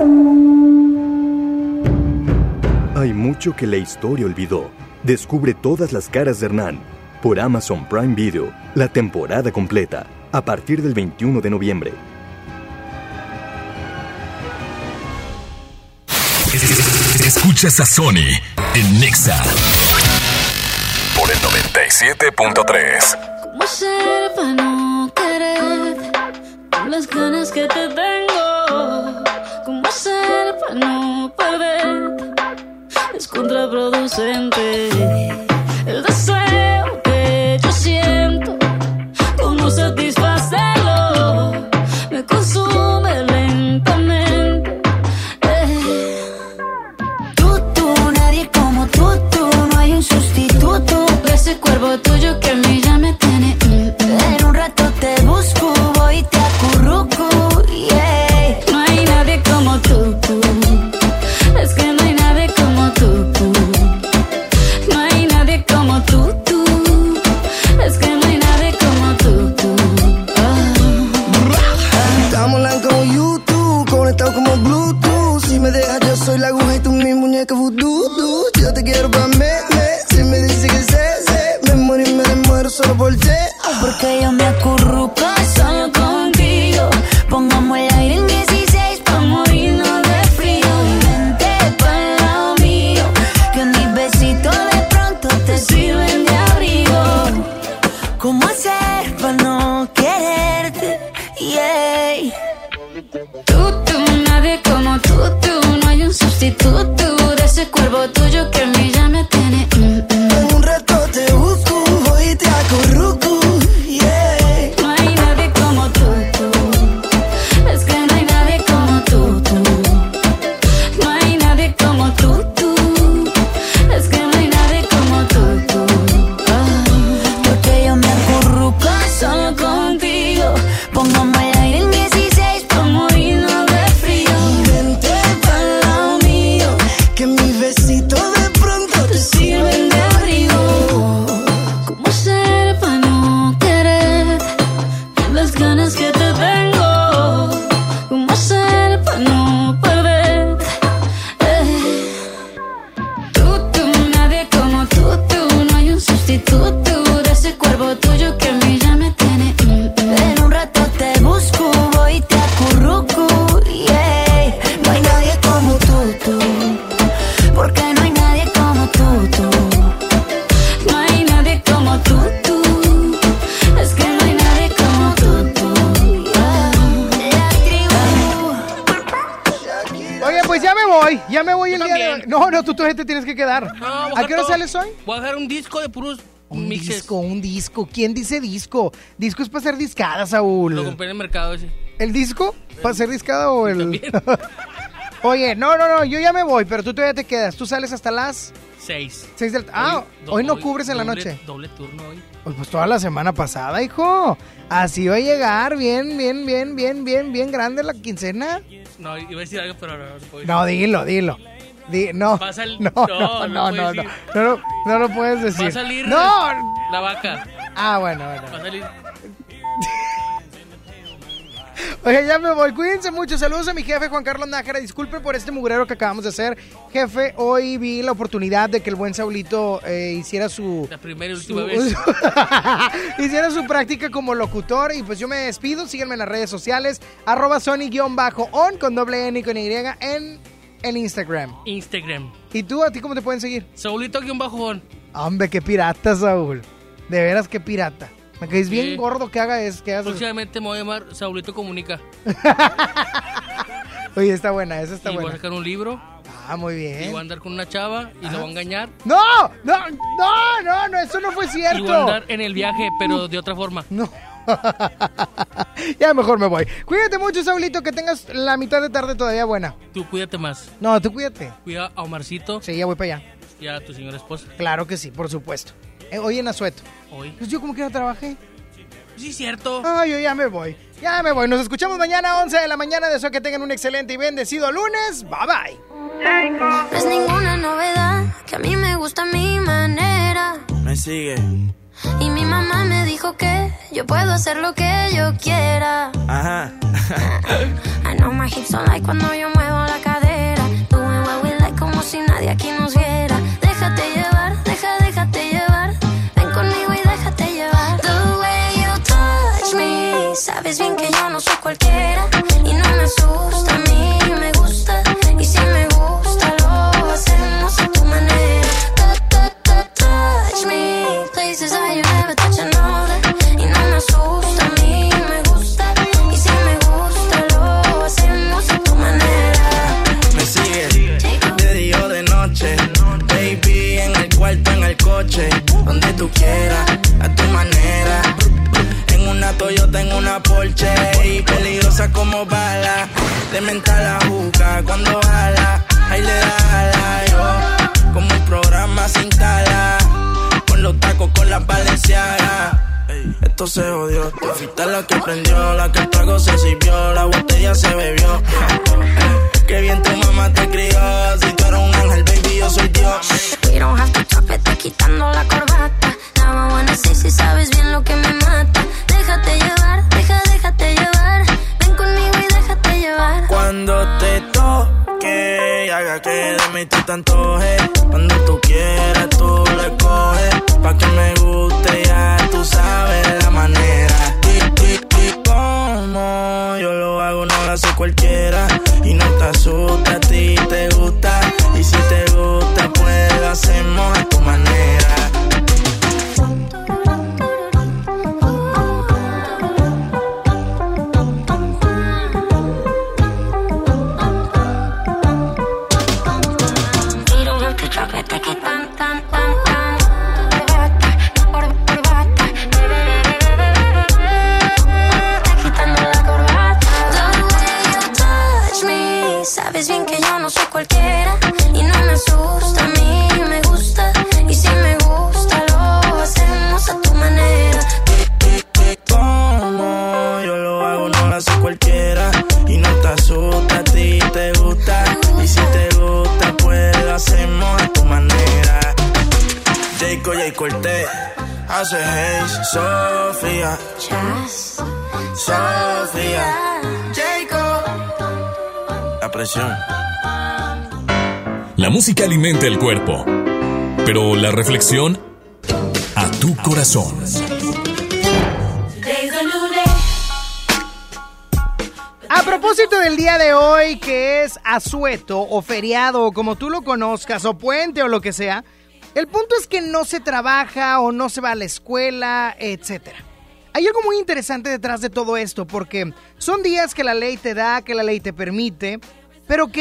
Hay mucho que la historia olvidó. Descubre todas las caras de Hernán por Amazon Prime Video, la temporada completa, a partir del veintiuno de noviembre. Escuchas a Sony en Nexa por el noventa y siete punto tres. ¿Cómo ser para no querer con las ganas que te tengo? ¿Cómo ser para no perder? Es contraproducente el deseo que yo siento. ¿Cómo satisfacerlo? Me consume lentamente. eh. Tú, tú, nadie como tú, tú. No hay un sustituto de ese cuerpo tuyo que a mí ya me tiene. mm. En un rato te busco, voy y te acurruco, yeah. No hay nadie como tú, tú. Es que no hay nadie como tú, tú. No hay nadie como tú, tú. Es que no hay nadie como tú, tú. Oh. Estamos online con YouTube, conectados como Bluetooth. Si me dejas yo soy la aguja y tú mi muñeca voodoo. Yo te quiero pa' me, me. Si me dice que sé, sé. Me muero y me desmuero solo por ti. Porque yo me acurruco solo contigo. Pongamos el aire en dieciséis pa' morirnos de frío. Y vente pa'l lado mío, que mis besitos de pronto te sirven de abrigo. ¿Cómo hacer pa' no quererte? Yeah. Tú, tú, nadie como tú, tú. No hay un sustituto de ese cuerpo tuyo que a mí ya me tiene. mm, mm. En un rato te busco, voy y te acurruco, yeah. tú todavía te tienes que quedar. No, voy ¿A qué hora todo. sales hoy? Voy a dejar un disco de puros Un mixes. disco, un disco. ¿Quién dice disco? Disco es para hacer discada, Saúl. Lo compré en el mercado ese. ¿El disco? ¿Para hacer discada o el...? Oye, no, no, no, yo ya me voy, pero tú todavía te quedas. Tú sales hasta las... Seis. Seis del... Ah, hoy, hoy no cubres en la doble, noche. Doble turno hoy. Pues, pues toda la semana pasada, hijo. Así va a llegar bien, bien, bien, bien, bien, bien grande la quincena. No, iba a decir algo, pero no, no se puede decir. No, dilo, dilo. Di, no, Va a sal- no, no, no, no, no no, puedes no, decir. no, no, no lo puedes decir. Va a salir No. la vaca. Ah, bueno, bueno. Va a salir. Oye, ya me voy. Cuídense mucho. Saludos a mi jefe, Juan Carlos Nájera. Disculpen por este mugrero que acabamos de hacer. Jefe, hoy vi la oportunidad de que el buen Saulito eh, hiciera su... La primera y última su- vez. hiciera su práctica como locutor. Y pues yo me despido. Síganme en las redes sociales. Arroba Sony-on con doble N y con Y en el Instagram. Instagram. ¿Y tú, a ti cómo te pueden seguir? Saulito-on. Hombre, qué pirata, Saúl. De veras, qué pirata. Me caes bien Sí. gordo que haga es que haces. Próximamente me voy a llamar Saulito Comunica. Oye, está buena, esa está y voy buena. a sacar un libro. Ah, muy Y bien. voy a andar con una chava y la voy a engañar. No, no, no, no, no, eso no fue cierto. Y voy a andar en el viaje, pero de otra forma. No. Ya mejor me voy. Cuídate mucho, Saulito, que tengas la mitad de tarde todavía buena. Tú cuídate más. No, tú cuídate. Cuida a Omarcito. Sí, ya voy para allá. Y a tu señora esposa. Claro que sí, por supuesto. Eh, hoy en Azueto. Hoy. Pues yo como que no trabajé. Sí, cierto. Ay, yo ya me voy. Ya me voy. Nos escuchamos mañana a once de la mañana. Deseo que tengan un excelente y bendecido lunes. Bye, bye. No es ninguna novedad que a mí me gusta mi manera. Me sigue. Y mi mamá me dijo que yo puedo hacer lo que yo quiera. Ajá. I know my hips don't like cuando yo muevo la cadera. Doing what we like como si nadie aquí nos viera. Déjate llevar, deja, déjate llevar. Ven conmigo y déjate llevar. The way you touch me. Sabes bien que yo no soy cualquiera. Y no me asusta, a mí me gusta. Y si me gusta lo hacemos a tu manera. Touch me, places that you never touch another. Y no me asusta, a mí me gusta. Y si me gusta lo hacemos a tu manera. Me sigue. De día o de noche. Baby, en el cuarto, en el coche. Donde tú quieras, a tu manera. En una Toyota, en una Porsche. Y peligrosa como bala. De mental la juca cuando jala. Ahí le da ala, yo. Como un programa sin cala. Con los tacos, con las Balenciagas. Esto se jodió. Tú fuiste la que prendió, la que el trago se sirvió, la botella se bebió. Qué bien tu mamá te crió. Si tú eres un ángel, baby, yo soy Dios. We don't have to talk, vete quitando la corbata. Now I wanna say si sabes bien lo que me mata. Déjate llevar, deja, déjate llevar. Ven conmigo y déjate llevar. Cuando te toque, haga que de mí tú te antojes. Cuando tú quieras, tú le coges. Pa' que me guste, ya tú sabes la manera. Y, y, y como yo lo hago, no lo hace cualquiera. Y no te asusta, a ti te gusta. Y si te gusta, pues lo hacemos a tu manera. We don't have to talk, vete quitando tan, tan, tan. Corbata, corbata. Vete quitando la corbata. The way you touch me. Sabes bien que yo no soy cualquiera. Y no me asusta, a mí me gusta. Y si me gusta, lo hacemos a tu manera. Como yo lo hago, no lo hace cualquiera. Y no te asusta, a ti te gusta. Y si te gusta, pues lo hacemos a tu manera. Jayco, Jay Cortés, hace Hayes, Sofía. Sofía. Jayco. La presión. La música alimenta el cuerpo, pero la reflexión a tu corazón. A propósito del día de hoy, que es asueto o feriado, o como tú lo conozcas, o puente o lo que sea, el punto es que no se trabaja o no se va a la escuela, etcétera. Hay algo muy interesante detrás de todo esto, porque son días que la ley te da, que la ley te permite, pero que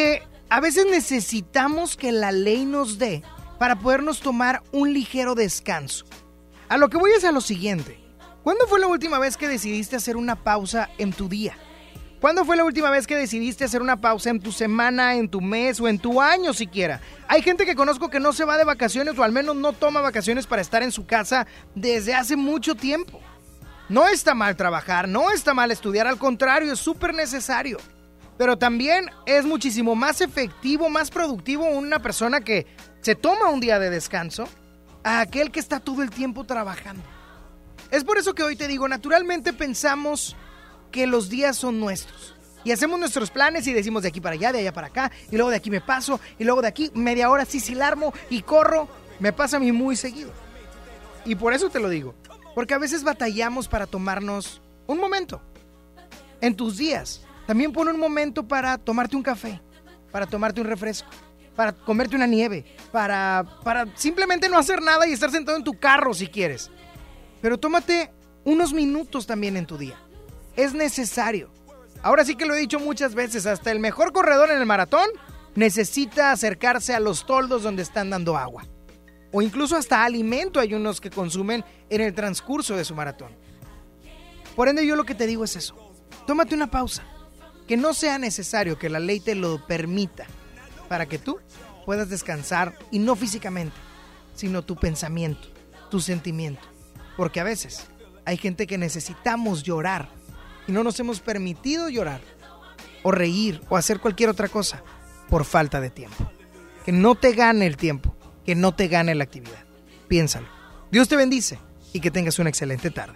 a veces necesitamos que la ley nos dé para podernos tomar un ligero descanso. A lo que voy es a lo siguiente. ¿Cuándo fue la última vez que decidiste hacer una pausa en tu día? ¿Cuándo fue la última vez que decidiste hacer una pausa en tu semana, en tu mes o en tu año siquiera? Hay gente que conozco que no se va de vacaciones o al menos no toma vacaciones para estar en su casa desde hace mucho tiempo. No está mal trabajar, no está mal estudiar, al contrario, es súper necesario. Pero también es muchísimo más efectivo, más productivo una persona que se toma un día de descanso a aquel que está todo el tiempo trabajando. Es por eso que hoy te digo, naturalmente pensamos que los días son nuestros. Y hacemos nuestros planes y decimos de aquí para allá, de allá para acá, y luego de aquí me paso, y luego de aquí media hora sí sí la armo y corro. Me pasa a mí muy seguido. Y por eso te lo digo, porque a veces batallamos para tomarnos un momento. En tus días, también pon un momento para tomarte un café, para tomarte un refresco, para comerte una nieve, para, para simplemente no hacer nada y estar sentado en tu carro si quieres. Pero tómate unos minutos también en tu día. Es necesario. Ahora sí que lo he dicho muchas veces, hasta el mejor corredor en el maratón necesita acercarse a los toldos donde están dando agua. O incluso hasta alimento hay unos que consumen en el transcurso de su maratón. Por ende, yo lo que te digo es eso. Tómate una pausa. Que no sea necesario que la ley te lo permita para que tú puedas descansar, y no físicamente, sino tu pensamiento, tu sentimiento. Porque a veces hay gente que necesitamos llorar y no nos hemos permitido llorar o reír o hacer cualquier otra cosa por falta de tiempo. Que no te gane el tiempo, que no te gane la actividad. Piénsalo. Dios te bendice y que tengas una excelente tarde.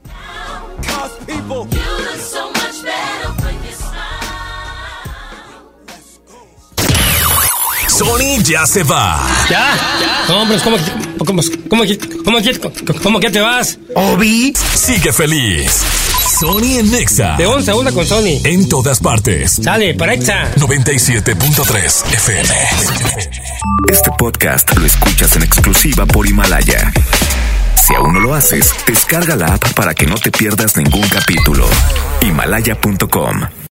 Sony ya se va. ¿Ya? No, pero ¿cómo, cómo, cómo, cómo, cómo, cómo que te vas? Obi sigue feliz. Sony en Nexa. De once a una con Sony. En todas partes. Sale, para Exa. noventa y siete punto tres F M. Este podcast lo escuchas en exclusiva por Himalaya. Si aún no lo haces, descarga la app para que no te pierdas ningún capítulo. Himalaya punto com